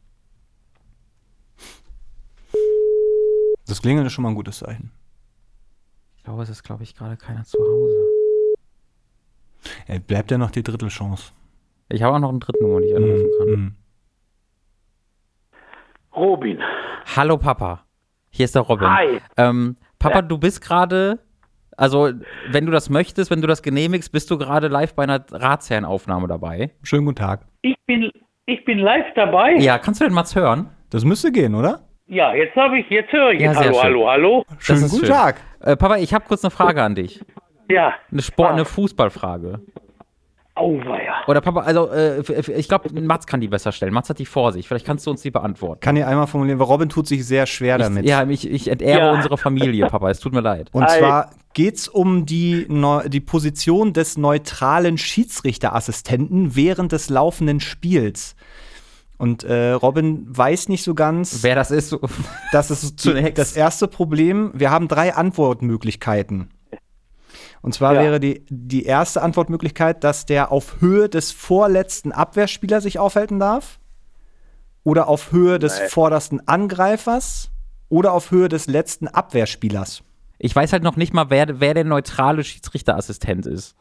Das Klingeln ist schon mal ein gutes Zeichen. Ich glaube, es ist, glaube ich, gerade keiner zu Hause. Ja, bleibt ja noch die Drittelchance. Ich habe auch noch eine dritte Nummer, die ich anrufen kann. Mhm. Robin. Hallo Papa, hier ist der Robin. Hi. Ähm, Papa, Ja. du bist gerade, also wenn du das möchtest, wenn du das genehmigst, bist du gerade live bei einer Ratsherrenaufnahme dabei. Schönen guten Tag. Ich bin, ich bin live dabei. Ja, kannst du den Mats hören? Das müsste gehen, oder? Ja, jetzt habe ich, jetzt höre ich. Ja, sehr hallo, schön. hallo, hallo. Schönen ist guten schön. Tag. Äh, Papa, ich habe kurz eine Frage an dich. Ja. Eine Sport, Ah. eine Fußballfrage. Auweia. Oder Papa, also äh, f- f- ich glaube, Mats kann die besser stellen. Mats hat die vor sich. Vielleicht kannst du uns die beantworten. Kann ich einmal formulieren, weil Robin tut sich sehr schwer damit. Ich, ja, ich, ich entehre Ja. unsere Familie, Papa. Es tut mir leid. Und Ei. zwar geht es um die, Neu- die Position des neutralen Schiedsrichterassistenten während des laufenden Spiels. Und äh, Robin weiß nicht so ganz, Wer das ist, so- das ist die, Zunächst. das erste Problem. Wir haben drei Antwortmöglichkeiten. Und zwar Ja. wäre die, die erste Antwortmöglichkeit, dass der auf Höhe des vorletzten Abwehrspielers sich aufhalten darf. Oder auf Höhe des Nee. vordersten Angreifers. Oder auf Höhe des letzten Abwehrspielers. ich weiß halt noch nicht mal, wer, wer der neutrale Schiedsrichterassistent ist.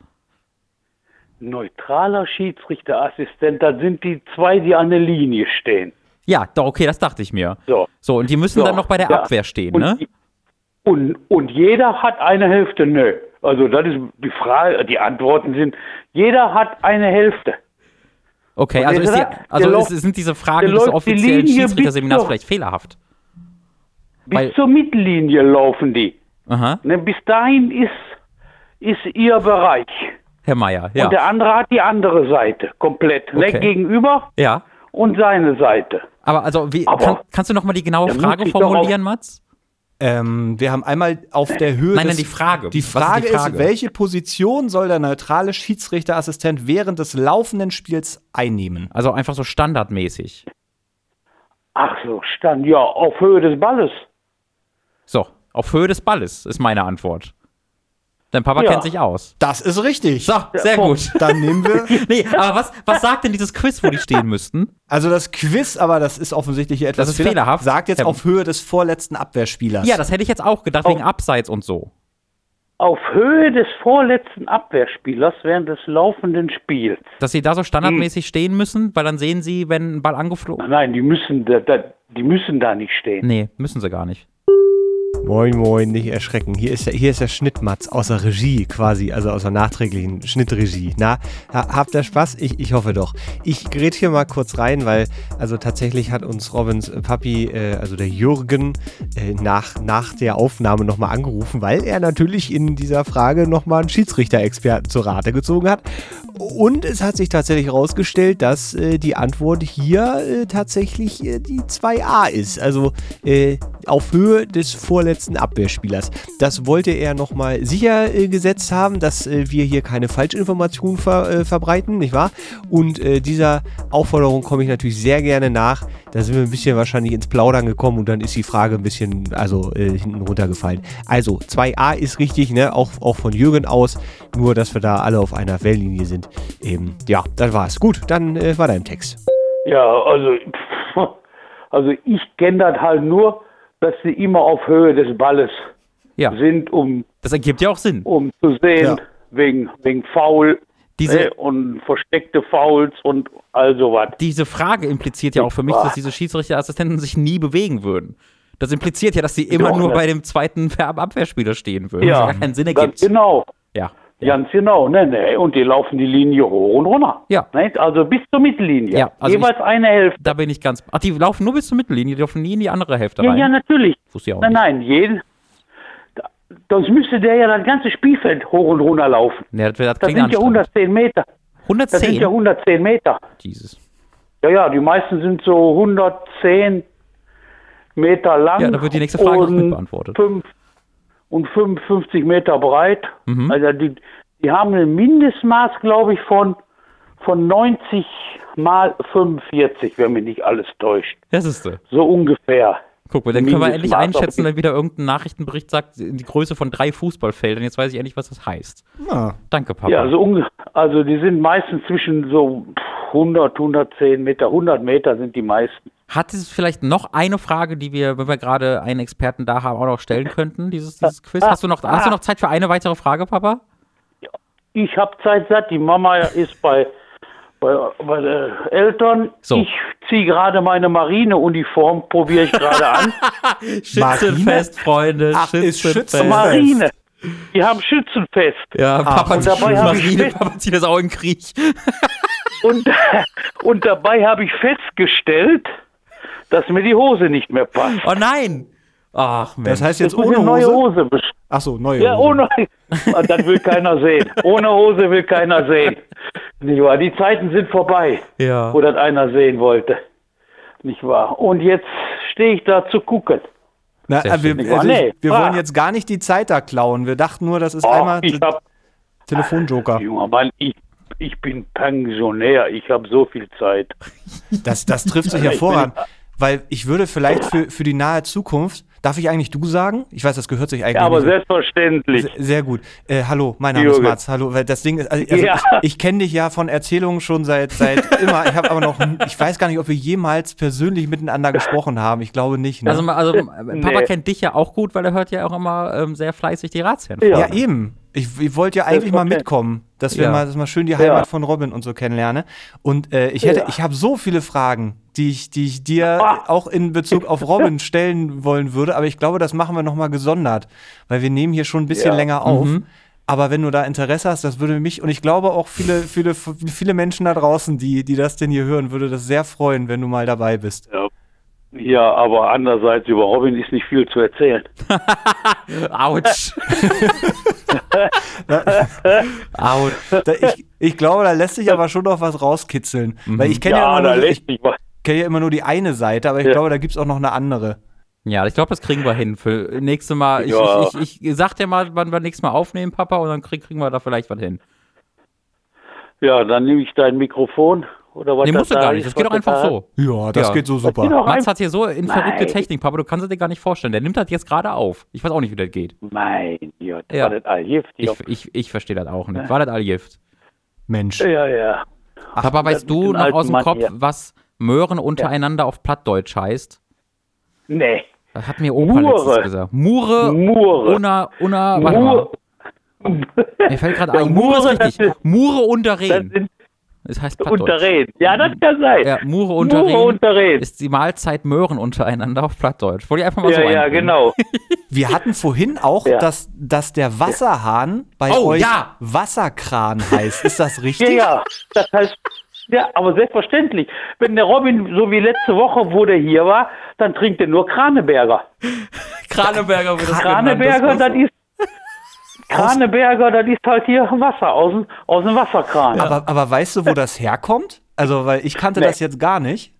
Neutraler Schiedsrichterassistent, das sind die zwei, die an der Linie stehen. Ja, doch, okay, das dachte ich mir. So. So, und die müssen So, dann noch bei der ja. Abwehr stehen, und, ne? Und, und jeder hat eine Hälfte. Nö. Also das ist die Frage, die Antworten sind, jeder hat eine Hälfte. Okay, Und also, ist der die, sagt, also der ist, läuft- sind diese Fragen der des läuft die offiziellen Linie bis Schiedsrichterseminars zur- vielleicht fehlerhaft? Bis Weil- zur Mittellinie laufen die. Aha, Ne, bis dahin ist, ist ihr Bereich. Herr Meier, ja. Und der andere hat die andere Seite komplett. Okay. Ne, gegenüber Ja, und seine Seite. aber also, wie, Aber- kann, kannst du noch mal die genaue Da muss Frage ich doch formulieren, Mats? Ähm, wir haben einmal auf der Höhe Nein, des... nein, die Frage. Die Was ist Frage die ist, Frage? welche Position soll der neutrale Schiedsrichterassistent während des laufenden Spiels einnehmen? Also einfach so standardmäßig. Ach so, stand ja auf Höhe des Balles. So, auf Höhe des Balles ist meine Antwort. Dein Papa Ja. kennt sich aus. Das ist richtig. So, sehr Punkt. gut. Dann nehmen wir... Nee, aber was, was sagt denn dieses Quiz, wo die stehen müssten? Also das Quiz, aber das ist offensichtlich hier etwas Das ist fehlerhaft. sagt jetzt Herr- auf Höhe des vorletzten Abwehrspielers. Ja, das hätte ich jetzt auch gedacht, wegen Abseits und so. Auf Höhe des vorletzten Abwehrspielers während des laufenden Spiels. Dass sie da so standardmäßig stehen müssen, weil dann sehen sie, wenn ein Ball angeflogen. Nein, die müssen da, da, die müssen da nicht stehen. Nee, müssen sie gar nicht. Moin, moin, nicht erschrecken. Hier ist der, hier ist der Schnittmatz aus der Regie quasi, also aus der nachträglichen Schnittregie. Na, ha, habt ihr Spaß? Ich, ich hoffe doch. Ich gerät hier mal kurz rein, weil also tatsächlich hat uns Robins Papi, äh, also der Jürgen, äh, nach, nach der Aufnahme nochmal angerufen, weil er natürlich in dieser Frage nochmal einen Schiedsrichterexperten zur Rate gezogen hat. Und es hat sich tatsächlich herausgestellt, dass äh, die Antwort hier äh, tatsächlich äh, die zwei a ist. Also äh, auf Höhe des vorletzten Abwehrspielers. Das wollte er nochmal sicher äh, gesetzt haben, dass äh, wir hier keine Falschinformationen ver, äh, verbreiten, nicht wahr? Und äh, dieser Aufforderung komme ich natürlich sehr gerne nach. Da sind wir ein bisschen wahrscheinlich ins Plaudern gekommen und dann ist die Frage ein bisschen also äh, hinten runtergefallen. Also zwei a ist richtig, ne? Auch, auch von Jürgen aus, nur dass wir da alle auf einer Wellenlinie sind. Eben, ja, das war's. Gut, dann äh, war dein Text. Ja, also, pff, also ich kenne das halt nur, dass sie immer auf Höhe des Balles Ja, sind, um, das ergibt ja auch Sinn. um zu sehen, Ja. wegen, wegen Foul Diese, äh, und versteckte Fouls und all sowas. diese Frage impliziert ja auch für mich, dass diese Schiedsrichterassistenten sich nie bewegen würden. Das impliziert ja, dass sie immer Doch, nur ne? bei dem zweiten Ver- Abwehrspieler stehen würden. Was Ja, ja gar keinen Sinn ganz ergibt. genau. Ja. Ganz genau, ne, ne. Und die laufen die Linie hoch und runter. Ja. Ne? Also bis zur Mittellinie. Ja, also Jeweils eine Hälfte. Da bin ich ganz. Ach, die laufen nur bis zur Mittellinie, die laufen nie in die andere Hälfte Ja, rein. ja, natürlich. Wusste ich auch Nein, nicht. nein, jeden. da- Sonst müsste der ja das ganze Spielfeld hoch und runter laufen. Nee, das, das Das klingt sind ja anstrengend. hundertzehn Meter. Das sind hundertzehn? ja hundertzehn Meter. Jesus. Ja, ja, die meisten sind so hundertzehn Meter lang. Ja, da wird die nächste Frage auch und mit beantwortet. fünf und fünfundfünfzig Meter breit. Mhm. Also die, die haben ein Mindestmaß, glaube ich, von, von neunzig mal fünfundvierzig, wenn mich nicht alles täuscht. Das ist sie. So ungefähr. Guck mal, dann können wir endlich Mindestmaß einschätzen, auf wenn wieder irgendein Nachrichtenbericht sagt, die Größe von drei Fußballfeldern. Jetzt weiß ich endlich, was das heißt. Ja. Danke, Papa. Ja, so unge also die sind meistens zwischen so hundert, hundertzehn Meter, hundert Meter sind die meisten. Hat es vielleicht noch eine Frage, die wir, wenn wir gerade einen Experten da haben, auch noch stellen könnten, dieses, dieses Quiz? Hast du, noch, hast du noch Zeit für eine weitere Frage, Papa? Ich habe Zeit satt, die Mama ist bei, bei, bei den Eltern. So. Ich ziehe gerade meine Marineuniform, probiere ich gerade an. Schützenfest, Freunde. Ach, ist Schützenfest. Marine. Die haben Schützenfest. Ja, Papa und zieht dabei hab ich Marine, fest- Papa zieht das auch in den Krieg. Und, und dabei habe ich festgestellt, dass mir die Hose nicht mehr passt. Oh nein! Ach, Mensch. Das heißt Jetzt jetzt muss ich ohne eine neue Hose? Hose bestellen. Ach so, neue Ja, Hose. ohne. Das will keiner sehen. Ohne Hose will keiner sehen. Nicht wahr? Die Zeiten sind vorbei, Ja. wo das einer sehen wollte. Nicht wahr? Und jetzt stehe ich da zu gucken. Na, Sehr äh, wir, schön. also Nee, ich, wir ah. wollen jetzt gar nicht die Zeit da klauen. Wir dachten nur, das ist Oh, einmal ich hab, Telefonjoker. junger Mann, ich, ich bin Pensionär. Ich habe so viel Zeit. Das, das trifft sich Ich bin- hervorragend. Weil ich würde vielleicht für, für die nahe Zukunft, darf ich eigentlich du sagen? Ich weiß, das gehört sich eigentlich Ja, aber nicht. selbstverständlich. Sehr, sehr gut. Äh, hallo, mein Name ist Jürgen. Mats. Hallo, weil das Ding ist, also, also Ja. ich, ich kenne dich ja von Erzählungen schon seit, seit immer. Ich habe aber noch, ich weiß gar nicht, ob wir jemals persönlich miteinander gesprochen haben. Ich glaube nicht. Ne? Also, also Papa Nee. kennt dich ja auch gut, weil er hört ja auch immer ähm, sehr fleißig die Razzien. Ja. ja, eben. Ich, ich wollte ja eigentlich mal okay. mitkommen, dass wir Ja. mal, dass mal schön die Heimat von Robin und so kennenlernen. Und äh, ich hätte, Ja. ich habe so viele Fragen, die ich, die ich dir Ah. auch in Bezug auf Robin stellen wollen würde, aber ich glaube, das machen wir nochmal gesondert, weil wir nehmen hier schon ein bisschen Ja. länger auf. Mhm. Aber wenn du da Interesse hast, das würde mich und ich glaube auch viele, viele, viele Menschen da draußen, die, die das denn hier hören, würde das sehr freuen, wenn du mal dabei bist. Ja. Ja, aber andererseits über Robin ist nicht viel zu erzählen. Autsch. Autsch. Da, ich, ich glaube, da lässt sich aber schon noch was rauskitzeln. Weil ich kenne ja, Ja, immer da nur, lässt ich sich was. kenne ja immer nur die eine Seite, aber ich Ja. glaube, da gibt es auch noch eine andere. Ja, ich glaube, das kriegen wir hin. Für nächste Mal. Ich, Ja. ich, ich, ich sag dir mal, wann wir nächstes Mal aufnehmen, Papa, und dann krieg, kriegen wir da vielleicht was hin. Ja, dann nehme ich dein Mikrofon oder was Nee, das musst du da gar nicht. ist, Das geht was doch einfach da so. Ja, das Ja. geht so Das geht super. doch Mats einfach. hat hier so in verrückte Nein. Technik, Papa, du kannst es dir gar nicht vorstellen. Der nimmt das jetzt gerade auf. Ich weiß auch nicht, wie das geht. Mein Gott, Ja. war das all Gift hier. Ich, ich, ich verstehe das auch nicht. War das all Gift? Mensch. Ja, ja. Papa, weißt das du mit dem noch alten aus dem Mann Kopf, hier. was Möhren untereinander auf Plattdeutsch heißt? Nee. Das hat mir Opa Mure. letztens gesagt. Mure, Mure. una, una, warte mal. Mure. Mir fällt gerade Ja, ein, Mure ist Mure, das richtig. ist- Mure Das unterreden. sind Das heißt Plattdeutsch. Unterreden. Ja, das kann sein. Ja, Mure Mure unterreden unterreden. ist die Mahlzeit Möhren untereinander auf Plattdeutsch. Wollte ich einfach mal so Ja, ja, einbringen. genau. Wir hatten vorhin auch, Ja. dass, dass der Wasserhahn bei Oh, euch ja. Wasserkran heißt. Ist das Ja, richtig? ja. Das heißt, ja, aber selbstverständlich. Wenn der Robin, so wie letzte Woche, wo der hier war, dann trinkt er nur Kraneberger. Kraneberger wird das Kraneberger, genannt, das ist. Kraneberger, das ist halt hier Wasser aus dem, aus dem Wasserkran. Aber, aber weißt du, wo das herkommt? Also, weil ich kannte Nee. das jetzt gar nicht.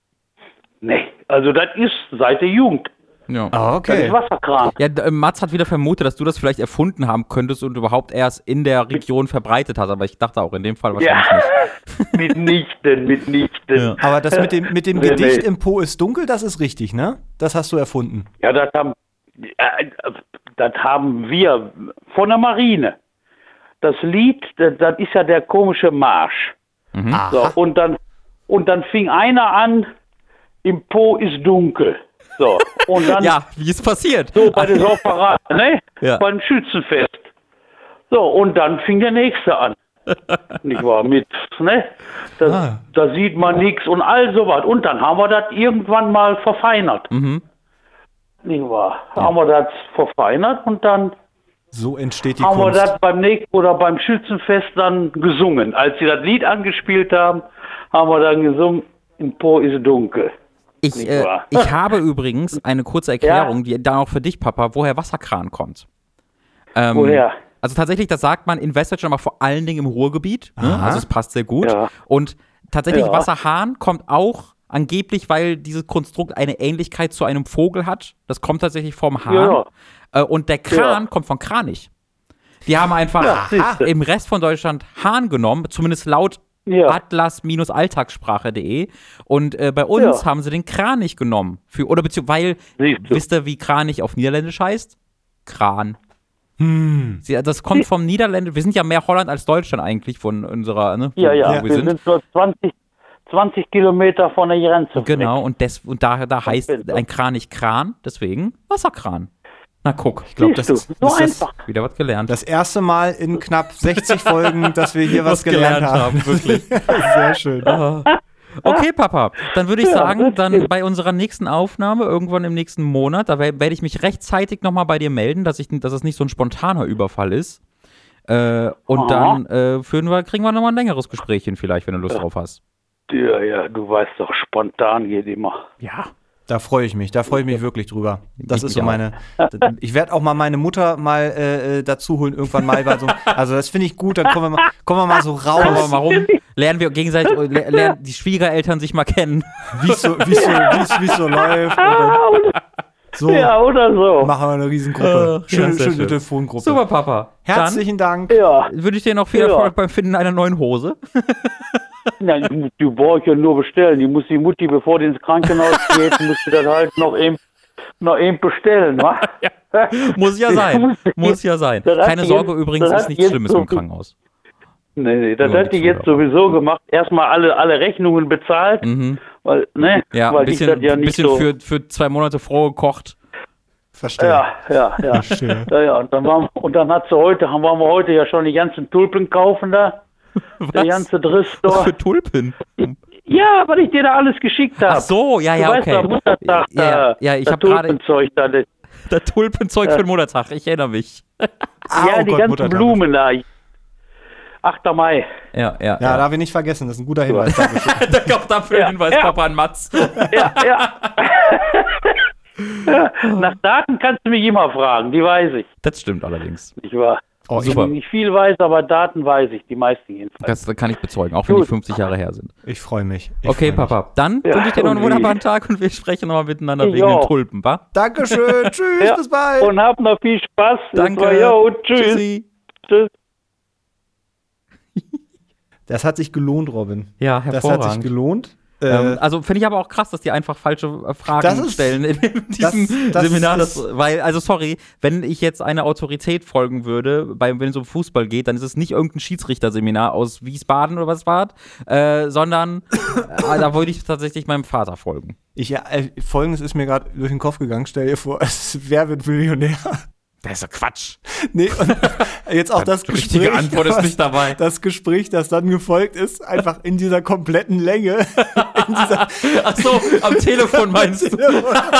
Nee, also das ist seit der Jugend. Ja. Ah, Das ist Wasserkran. Ja, d- äh, Mats hat wieder vermutet, dass du das vielleicht erfunden haben könntest und überhaupt erst in der Region verbreitet hast, aber ich dachte auch in dem Fall wahrscheinlich Ja, nicht. mitnichten, mitnichten. Ja. Ja, Aber das mit dem, mit dem Nee, Gedicht nee. im Po ist dunkel, das ist richtig, ne? Das hast du erfunden. das haben, äh, das haben wir von der Marine. Das Lied, das, das ist ja der komische Marsch. Aha. So, und dann, und dann fing einer an, im Po ist dunkel. So, und dann Ja, wie ist passiert? so bei der Sauferei, ne? Ja. Beim Schützenfest. So, und dann fing der nächste an. Nicht wahr? Mit, ne? Das, Ah. Da sieht man nichts und all sowas. Und dann haben wir das irgendwann mal verfeinert. Mhm. Nicht wahr? Haben wir das verfeinert und dann So entsteht die haben wir Kunst. das beim nächsten oder beim Schützenfest dann gesungen. Als sie das Lied angespielt haben, haben wir dann gesungen, im Po ist dunkel. Ich, Nicht äh, wahr? ich habe übrigens eine kurze Erklärung, die dann auch für dich, Papa, woher Wasserkran kommt. Ähm, Woher? Also tatsächlich, das sagt man in Westdeutschland aber vor allen Dingen im Ruhrgebiet. Ne? Aha. Also es passt sehr gut. Ja. Und tatsächlich Ja. Wasserhahn kommt auch angeblich, weil dieses Konstrukt eine Ähnlichkeit zu einem Vogel hat. Das kommt tatsächlich vom Hahn. Ja. Äh, und der Kran Ja. kommt von Kranich. Die haben einfach Ja, siehste. im Rest von Deutschland Hahn genommen, zumindest laut Ja. atlas-alltagssprache punkt de. Und äh, bei uns Ja. haben sie den Kranich genommen. Für, oder beziehungsweise, weil, Siehst du. wisst ihr, wie Kranich auf Niederländisch heißt? Kran. Hm. Sie, das kommt vom Niederländisch. Wir sind ja mehr Holland als Deutschland eigentlich von unserer, ne? Ja, wo, ja, wo wir wir sind. sind nur zwanzig, zwanzig Kilometer von der Grenze. Genau, und, des, und da, da heißt bin so. ein Kranich Kran, deswegen Wasserkran. Na guck, Ich glaube, das Siehst ist du, so das, ist einfach. wieder was gelernt. das erste Mal in knapp sechzig Folgen, dass wir hier was, Was gelernt gelernt haben. haben, wirklich. Sehr schön. Okay, Papa, dann würde ich Ja, sagen, das dann stimmt. bei unserer nächsten Aufnahme, irgendwann im nächsten Monat, da werde ich mich rechtzeitig nochmal bei dir melden, dass, ich, dass es nicht so ein spontaner Überfall ist. Äh, und Aha. dann äh, führen wir, kriegen wir nochmal ein längeres Gespräch hin, vielleicht, wenn du Lust drauf hast. Ja, ja, du weißt doch, spontan geht immer. Ja. Da freue ich mich, da freue ich mich wirklich drüber. Das Ich ist so mich meine. Ich werde auch mal meine Mutter mal äh, dazu holen, irgendwann mal. Bei so, also, das finde ich gut, dann kommen wir mal, kommen wir mal so Kommen wir raus, mal rum, lernen wir gegenseitig, le- lernen die Schwiegereltern sich mal kennen. wie es so, wie's so, wie's, wie's so läuft. Und dann, so Ja, oder so. machen wir eine Riesengruppe. Äh, ja, schöne sehr schöne schön. Telefongruppe. Super, Papa. Herzlichen Dank. Ja, Dann wünsche ich dir noch viel Ja. Erfolg beim Finden einer neuen Hose. na, die, die brauche ich ja nur bestellen. Die muss die Mutti, bevor die ins Krankenhaus geht, muss sie dann halt noch eben, noch eben bestellen, wa? Muss ja sein. Muss ja sein. Das hat Keine die Sorge jetzt- übrigens, das ist hat nichts jetzt Schlimmes so im viel- Krankenhaus. Nee, nee, das Nur hat die die jetzt Zuhörer. sowieso gemacht. Erstmal alle, alle Rechnungen bezahlt, Mhm. weil, ne, Ja, weil ein bisschen, ich das ja ein nicht bisschen so. für, für zwei Monate froh gekocht. Verstehe. Ja, ja, ja. Verstehe. Ja, ja. Und dann, waren, und dann hat sie heute, haben waren wir heute ja schon die ganzen Tulpen kaufen da. Der ganze Driss Was da. für Tulpen? Ja, weil ich dir da alles geschickt habe. Ach so, ja, Du ja, weißt okay. doch, Muttertag, Ja, ja, da, ja, ich das hab gerade- Tulpenzeug da. Das, Das Tulpenzeug für den Muttertag, ich erinnere mich. Ah, ja, oh die Gott, ganzen Muttertag. Blumen da. achter Mai. Ja, ja. Ja, darf ich nicht vergessen, das ist ein guter Hinweis. Dankeschön. Danke auch dafür Ja, den Hinweis, ja. Papa an Mats. Ja, ja. Ja, nach Daten kannst du mich immer fragen, die weiß ich. Das stimmt allerdings. Ich war Oh, Super. nicht viel weiß, aber Daten weiß ich, die meisten jedenfalls. Das kann ich bezeugen, auch wenn die Gut. fünfzig Jahre her sind. Ich freue mich. Ich Okay, freu mich. Papa, dann Ja, wünsche ich dir noch einen und wie- wunderbaren Tag und wir sprechen nochmal miteinander Ich wegen den auch. Tulpen, wa? Dankeschön. Tschüss, Ja, bis bald. und hab noch viel Spaß. Das Danke. war, jo, tschüss. Tschüssi. Tschüss. Das hat sich gelohnt, Robin. Ja, Das hat sich hervorragend. gelohnt. Äh, Ähm, also finde ich aber auch krass, dass die einfach falsche äh, Fragen Das ist- stellen in diesem das- das Seminar. ist- Das, weil, also sorry, wenn ich jetzt einer Autorität folgen würde, bei, wenn es um Fußball geht, dann ist es nicht irgendein Schiedsrichterseminar aus Wiesbaden oder was war, äh, sondern äh, da würde ich tatsächlich meinem Vater folgen. ich, ja, äh, Folgendes ist mir gerade durch den Kopf gegangen. Stell dir vor, es ist Wer wird Millionär? Das ist ja Quatsch. Nee, und jetzt auch das Die richtige Gespräch. Antwort ist nicht dabei. Das Gespräch, das dann gefolgt ist, einfach in dieser kompletten Länge. In dieser Ach so, am Telefon meinst du?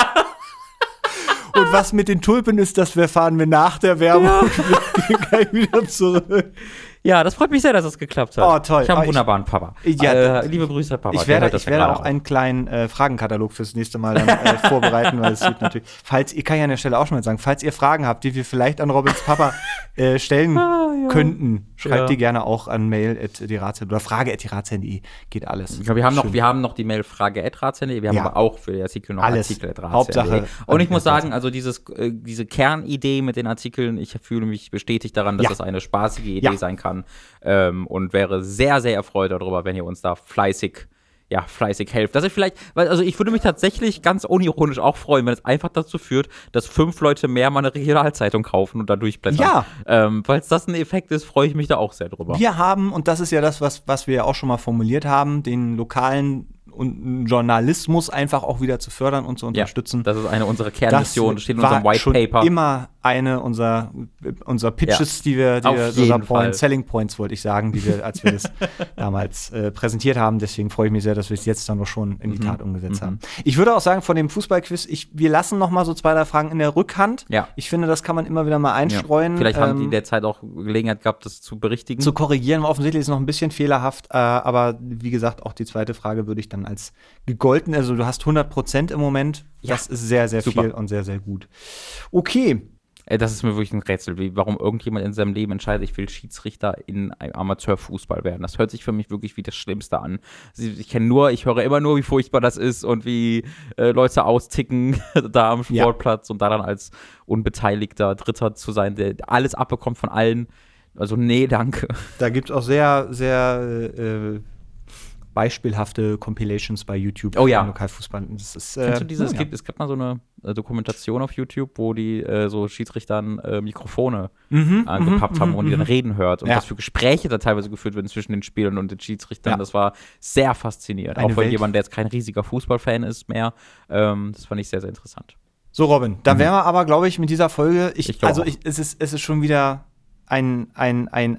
Und was mit den Tulpen ist, das erfahren wir nach der Werbung. Wir gehen gleich wieder zurück. Ja, das freut mich sehr, dass es geklappt hat. Oh, toll. Ich habe Ah, einen ich- wunderbaren Papa. Ja, äh, liebe Grüße, Papa. Ich Der werde, hört das ich ja werde gerade auch einen kleinen äh, Fragenkatalog fürs nächste Mal dann, äh, vorbereiten, weil es wird natürlich. Falls ihr, kann ich an der Stelle auch schon mal sagen, falls ihr Fragen habt, die wir vielleicht an Robins Papa äh, stellen Ah, ja. könnten, schreibt Ja. die gerne auch an mail at die Ratsherren oder frage at die ratsherren punkt de. Geht alles. Ja, wir haben noch, Schön. wir haben noch die Mail frage at ratsherren punkt de, wir haben Ja. aber auch für die Artikel noch Alles. Artikel at Hauptsache ratsherren punkt de. Und ich an- muss sagen, also dieses, äh, diese Kernidee mit den Artikeln, ich fühle mich bestätigt daran, dass Ja. das eine spaßige Idee Ja. sein kann, ähm, und wäre sehr, sehr erfreut darüber, wenn ihr uns da fleißig ja, fleißig helft. Dass ich vielleicht, weil, also ich würde mich tatsächlich ganz unironisch auch freuen, wenn es einfach dazu führt, dass fünf Leute mehr mal eine Regionalzeitung kaufen und da durchblättern. Ja. Ähm, falls das ein Effekt ist, freue ich mich da auch sehr drüber. Wir haben, und das ist ja das, was, was wir ja auch schon mal formuliert haben, den lokalen und Journalismus einfach auch wieder zu fördern und zu unterstützen. Das ist eine unserer Kernmissionen, das steht in war unserem White schon Paper. immer eine unserer, unserer Pitches, die wir, die Auf wir jeden unser Fall. Point, Selling Points, wollte ich sagen, die wir, als wir das damals äh, präsentiert haben. Deswegen freue ich mich sehr, dass wir es jetzt dann noch schon in die Mhm. Tat umgesetzt haben. Ich würde auch sagen, von dem Fußballquiz, ich, wir lassen noch mal so zwei, drei Fragen in der Rückhand. Ja. Ich finde, das kann man immer wieder mal einstreuen. Ja. Vielleicht haben die ähm, derzeit auch Gelegenheit gehabt, das zu berichtigen. zu korrigieren. Offensichtlich ist es noch ein bisschen fehlerhaft, äh, aber wie gesagt, auch die zweite Frage würde ich dann als gegolten, also du hast hundert Prozent im Moment. Ja. Das ist sehr, sehr Super. viel und sehr, sehr gut. Okay. Ey, das ist mir wirklich ein Rätsel, wie, warum irgendjemand in seinem Leben entscheidet, ich will Schiedsrichter in einem Amateurfußball werden. Das hört sich für mich wirklich wie das Schlimmste an. Ich kenne nur, ich höre immer nur, wie furchtbar das ist und wie äh, Leute austicken da am Ja. Sportplatz und da dann als unbeteiligter Dritter zu sein, der alles abbekommt von allen. Also nee, danke. Da gibt es auch sehr, sehr äh, beispielhafte Compilations bei YouTube Oh ja. für Lokalfußball. Das ist, äh, Kennst du diese, es, ja. gibt, es gibt mal so eine äh, Dokumentation auf YouTube, wo die äh, so Schiedsrichtern äh, Mikrofone Mhm, angepappt mhm, haben und die mhm. dann reden hört und Ja. was für Gespräche da teilweise geführt werden zwischen den Spielern und den Schiedsrichtern. Ja. Das war sehr faszinierend. Eine Auch für Welt. jemanden, der jetzt kein riesiger Fußballfan ist mehr. Ähm, das fand ich sehr, sehr interessant. So, Robin, da wären wir aber, glaube ich, mit dieser Folge. Ich, Ich glaub also auch. ich, es, ist, es ist schon wieder ein, ein, ein, also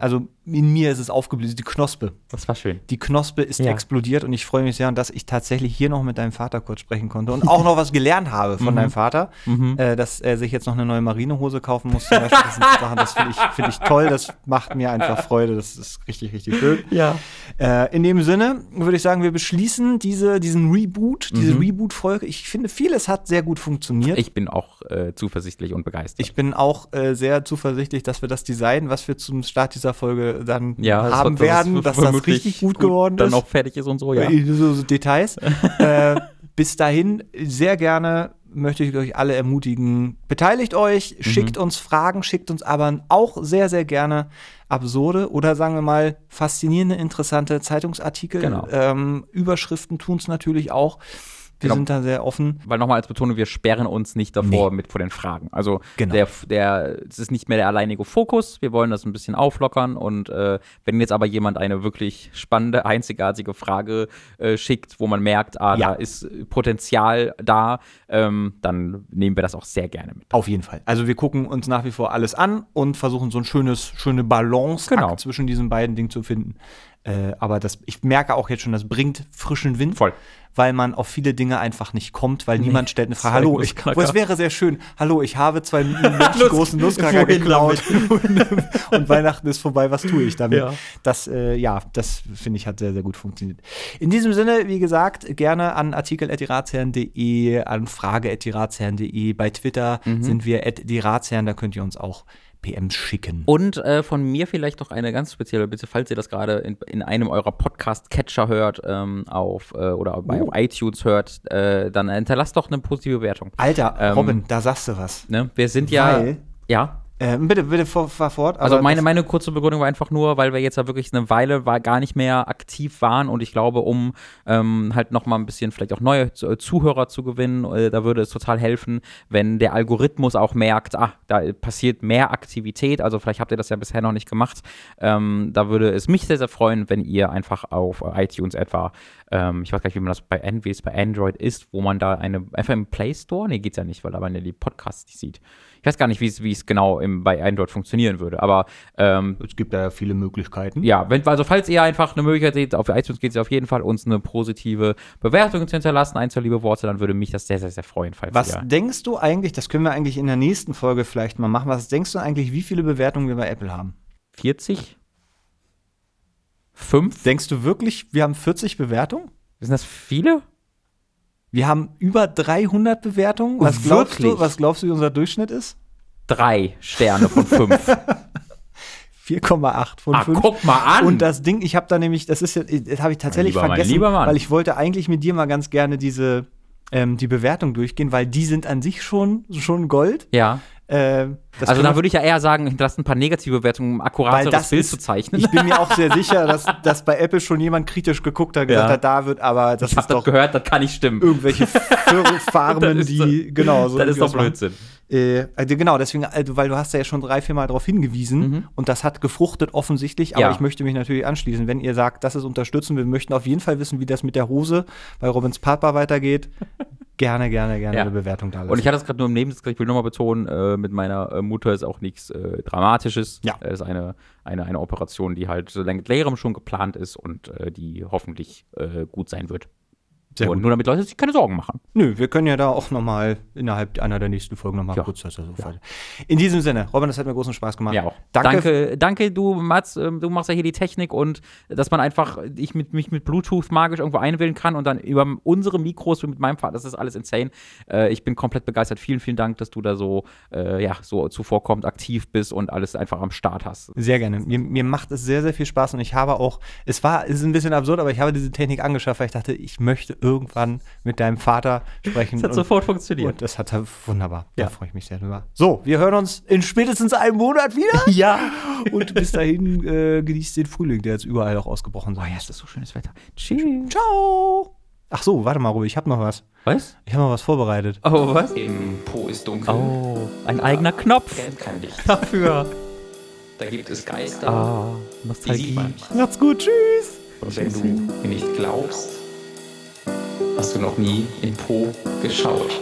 in mir ist es aufgeblüht, die Knospe. Das war schön. Die Knospe ist Ja. explodiert und ich freue mich sehr, dass ich tatsächlich hier noch mit deinem Vater kurz sprechen konnte und auch noch was gelernt habe von deinem Vater, äh, dass er sich jetzt noch eine neue Marinehose kaufen muss. Zum Beispiel. Das sind Sachen, das finde ich, find ich toll, das macht mir einfach Freude, das ist richtig, richtig schön. Ja. Äh, in dem Sinne würde ich sagen, wir beschließen diese, diesen Reboot, diese Mhm. Reboot-Folge. Ich finde, vieles hat sehr gut funktioniert. Ich bin auch äh, zuversichtlich und begeistert. Ich bin auch äh, sehr zuversichtlich, dass wir das Design, was wir zum Start dieser Folge dann ja, haben das wird- werden, das dass wird das vermutlich richtig gut geworden dann ist. auch fertig ist und so, ja. Äh, So, so Details. äh, bis dahin sehr gerne möchte ich euch alle ermutigen, beteiligt euch, Mhm. schickt uns Fragen, schickt uns aber auch sehr, sehr gerne absurde oder sagen wir mal faszinierende, interessante Zeitungsartikel. Genau. Ähm, Überschriften tun es natürlich auch. Wir Genau. sind da sehr offen. Weil nochmal als Betonung, wir sperren uns nicht davor mit vor den Fragen. Also Genau. der, der, es ist nicht mehr der alleinige Fokus. Wir wollen das ein bisschen auflockern. Und äh, wenn jetzt aber jemand eine wirklich spannende, einzigartige Frage äh, schickt, wo man merkt, ah, Ja. da ist Potenzial da, ähm, dann nehmen wir das auch sehr gerne mit. Auf jeden Fall. Also wir gucken uns nach wie vor alles an und versuchen so ein schönes, schöne Balance Genau. zwischen diesen beiden Dingen zu finden. Äh, aber das, ich merke auch jetzt schon, das bringt frischen Wind. Voll. Weil man auf viele Dinge einfach nicht kommt, weil niemand stellt eine Frage. Zwei Hallo, ich, Nussknacker. es wäre sehr schön. Hallo, ich habe zwei großen Nussknacker Wohin geklaut und, und Weihnachten ist vorbei. Was tue ich damit? Ja. Das, äh, ja, das finde ich hat sehr, sehr gut funktioniert. In diesem Sinne, wie gesagt, gerne an artikel at die ratsherren punkt de, an frage at die ratsherren punkt de. Bei Twitter sind wir at die Ratsherren, da könnt ihr uns auch P Ms schicken. Und äh, von mir vielleicht noch eine ganz spezielle Bitte, falls ihr das gerade in, in einem eurer Podcast-Catcher hört ähm, auf, äh, oder bei Oh. auf iTunes hört, äh, dann hinterlasst doch eine positive Bewertung. Alter, Ähm, Robin, da sagst du was. Ne? Wir sind ja. Weil- Ja. Ähm, bitte, bitte, fahr, fahr fort. Also aber meine, das- meine kurze Begründung war einfach nur, weil wir jetzt ja wirklich eine Weile war, gar nicht mehr aktiv waren und ich glaube, um ähm, halt noch mal ein bisschen vielleicht auch neue Z- Zuhörer zu gewinnen, äh, da würde es total helfen, wenn der Algorithmus auch merkt, ah, da passiert mehr Aktivität, also vielleicht habt ihr das ja bisher noch nicht gemacht, ähm, da würde es mich sehr, sehr freuen, wenn ihr einfach auf iTunes etwa, ähm, ich weiß gar nicht, wie man das bei, An- wie es bei Android ist, wo man da eine, einfach im Play Store, nee, geht's ja nicht, weil da man ja die Podcasts nicht sieht. Ich weiß gar nicht, wie es wie es genau im, bei Android funktionieren würde, aber ähm, es gibt da ja viele Möglichkeiten. ja, wenn, also falls ihr einfach eine Möglichkeit seht, auf iTunes geht es auf jeden Fall, uns eine positive Bewertung zu hinterlassen, ein, zwei liebe Worte, dann würde mich das sehr, sehr, sehr freuen, falls Was ihr. denkst du eigentlich, das können wir eigentlich in der nächsten Folge vielleicht mal machen, was denkst du eigentlich, wie viele Bewertungen wir bei Apple haben? vierzig? fünf? Denkst du wirklich, wir haben vierzig Bewertungen? Sind das viele? Wir haben über dreihundert Bewertungen. Was glaubst Wirklich? du, was glaubst du, wie unser Durchschnitt ist? Drei Sterne von fünf. vier Komma acht von Ah, fünf. guck mal an! Und das Ding, ich habe da nämlich, das ist ja, das habe ich tatsächlich Mein lieber Mann, vergessen, lieber Mann. weil ich wollte eigentlich mit dir mal ganz gerne diese ähm, die Bewertung durchgehen, weil die sind an sich schon schon Gold. Ja. Äh, das Also können da wir- würde ich ja eher sagen, hinterlasst ein paar negative Bewertungen, um Weil akkurateres das Bild ist- zu zeichnen. Ich bin mir auch sehr sicher, dass, dass bei Apple schon jemand kritisch geguckt hat, gesagt Ja. hat, da wird aber, das ich hab ist das doch gehört, das kann nicht stimmen. irgendwelche Fir- Farmen, Das ist die, doch- genau, so das ist irgendwie doch was machen. Blödsinn. Äh, also genau, deswegen, also, weil du hast ja schon drei, vier Mal darauf hingewiesen Mhm. und das hat gefruchtet offensichtlich, aber Ja. ich möchte mich natürlich anschließen, wenn ihr sagt, das ist unterstützen, wir möchten auf jeden Fall wissen, wie das mit der Hose bei Robins Papa weitergeht, gerne, gerne, gerne Ja. eine Bewertung da lassen. Und ich hatte das gerade nur im Nebensatz, ich will nochmal betonen, äh, mit meiner äh, Mutter ist auch nichts äh, Dramatisches. Ja. Es ist eine, eine, eine Operation, die halt so lange längerem schon geplant ist und äh, die hoffentlich äh, gut sein wird. Sehr und gut. nur damit Leute sich keine Sorgen machen. Nö, wir können ja da auch noch mal innerhalb einer der nächsten Folgen noch mal Ja. kurz das so weiter. In diesem Sinne, Robin, das hat mir großen Spaß gemacht. Ja auch. Danke. danke, danke du Mats, ähm, du machst ja hier die Technik und dass man einfach, ich mit, mich mit Bluetooth magisch irgendwo einwählen kann und dann über unsere Mikros mit meinem Vater, das ist alles insane. Äh, ich bin komplett begeistert. Vielen, vielen Dank, dass du da so, äh, ja, so zuvorkommend aktiv bist und alles einfach am Start hast. Sehr gerne. Mir, mir macht es sehr, sehr viel Spaß und ich habe auch, es war, es ist ein bisschen absurd, aber ich habe diese Technik angeschafft, weil ich dachte, ich möchte irgendwann mit deinem Vater sprechen. Das hat und, sofort funktioniert. und das hat er wunderbar. Ja. Da freue ich mich sehr drüber. So, wir hören uns in spätestens einem Monat wieder. Ja. Und bis dahin äh, genießt den Frühling, der jetzt überall auch ausgebrochen sein Oh ja, muss. es ist so schönes Wetter. Tschüss. Ciao. Ach so, warte mal, Ruby, ich habe noch was. Was? Ich habe noch was vorbereitet. Oh, was? Im Po ist dunkel. Oh, ein eigener Knopf Kennt kein Licht. dafür. Da gibt es Geister. Ah, Die Nostalgie. sieht man. Macht's gut, tschüss. Und wenn du mir nicht glaubst, hast du noch nie in Po geschaut.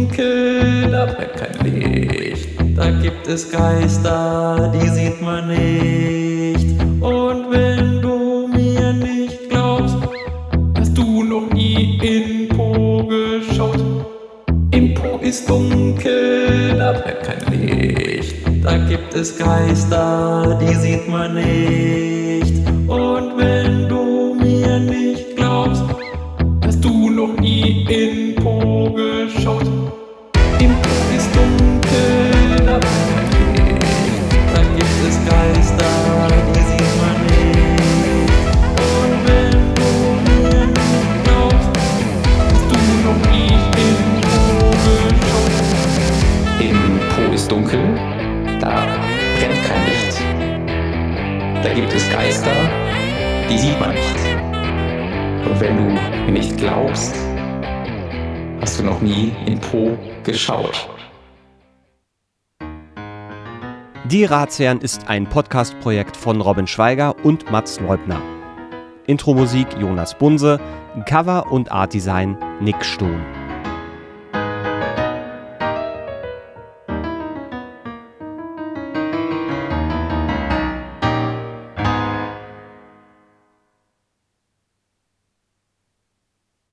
dunkel, da brennt kein Licht. Da gibt es Geister, die sieht man nicht. Und wenn du mir nicht glaubst, hast du noch nie in Po geschaut. Im Po ist dunkel, da brennt kein Licht. Da gibt es Geister, die sieht man nicht. Und wenn du mir nicht glaubst, hast du noch nie in Po geschaut. Im Po ist dunkel, da brennt kein Licht. Da gibt es Geister, die sieht man nicht. Und wenn du mir nicht glaubst, hast du noch nie in Po geschaut. Im Po ist dunkel, da brennt kein Licht. Da gibt es Geister, die sieht man nicht. Und wenn du mir nicht glaubst, hast du noch nie in Po geschaut. Die Ratsherren ist ein Podcast-Projekt von Robin Schweiger und Mats Neubner. Intromusik Jonas Bunse, Cover und Artdesign Nick Stohn.